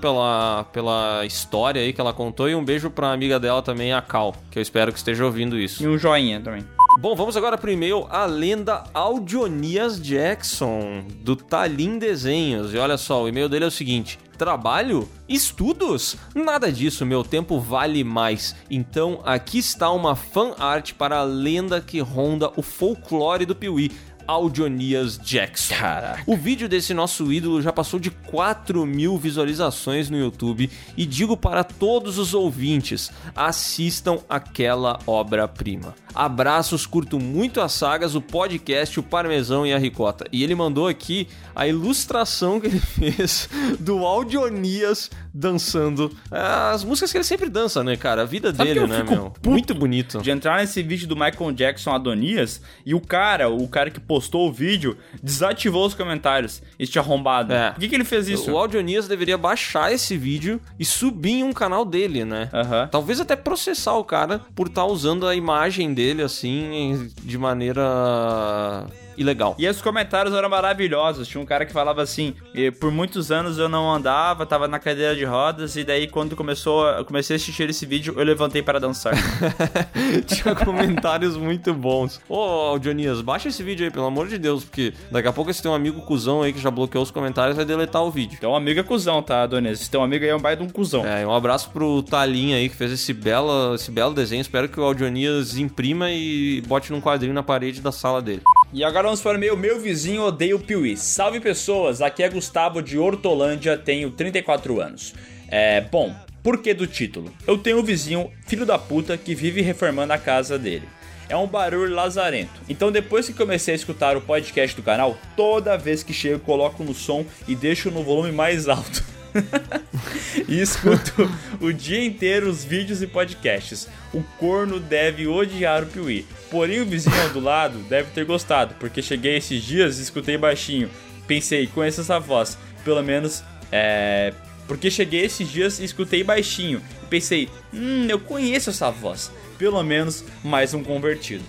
pela história aí que ela contou, e um beijo pra amiga dela também, a Cal, que eu espero que esteja ouvindo isso. E um joinha também. Bom, vamos agora pro e-mail A Lenda Audionias Jackson, do Talim Desenhos. E olha só, o e-mail dele é o seguinte: trabalho? Estudos? Nada disso, meu tempo vale mais. Então aqui está uma fan art para a lenda que ronda o folclore do Piuí, Audionias Jackson. Caraca. O vídeo desse nosso ídolo já passou de 4.000 visualizações no YouTube e digo para todos os ouvintes, assistam aquela obra-prima. Abraços, curto muito as sagas, o podcast, o parmesão e a ricota. E ele mandou aqui a ilustração que ele fez do Audionias dançando as músicas que ele sempre dança, né, cara? A vida dele, né, meu? Muito bonito. De entrar nesse vídeo do Michael Jackson Adonias e o cara que postou o vídeo desativou os comentários. Este arrombado. Por que ele fez isso? O Audionias deveria baixar esse vídeo e subir em um canal dele, né? Talvez até processar o cara por estar usando a imagem dele, assim, de maneira ilegal. E os comentários eram maravilhosos. Tinha um cara que falava assim: por muitos anos eu não andava, tava na cadeira de rodas, e daí quando eu comecei a assistir esse vídeo, eu levantei para dançar. Tinha comentários muito bons. Ô, Audionias, baixa esse vídeo aí, pelo amor de Deus, porque daqui a pouco esse teu amigo cuzão aí que já bloqueou os comentários vai deletar o vídeo. Teu amigo é cuzão, tá, Adonias? Esse teu amigo aí é um baita de um cuzão. Um abraço pro Talim aí que fez esse belo desenho. Espero que o Audionias imprima e bote num quadrinho na parede da sala dele. E agora vamos para o meu vizinho odeia o Piuí. Salve pessoas, aqui é Gustavo de Hortolândia, tenho 34 anos. Bom, por que do título? Eu tenho um vizinho, filho da puta, que vive reformando a casa dele. É um barulho lazarento. Então depois que comecei a escutar o podcast do canal, toda vez que chego coloco no som e deixo no volume mais alto. E escuto o dia inteiro os vídeos e podcasts. O corno deve odiar o Piuí. Porém o vizinho do lado deve ter gostado, porque cheguei esses dias e escutei baixinho. Pensei, conheço essa voz. Pelo menos, porque cheguei esses dias e escutei baixinho. E pensei, eu conheço essa voz. Pelo menos mais um convertido.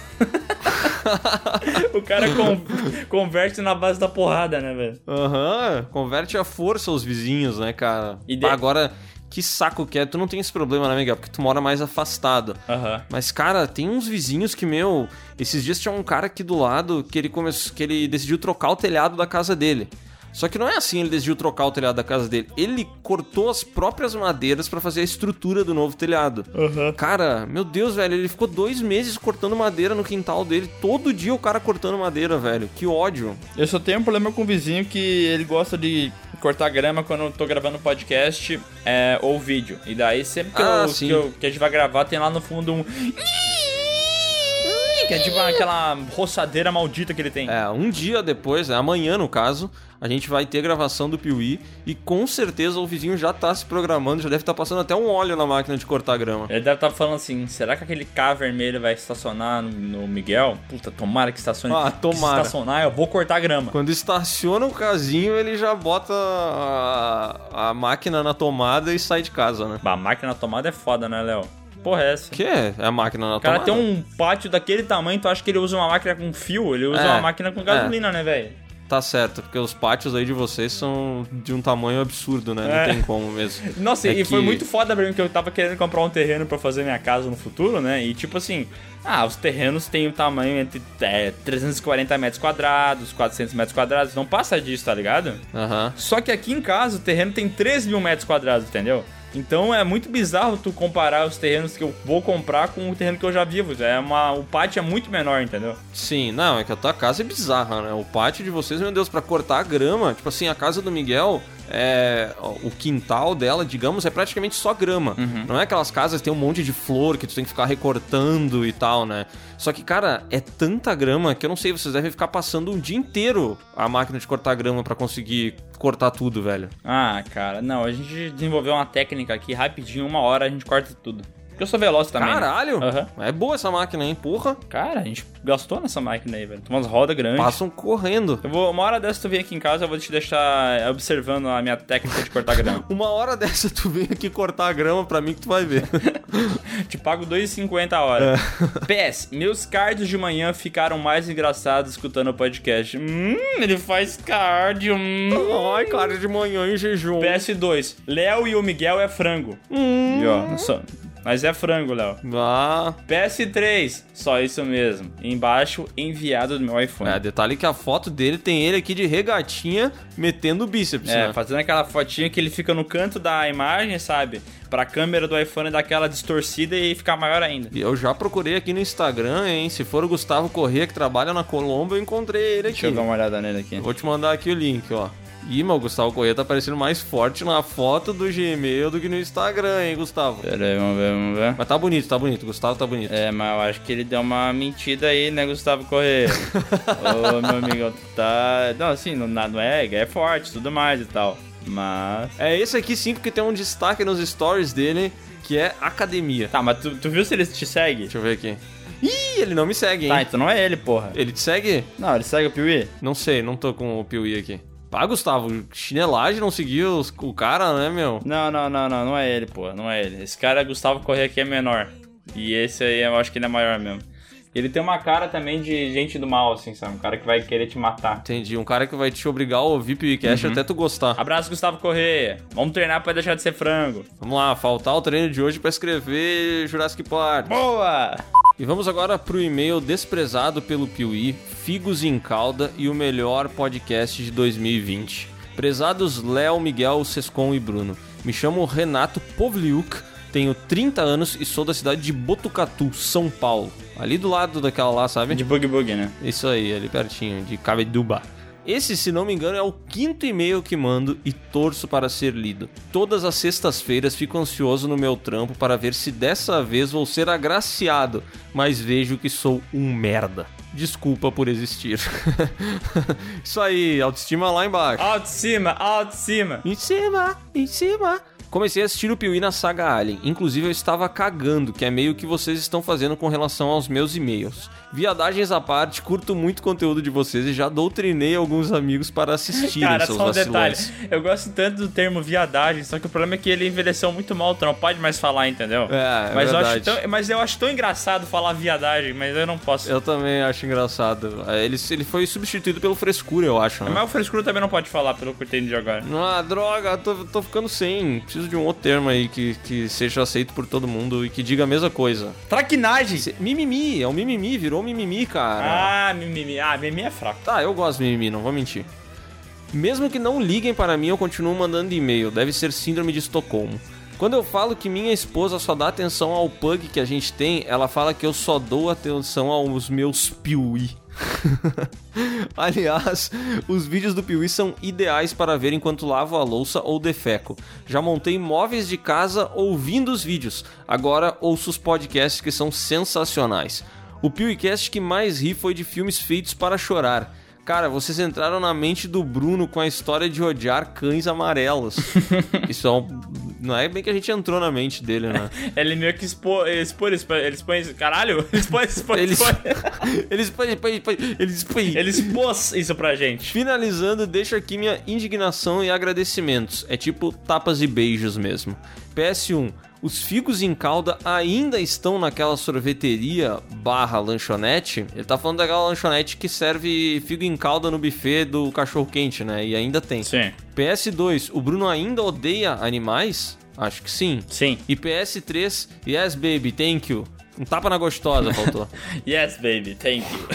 O cara converte na base da porrada, né, velho? Converte à força os vizinhos, né, cara? Agora, que saco que é. Tu não tem esse problema, né, Miguel? Porque tu mora mais afastado. Mas, cara, tem uns vizinhos que, esses dias tinha um cara aqui do lado que ele decidiu trocar o telhado da casa dele. Só que não é assim, ele decidiu trocar o telhado da casa dele. Ele cortou as próprias madeiras pra fazer a estrutura do novo telhado. Cara, meu Deus, velho, ele ficou 2 meses cortando madeira no quintal dele. Todo dia o cara cortando madeira, velho. Que ódio. Eu só tenho um problema com o vizinho que ele gosta de cortar grama quando eu tô gravando podcast ou vídeo. E daí sempre que a gente vai gravar tem lá no fundo um... que é tipo aquela roçadeira maldita que ele tem. Um dia depois, amanhã no caso, a gente vai ter gravação do Piuí e com certeza o vizinho já tá se programando, já deve estar passando até um óleo na máquina de cortar grama. Ele deve estar falando assim, será que aquele K vermelho vai estacionar no Miguel? Puta, tomara que estacione. Tomara. Se estacionar, eu vou cortar grama. Quando estaciona o casinho, ele já bota a máquina na tomada e sai de casa, né? A máquina na tomada é foda, né, Léo? Porra, é essa? O que é a máquina na tomada? O cara tem um pátio daquele tamanho, tu acha que ele usa uma máquina com fio? Ele usa uma máquina com gasolina, né, velho? Tá certo, porque os pátios aí de vocês são de um tamanho absurdo, né? Não tem como mesmo. Nossa, foi muito foda pra mim, que eu tava querendo comprar um terreno pra fazer minha casa no futuro, né? E tipo assim, os terrenos têm um tamanho entre 340 metros quadrados, 400 metros quadrados, não passa disso, tá ligado? Só que aqui em casa o terreno tem 3 mil metros quadrados, entendeu? Então é muito bizarro tu comparar os terrenos que eu vou comprar com o terreno que eu já vivo. O pátio é muito menor, entendeu? Sim, não, é que a tua casa é bizarra, né? O pátio de vocês, meu Deus, pra cortar a grama, tipo assim, a casa do Miguel, o quintal dela, digamos, é praticamente só grama. Não é aquelas casas que tem um monte de flor que tu tem que ficar recortando e tal, né? Só que, cara, é tanta grama que eu não sei, vocês devem ficar passando um dia inteiro a máquina de cortar grama pra conseguir cortar tudo, velho. Cara, não, a gente desenvolveu uma técnica aqui, rapidinho, 1 hora a gente corta tudo. Porque eu sou veloz também. Caralho! Né? É boa essa máquina, hein? Porra! Cara, a gente gastou nessa máquina aí, velho. Tem umas rodas grandes. Passam correndo. Uma hora dessa tu vem aqui em casa, eu vou te deixar observando a minha técnica de cortar grama. 1 hora dessa tu vem aqui cortar a grama pra mim que tu vai ver. Te pago R$2,50 a hora. PS, meus cardios de manhã ficaram mais engraçados escutando o podcast. Ele faz cardio. Ai, cardio de manhã em jejum. PS2, Léo e o Miguel é frango. Mas é frango, Léo. PS3, só isso mesmo. Embaixo, enviado do meu iPhone. Detalhe que a foto dele tem ele aqui de regatinha metendo o bíceps, né? Fazendo aquela fotinha que ele fica no canto da imagem, sabe? Pra câmera do iPhone dar aquela distorcida e ficar maior ainda. E eu já procurei aqui no Instagram, hein? Se for o Gustavo Corrêa, que trabalha na Colombo, eu encontrei ele aqui. Deixa eu dar uma olhada nele aqui. Vou te mandar aqui o link, ó. Mas o Gustavo Corrêa tá parecendo mais forte na foto do Gmail do que no Instagram, hein, Gustavo? Pera aí, vamos ver. Mas tá bonito, Gustavo tá bonito. Mas eu acho que ele deu uma mentira aí, né, Gustavo Corrêa? Ô, meu amigo, tá... Não, assim, não é forte, tudo mais e tal, mas... É esse aqui sim, porque tem um destaque nos stories dele, que é academia. Tá, mas tu viu se ele te segue? Deixa eu ver aqui. Ih, ele não me segue, hein? Tá, então não é ele, porra. Ele te segue? Não, ele segue o Piuí? Não sei, não tô com o Piuí aqui. Gustavo, chinelagem não seguiu o cara, né, meu? Não é ele, pô, não é ele. Esse cara, Gustavo Corrêa, aqui é menor. E esse aí, eu acho que ele é maior mesmo. Ele tem uma cara também de gente do mal, assim, sabe? Um cara que vai querer te matar. Entendi, um cara que vai te obrigar a ouvir PewCast até tu gostar. Abraço, Gustavo Corrêa. Vamos treinar pra deixar de ser frango. Vamos lá, faltar o treino de hoje pra escrever Jurassic Park. Boa! E vamos agora pro e-mail desprezado pelo Piuí, Figos em Calda e o melhor podcast de 2020. Prezados Léo, Miguel, Sescon e Bruno. Me chamo Renato Povliuk, tenho 30 anos e sou da cidade de Botucatu, São Paulo. Ali do lado daquela lá, sabe? De Bug Bug, né? Isso aí, ali pertinho, de Cabeduba. Esse, se não me engano, é o 5º e-mail que mando e torço para ser lido. Todas as sextas-feiras fico ansioso no meu trampo para ver se dessa vez vou ser agraciado, mas vejo que sou um merda. Desculpa por existir. Isso aí, autoestima lá embaixo. Autoestima. Em cima. Comecei a assistir o Piuí na saga Alien. Inclusive eu estava cagando, que é meio que vocês estão fazendo com relação aos meus e-mails. Viadagens à parte, curto muito o conteúdo de vocês e já doutrinei alguns amigos para assistirem. Cara, seus só um vacilões. detalhe. Eu gosto tanto do termo viadagem, só que o problema é que ele envelheceu muito mal, tu não pode mais falar, entendeu? Mas verdade. Mas eu acho tão engraçado falar viadagem, mas eu não posso. Eu também acho engraçado. Ele foi substituído pelo frescura, eu acho. Né? Mas o frescura também não pode falar, pelo que eu entendi agora. Droga, tô ficando sem. Preciso de um outro termo aí que seja aceito por todo mundo e que diga a mesma coisa. Traquinagem! Mimimi, é um mimimi, virou mimimi, cara. Mimimi. Mimimi é fraco. Tá, eu gosto de mimimi, não vou mentir. Mesmo que não liguem para mim, eu continuo mandando e-mail. Deve ser síndrome de Estocolmo. Quando eu falo que minha esposa só dá atenção ao pug que a gente tem, ela fala que eu só dou atenção aos meus Piuí. Aliás, os vídeos do Piuí são ideais para ver enquanto lavo a louça ou defeco. Já montei móveis de casa ouvindo os vídeos. Agora ouço os podcasts que são sensacionais. O PewCast que mais ri foi de filmes feitos para chorar. Cara, vocês entraram na mente do Bruno com a história de odiar cães amarelos. Isso não é bem que a gente entrou na mente dele, né? Ele meio que expõe. Caralho! Ele expôs isso pra gente. Finalizando, deixo aqui minha indignação e agradecimentos. É tipo tapas e beijos mesmo. PS1. Os figos em calda ainda estão naquela sorveteria / lanchonete? Ele tá falando daquela lanchonete que serve figo em calda no buffet do cachorro-quente, né? E ainda tem. Sim. PS2, o Bruno ainda odeia animais? Acho que sim. Sim. E PS3, yes baby, thank you. Um tapa na gostosa, faltou. Yes baby, thank you.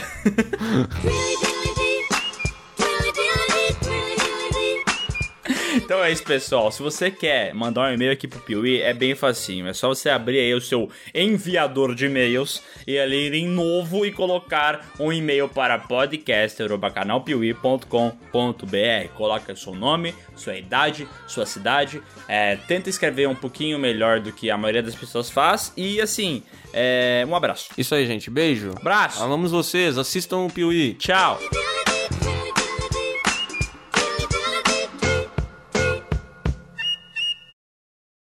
Então é isso, pessoal. Se você quer mandar um e-mail aqui pro Piuí, é bem facinho. É só você abrir aí o seu enviador de e-mails e ali ir em novo e colocar um e-mail para podcast@canalpiuí.com.br. Coloca seu nome, sua idade, sua cidade. Tenta escrever um pouquinho melhor do que a maioria das pessoas faz. E assim, um abraço. Isso aí, gente. Beijo. Abraço. Amamos vocês. Assistam o Piuí. Tchau.